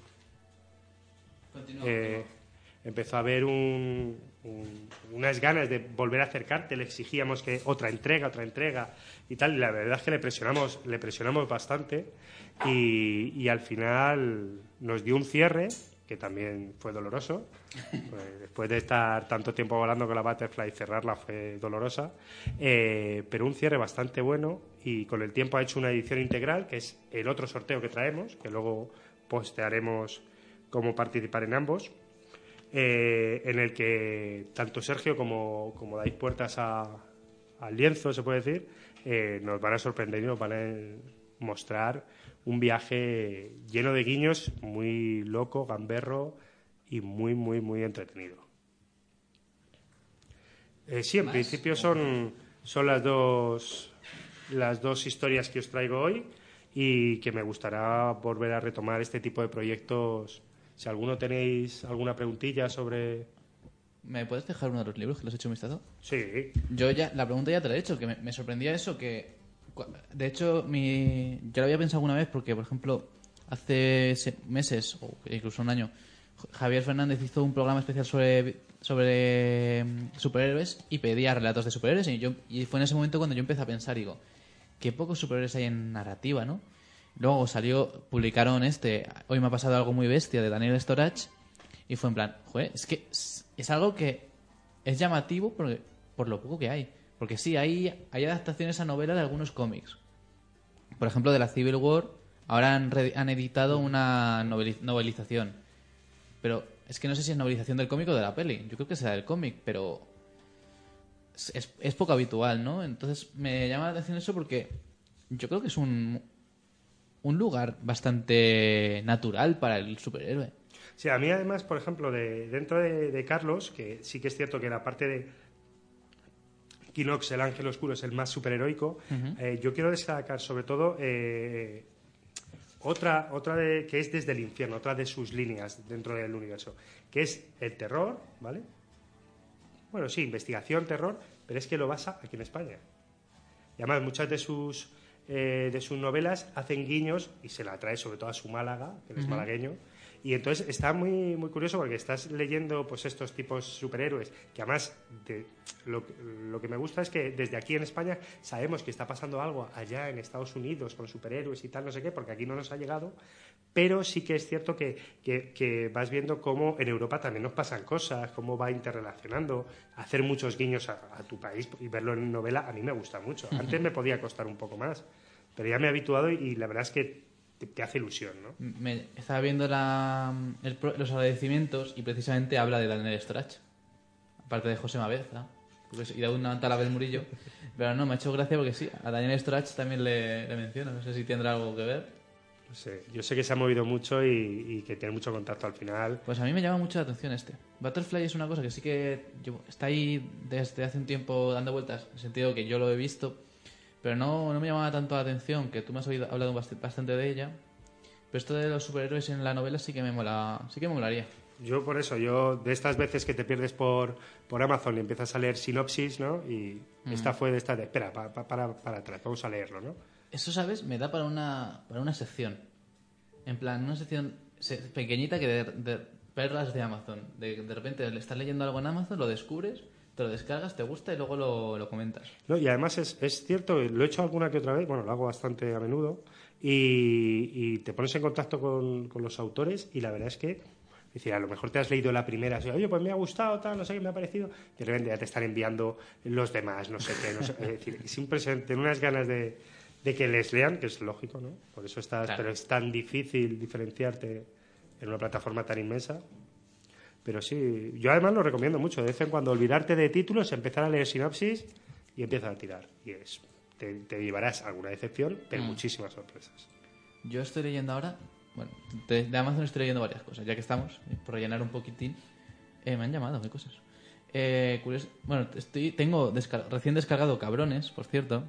Eh, empezó a haber un, un, unas ganas de volver a acercarte, le exigíamos que otra entrega, otra entrega y tal, y la verdad es que le presionamos, le presionamos bastante y, y al final nos dio un cierre que también fue doloroso. Pues después de estar tanto tiempo volando con la Butterfly, cerrarla fue dolorosa, eh, pero un cierre bastante bueno, y con el tiempo ha hecho una edición integral, que es el otro sorteo que traemos, que luego postearemos cómo participar en ambos, eh, en el que tanto Sergio como, como dais puertas a, al lienzo, se puede decir, eh, nos van a sorprender y nos van a mostrar un viaje lleno de guiños, muy loco, gamberro y muy, muy, muy entretenido. Eh, sí, en principio son, son las dos, las dos historias que os traigo hoy y que me gustará volver a retomar este tipo de proyectos. Si alguno tenéis alguna preguntilla sobre... ¿Me puedes dejar uno de los libros que los he hecho un vistazo? Sí. Yo ya, la pregunta ya te la he hecho, que me, me sorprendía eso, que... De hecho, mi, yo lo había pensado alguna vez porque, por ejemplo, hace meses, o incluso un año, Javier Fernández hizo un programa especial sobre, sobre superhéroes y pedía relatos de superhéroes, y, yo, y fue en ese momento cuando yo empecé a pensar, digo, qué pocos superhéroes hay en narrativa, ¿no? Luego salió, publicaron este, Hoy me ha pasado algo muy bestia, de Daniel Storage, y fue en plan, joder, es que es, es algo que es llamativo por, por lo poco que hay. Porque sí, hay, hay adaptaciones a novela de algunos cómics. Por ejemplo, de la Civil War, ahora han, re, han editado una noveliz, novelización. Pero es que no sé si es novelización del cómic o de la peli. Yo creo que será del cómic, pero es, es, es poco habitual, ¿no? Entonces me llama la atención eso porque yo creo que es un, un lugar bastante natural para el superhéroe. Sí, a mí además, por ejemplo, de, dentro de, de Carlos, que sí que es cierto que la parte de Kinox, el ángel oscuro, es el más superheroico, uh-huh. eh, yo quiero destacar sobre todo eh, otra, otra de, que es Desde el infierno, otra de sus líneas dentro del universo, que es el terror, ¿vale? Bueno, sí, investigación, terror, pero es que lo basa aquí en España. Y además muchas de sus, eh, de sus novelas hacen guiños, y se la trae sobre todo a su Málaga, que él es uh-huh. malagueño. Y entonces está muy muy curioso porque estás leyendo pues estos tipos superhéroes que además de, lo, lo que me gusta es que desde aquí en España sabemos que está pasando algo allá en Estados Unidos con superhéroes y tal, no sé qué, porque aquí no nos ha llegado, pero sí que es cierto que, que, que vas viendo cómo en Europa también nos pasan cosas, cómo va interrelacionando, hacer muchos guiños a, a tu país y verlo en novela a mí me gusta mucho. Antes me podía costar un poco más, pero ya me he habituado y, y la verdad es que Te, te hace ilusión, ¿no? Me estaba viendo la, el, los agradecimientos y precisamente habla de Daniel Storach, aparte de José Mabeza y de una Talavera Murillo, pero no, me ha hecho gracia porque sí, a Daniel Storach también le, le menciona, no sé si tendrá algo que ver. No sé, yo sé que se ha movido mucho y, y que tiene mucho contacto al final. Pues a mí me llama mucho la atención este. Butterfly es una cosa que sí que yo, está ahí desde hace un tiempo dando vueltas, en el sentido que yo lo he visto, pero no, no me llamaba tanto la atención, que tú me has oído, hablado bastante de ella. Pero esto de los superhéroes en la novela sí que me mola, sí que me molaría. Yo por eso, yo de estas veces que te pierdes por, por Amazon y empiezas a leer sinopsis, ¿no? Y mm. esta fue de esta de, espera, para, para, para atrás, vamos a leerlo, ¿no? Eso, ¿sabes? Me da para una, para una sección. En plan, una sección pequeñita que de, de perlas de Amazon. De, de repente estás leyendo algo en Amazon, lo descubres, te lo descargas, te gusta y luego lo, lo comentas. No, y además es, es cierto, lo he hecho alguna que otra vez, bueno, lo hago bastante a menudo, y, y te pones en contacto con, con los autores y la verdad es que, es decir, a lo mejor te has leído la primera, así, oye, pues me ha gustado, tal, no sé qué me ha parecido, y de repente ya te están enviando los demás, no sé qué, no sé, es decir, es impresionante, tener unas ganas de, de que les lean, que es lógico, ¿no? Por eso estás, claro. Pero es tan difícil diferenciarte en una plataforma tan inmensa. Pero sí, yo además lo recomiendo mucho. De vez en cuando olvidarte de títulos, empezar a leer sinopsis y empiezas a tirar. Y es te, te llevarás alguna decepción, pero Mm. muchísimas sorpresas. Yo estoy leyendo ahora, bueno, de, de Amazon estoy leyendo varias cosas, ya que estamos, eh, por rellenar un poquitín. Eh, me han llamado, ¿qué cosas? Eh, curioso, bueno, estoy, tengo descar- recién descargado Cabrones, por cierto,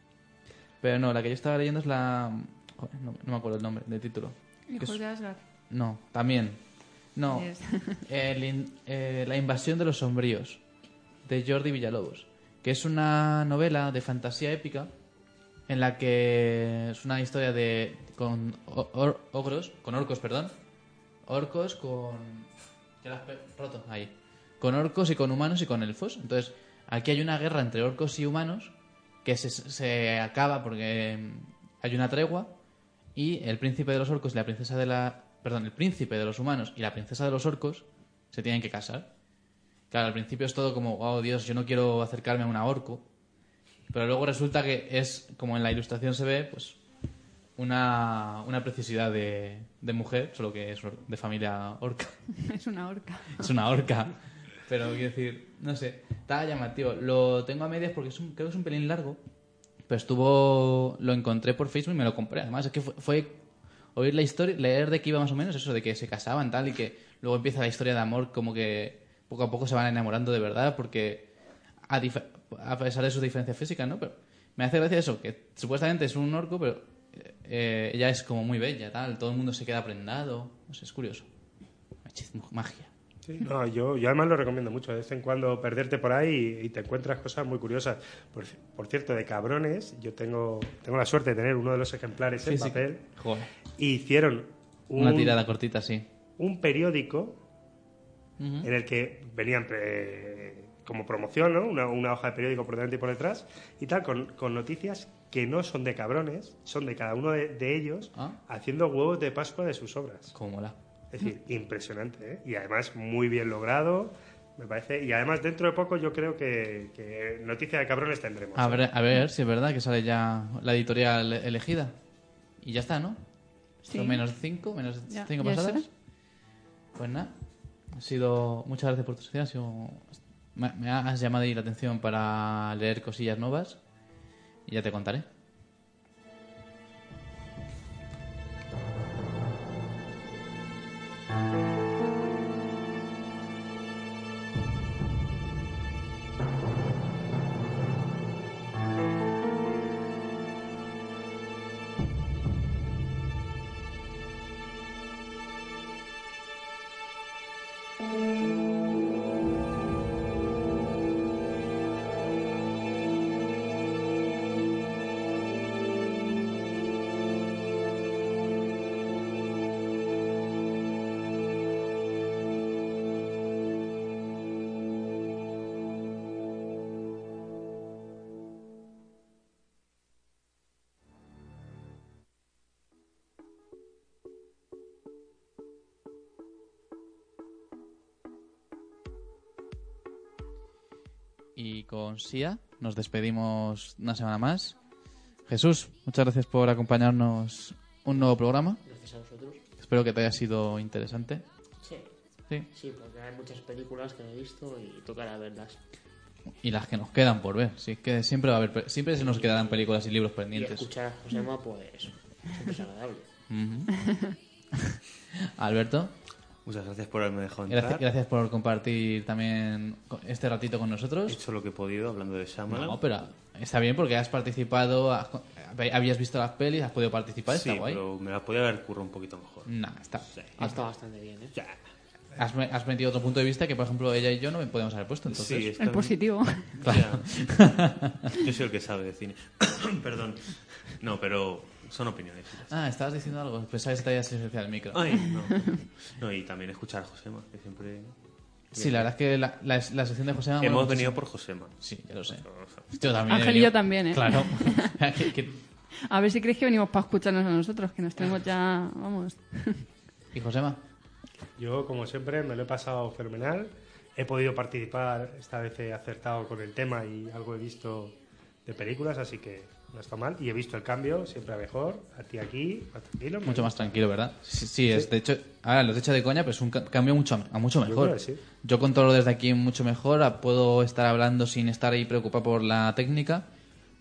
pero no, la que yo estaba leyendo es la... Joder, no, no me acuerdo el nombre del título. ¿Qué Hijos es? de Asgard. No, también. No, Es- el in- eh, La invasión de los sombríos, de Jordi Villalobos, que es una novela de fantasía épica en la que es una historia de con o- or- ogros, con orcos, perdón, orcos con ¿qué las pe- roto ahí? Con orcos y con humanos y con elfos. Entonces, aquí hay una guerra entre orcos y humanos que se, se acaba porque mm, hay una tregua y el príncipe de los orcos y la princesa de la perdón, el príncipe de los humanos y la princesa de los orcos se tienen que casar. Claro, al principio es todo como, oh Dios, yo no quiero acercarme a una orco. Pero luego resulta que es, como en la ilustración se ve, pues una, una preciosidad de, de mujer, solo que es or- de familia orca. es una orca. Es una orca. Pero quiero decir, no sé, está llamativo. Lo tengo a medias porque es un, creo que es un pelín largo. Pero estuvo, lo encontré por Facebook y me lo compré. Además, es que fue, fue oír la historia, leer de qué iba más o menos, eso de que se casaban tal y que luego empieza la historia de amor como que poco a poco se van enamorando de verdad porque a, dif- a pesar de sus diferencias físicas, ¿no? Pero me hace gracia eso, que supuestamente es un orco, pero eh, ella es como muy bella, tal, todo el mundo se queda prendado, no sé, es curioso. Magia. Sí, no, yo, yo además lo recomiendo mucho, de vez en cuando perderte por ahí y, y te encuentras cosas muy curiosas. Por, por cierto, de Cabrones, yo tengo, tengo la suerte de tener uno de los ejemplares en Física. papel. Joder. Y hicieron un, Una tirada cortita, sí. un periódico Ujú. en el que venían eh, como promoción, ¿no? Una, una hoja de periódico por delante y por detrás y tal, con, con noticias que no son de Cabrones, son de cada uno de, de ellos Ah. haciendo huevos de Pascua de sus obras. Como mola. Es decir, impresionante, ¿eh? Y además muy bien logrado, me parece. Y además dentro de poco yo creo que, que noticia de Cabrones tendremos. A ¿eh? ver, a ver si es verdad que sale ya la editorial elegida. Y ya está, ¿no? Sí. Son menos cinco, menos Ya, cinco ya pasadas. está. Pues nada, ha sido... Muchas gracias por tu sociedad. Ha sido... Me me has llamado ahí la atención para leer cosillas nuevas. Y ya te contaré. Y con Sia nos despedimos una semana más. Jesús, muchas gracias por acompañarnos un nuevo programa. Gracias a vosotros. Espero que te haya sido interesante. Sí, Sí. sí, porque hay muchas películas que no he visto y tocará verlas. Y las que nos quedan por ver. Sí, que siempre va a haber, pe- siempre se nos quedarán películas y libros Y pendientes. escuchar a Josema, pues, siempre es agradable. Ujú. Alberto, Muchas gracias por haberme dejado entrar. gracias, gracias por compartir también co- este ratito con He nosotros. hecho lo que he podido hablando de Shyamalan. No, pero está bien porque has participado, has- habías visto las pelis, has podido participar, sí, está guay. pero me la podía haber currado un poquito mejor. Nah, está. Ha estado bastante bien, ¿eh? Has, me- has metido otro punto de vista que, por ejemplo, ella y yo no podemos haber puesto. Entonces, Sí, es El que- positivo. Ya. Yo soy el que sabe de cine. Perdón. No, pero son opiniones. Ah, estabas diciendo algo. Pensaba que te habías silenciado el micro. Ay, no. No, y también escuchar a Josema, que siempre... Sí, la verdad es que la, la, la sección de José Manuel- Hemos venido por Josema. Sí, ya lo sé. Yo también. he Ángel y venido- yo también, ¿eh? Claro. Que- que- A ver si crees que venimos para escucharnos a nosotros, que nos tenemos ya, vamos. ¿Y Josema? Yo, como siempre, me lo he pasado fenomenal. He podido participar, esta vez he acertado con el tema y algo he visto de películas, así que no está mal. Y he visto el cambio, siempre a mejor. A ti aquí, más tranquilo. Mucho más tranquilo, ¿verdad? Sí, sí, es de hecho, ahora lo he hecho de coña, pero es un ca- cambio mucho, a mucho Yo mejor. creo que sí. Yo controlo desde aquí mucho mejor, a- puedo estar hablando sin estar ahí preocupado por la técnica,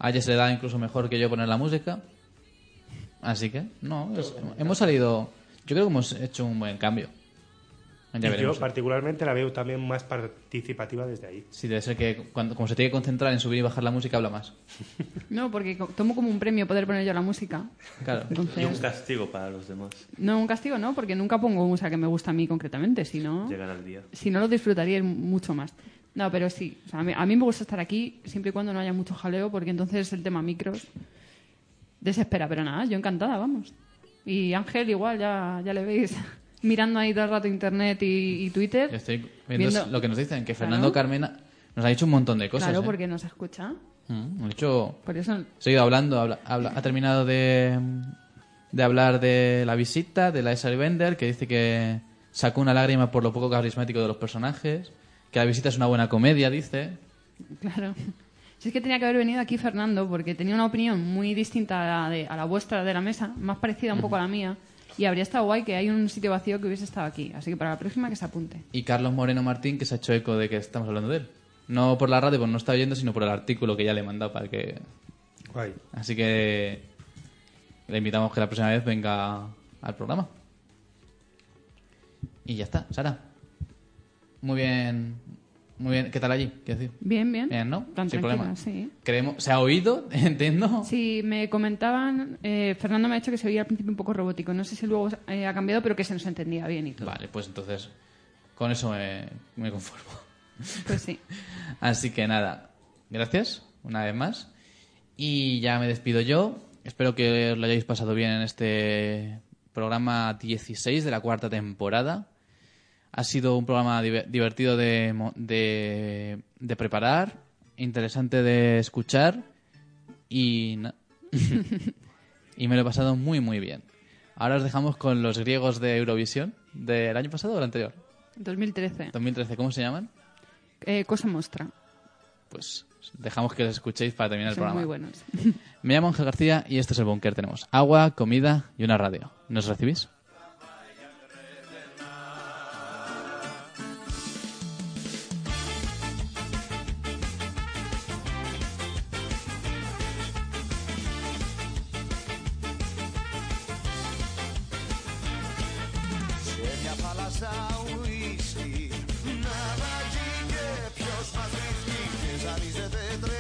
A ella se le da incluso mejor que yo poner la música. Así que, no, es- hemos salido... Yo creo que hemos hecho un buen cambio. Ya Y yo veremos. particularmente la veo también más participativa desde ahí. Sí, debe ser que cuando, como se tiene que concentrar en subir y bajar la música, habla más. No, porque co- tomo como un premio poder poner yo la música. Claro. Y un Entonces, castigo para los demás. no, un castigo no, porque nunca pongo música que me gusta a mí concretamente, si no, Llegar al día. si no lo disfrutaría mucho más. No, pero sí, o sea, a, mí, a mí me gusta estar aquí siempre y cuando no haya mucho jaleo, porque entonces el tema micros desespera, pero nada, yo encantada, vamos. Y Ángel igual, ya, ya le veis mirando ahí todo el rato internet y, y Twitter. Yo estoy viendo, Viendo- lo que nos dicen, que Fernando Claro. Carmena nos ha dicho un montón de cosas. claro, ¿eh? porque nos escucha. Mm, de hecho, Por eso, ha seguido hablando, habla- habla- ha terminado de, de hablar de la visita, de la Esar Bender, que dice que sacó una lágrima por lo poco carismático de los personajes, que la visita es una buena comedia, dice. claro. Si es que tenía que haber venido aquí Fernando, porque tenía una opinión muy distinta a la, de- a la vuestra de la mesa, más parecida un poco a la mía, y habría estado guay que hay un sitio vacío que hubiese estado aquí. Así que para la próxima que se apunte. Y Carlos Moreno Martín, que se ha hecho eco de que estamos hablando de él. No por la radio, pues no está oyendo, sino por el artículo que ya le he mandado para que... Guay. Así que le invitamos que la próxima vez venga al programa. Y ya está, Sara. Muy bien, muy bien. ¿Qué tal allí? Quiero decir. Bien, bien. Bien, ¿no? Tan Sin tranquila, problema. sí. Creemos, ¿se ha oído? Entiendo. Sí, me comentaban, eh, Fernando me ha dicho que se oía al principio un poco robótico. No sé si luego eh, ha cambiado, pero que se nos entendía bien y todo. Vale, pues entonces con eso me, me conformo. Pues sí. Así que nada, gracias una vez más. Y ya me despido yo. Espero que os lo hayáis pasado bien en este programa dieciséis de la cuarta temporada. Ha sido un programa diver- divertido de, mo- de, de preparar, interesante de escuchar y, na- y me lo he pasado muy muy bien. Ahora os dejamos con los griegos de Eurovisión del año pasado o el anterior. dos mil trece. dos mil trece, ¿cómo se llaman? Eh, cosa mostra. Pues dejamos que los escuchéis para terminar el Son programa. muy buenos. Me llamo Ángel García y este es el búnker. Tenemos agua, comida y una radio. ¿Nos recibís? Σε μια θάλασσα ουίσκι να βαγεί και ποιος μας βρίσκει και ζαλίζεται τρελά.